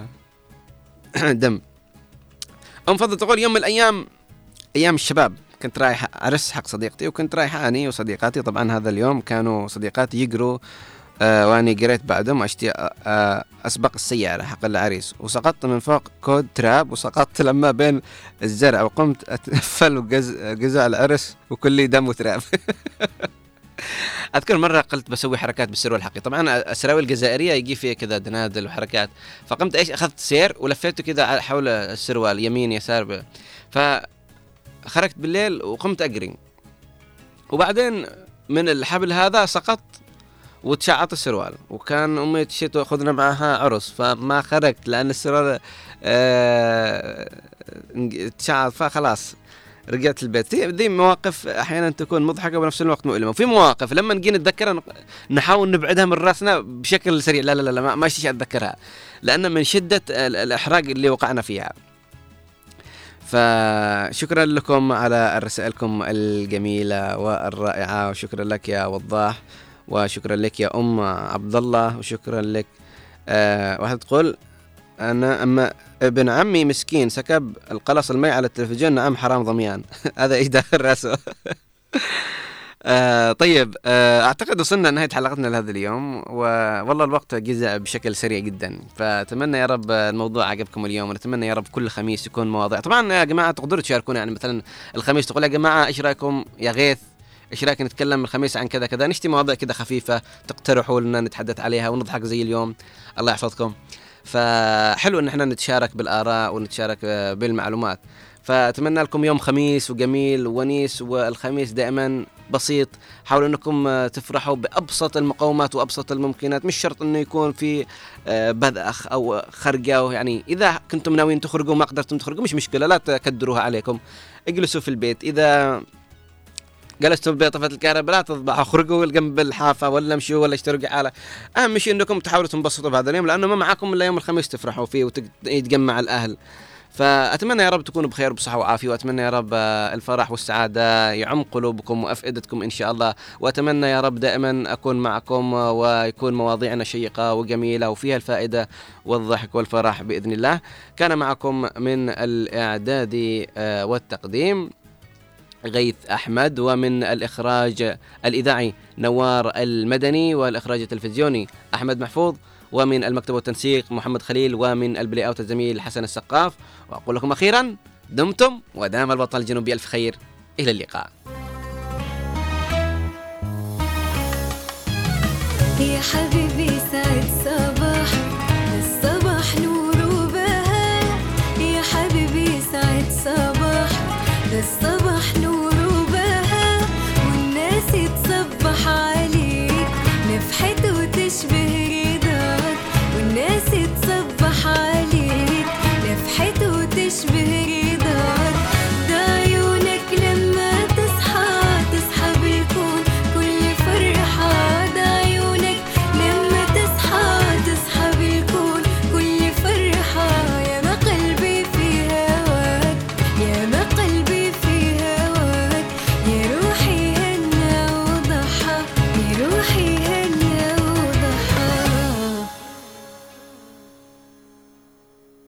Speaker 2: دم. أم فضل تقول يوم من الأيام أيام الشباب كنت رايح عرس حق صديقتي، وكنت رايح أنا وصديقاتي. طبعا هذا اليوم كانوا صديقاتي يقروا وأنا قريت بعدهم أشتي أسبق السيارة حق العريس، وسقطت من فوق كود تراب، وسقطت لما بين الزرع، وقمت أتنفل وجزع العرس وكلي دم وتراب. أذكر مرة قلت بسوي حركات بالسروال الحقيقي، طبعا السراويل الجزائرية يجي فيها كذا دنادل وحركات، فقمت أخذت سير ولفيته كذا حول السروال يمين يسار، فخرجت بالليل وقمت أجري، وبعدين من الحبل هذا سقط وتشعط السروال، وكان أمي تشيت وأخذنا معها عرس، فما خرجت لأن السروال تشعط، فخلاص رجعت البيت. ذي مواقف أحيانا تكون مضحكة وبنفس الوقت مؤلمة، وفي مواقف لما نجي نتذكرها نحاول نبعدها من رأسنا بشكل سريع، لا لا لا ما أشتي أتذكرها، لأن من شدة الإحراج اللي وقعنا فيها. فشكرا لكم على رسائلكم الجميلة والرائعة، وشكرا لك يا وضاح، وشكرا لك يا عبد الله، وشكرا لك. واحد تقول أنا أما ابن عمي مسكين سكب القلص المي على التلفزيون، نعم حرام ضميان. هذا إيش داخل رأسه. طيب، أعتقد وصلنا لنهاية حلقتنا لهذا اليوم، والله الوقت جزء بشكل سريع جدا. فأتمنى يا رب الموضوع عجبكم اليوم، ونتمنى يا رب كل خميس يكون مواضيع. طبعا يا جماعة تقدروا تشاركونا، يعني مثلا الخميس تقول يا جماعة إيش رأيكم يا غيث، إيش رأيك نتكلم الخميس عن كذا كذا، نشتي مواضيع كذا خفيفة تقترحوا لنا نتحدث عليها ونضحك زي اليوم. الله يحفظكم. فحلو ان احنا نتشارك بالآراء ونتشارك بالمعلومات. فأتمنى لكم يوم خميس وجميل وونيس، والخميس دائما بسيط. حاولوا انكم تفرحوا بأبسط المقومات وأبسط الممكنات، مش شرط انه يكون في بذخ او خرقة. يعني اذا كنتم ناويين تخرجوا ما قدرتم تخرجوا مش مشكلة، لا تكدروها عليكم، اجلسوا في البيت. اذا جلستوا ببيت طفت الكهرباء لا تضبحوا، خرجوا جنب الحافة ولا مشوا ولا اشتروا قعالة. أهم شيء أنكم تحاولوا تنبسطوا بهذا اليوم، لأنه ما معكم إلا يوم الخميس تفرحوا فيه ويتجمع الأهل. فأتمنى يا رب تكونوا بخير وبصحة وعافية، وأتمنى يا رب الفرح والسعادة يعم قلوبكم وأفئدتكم إن شاء الله. وأتمنى يا رب دائما أكون معكم ويكون مواضيعنا شيقة وجميلة وفيها الفائدة والضحك والفرح بإذن الله. كان معكم من الإعداد والتقديم غيث أحمد، ومن الإخراج الإذاعي نوار المدني، والإخراج التلفزيوني أحمد محفوظ، ومن المكتب والتنسيق محمد خليل، ومن البلاي أوت الزميل حسن السقاف. وأقول لكم أخيرا دمتم ودام الوطن الجنوبي ألف خير. إلى اللقاء.
Speaker 13: يا حبيبي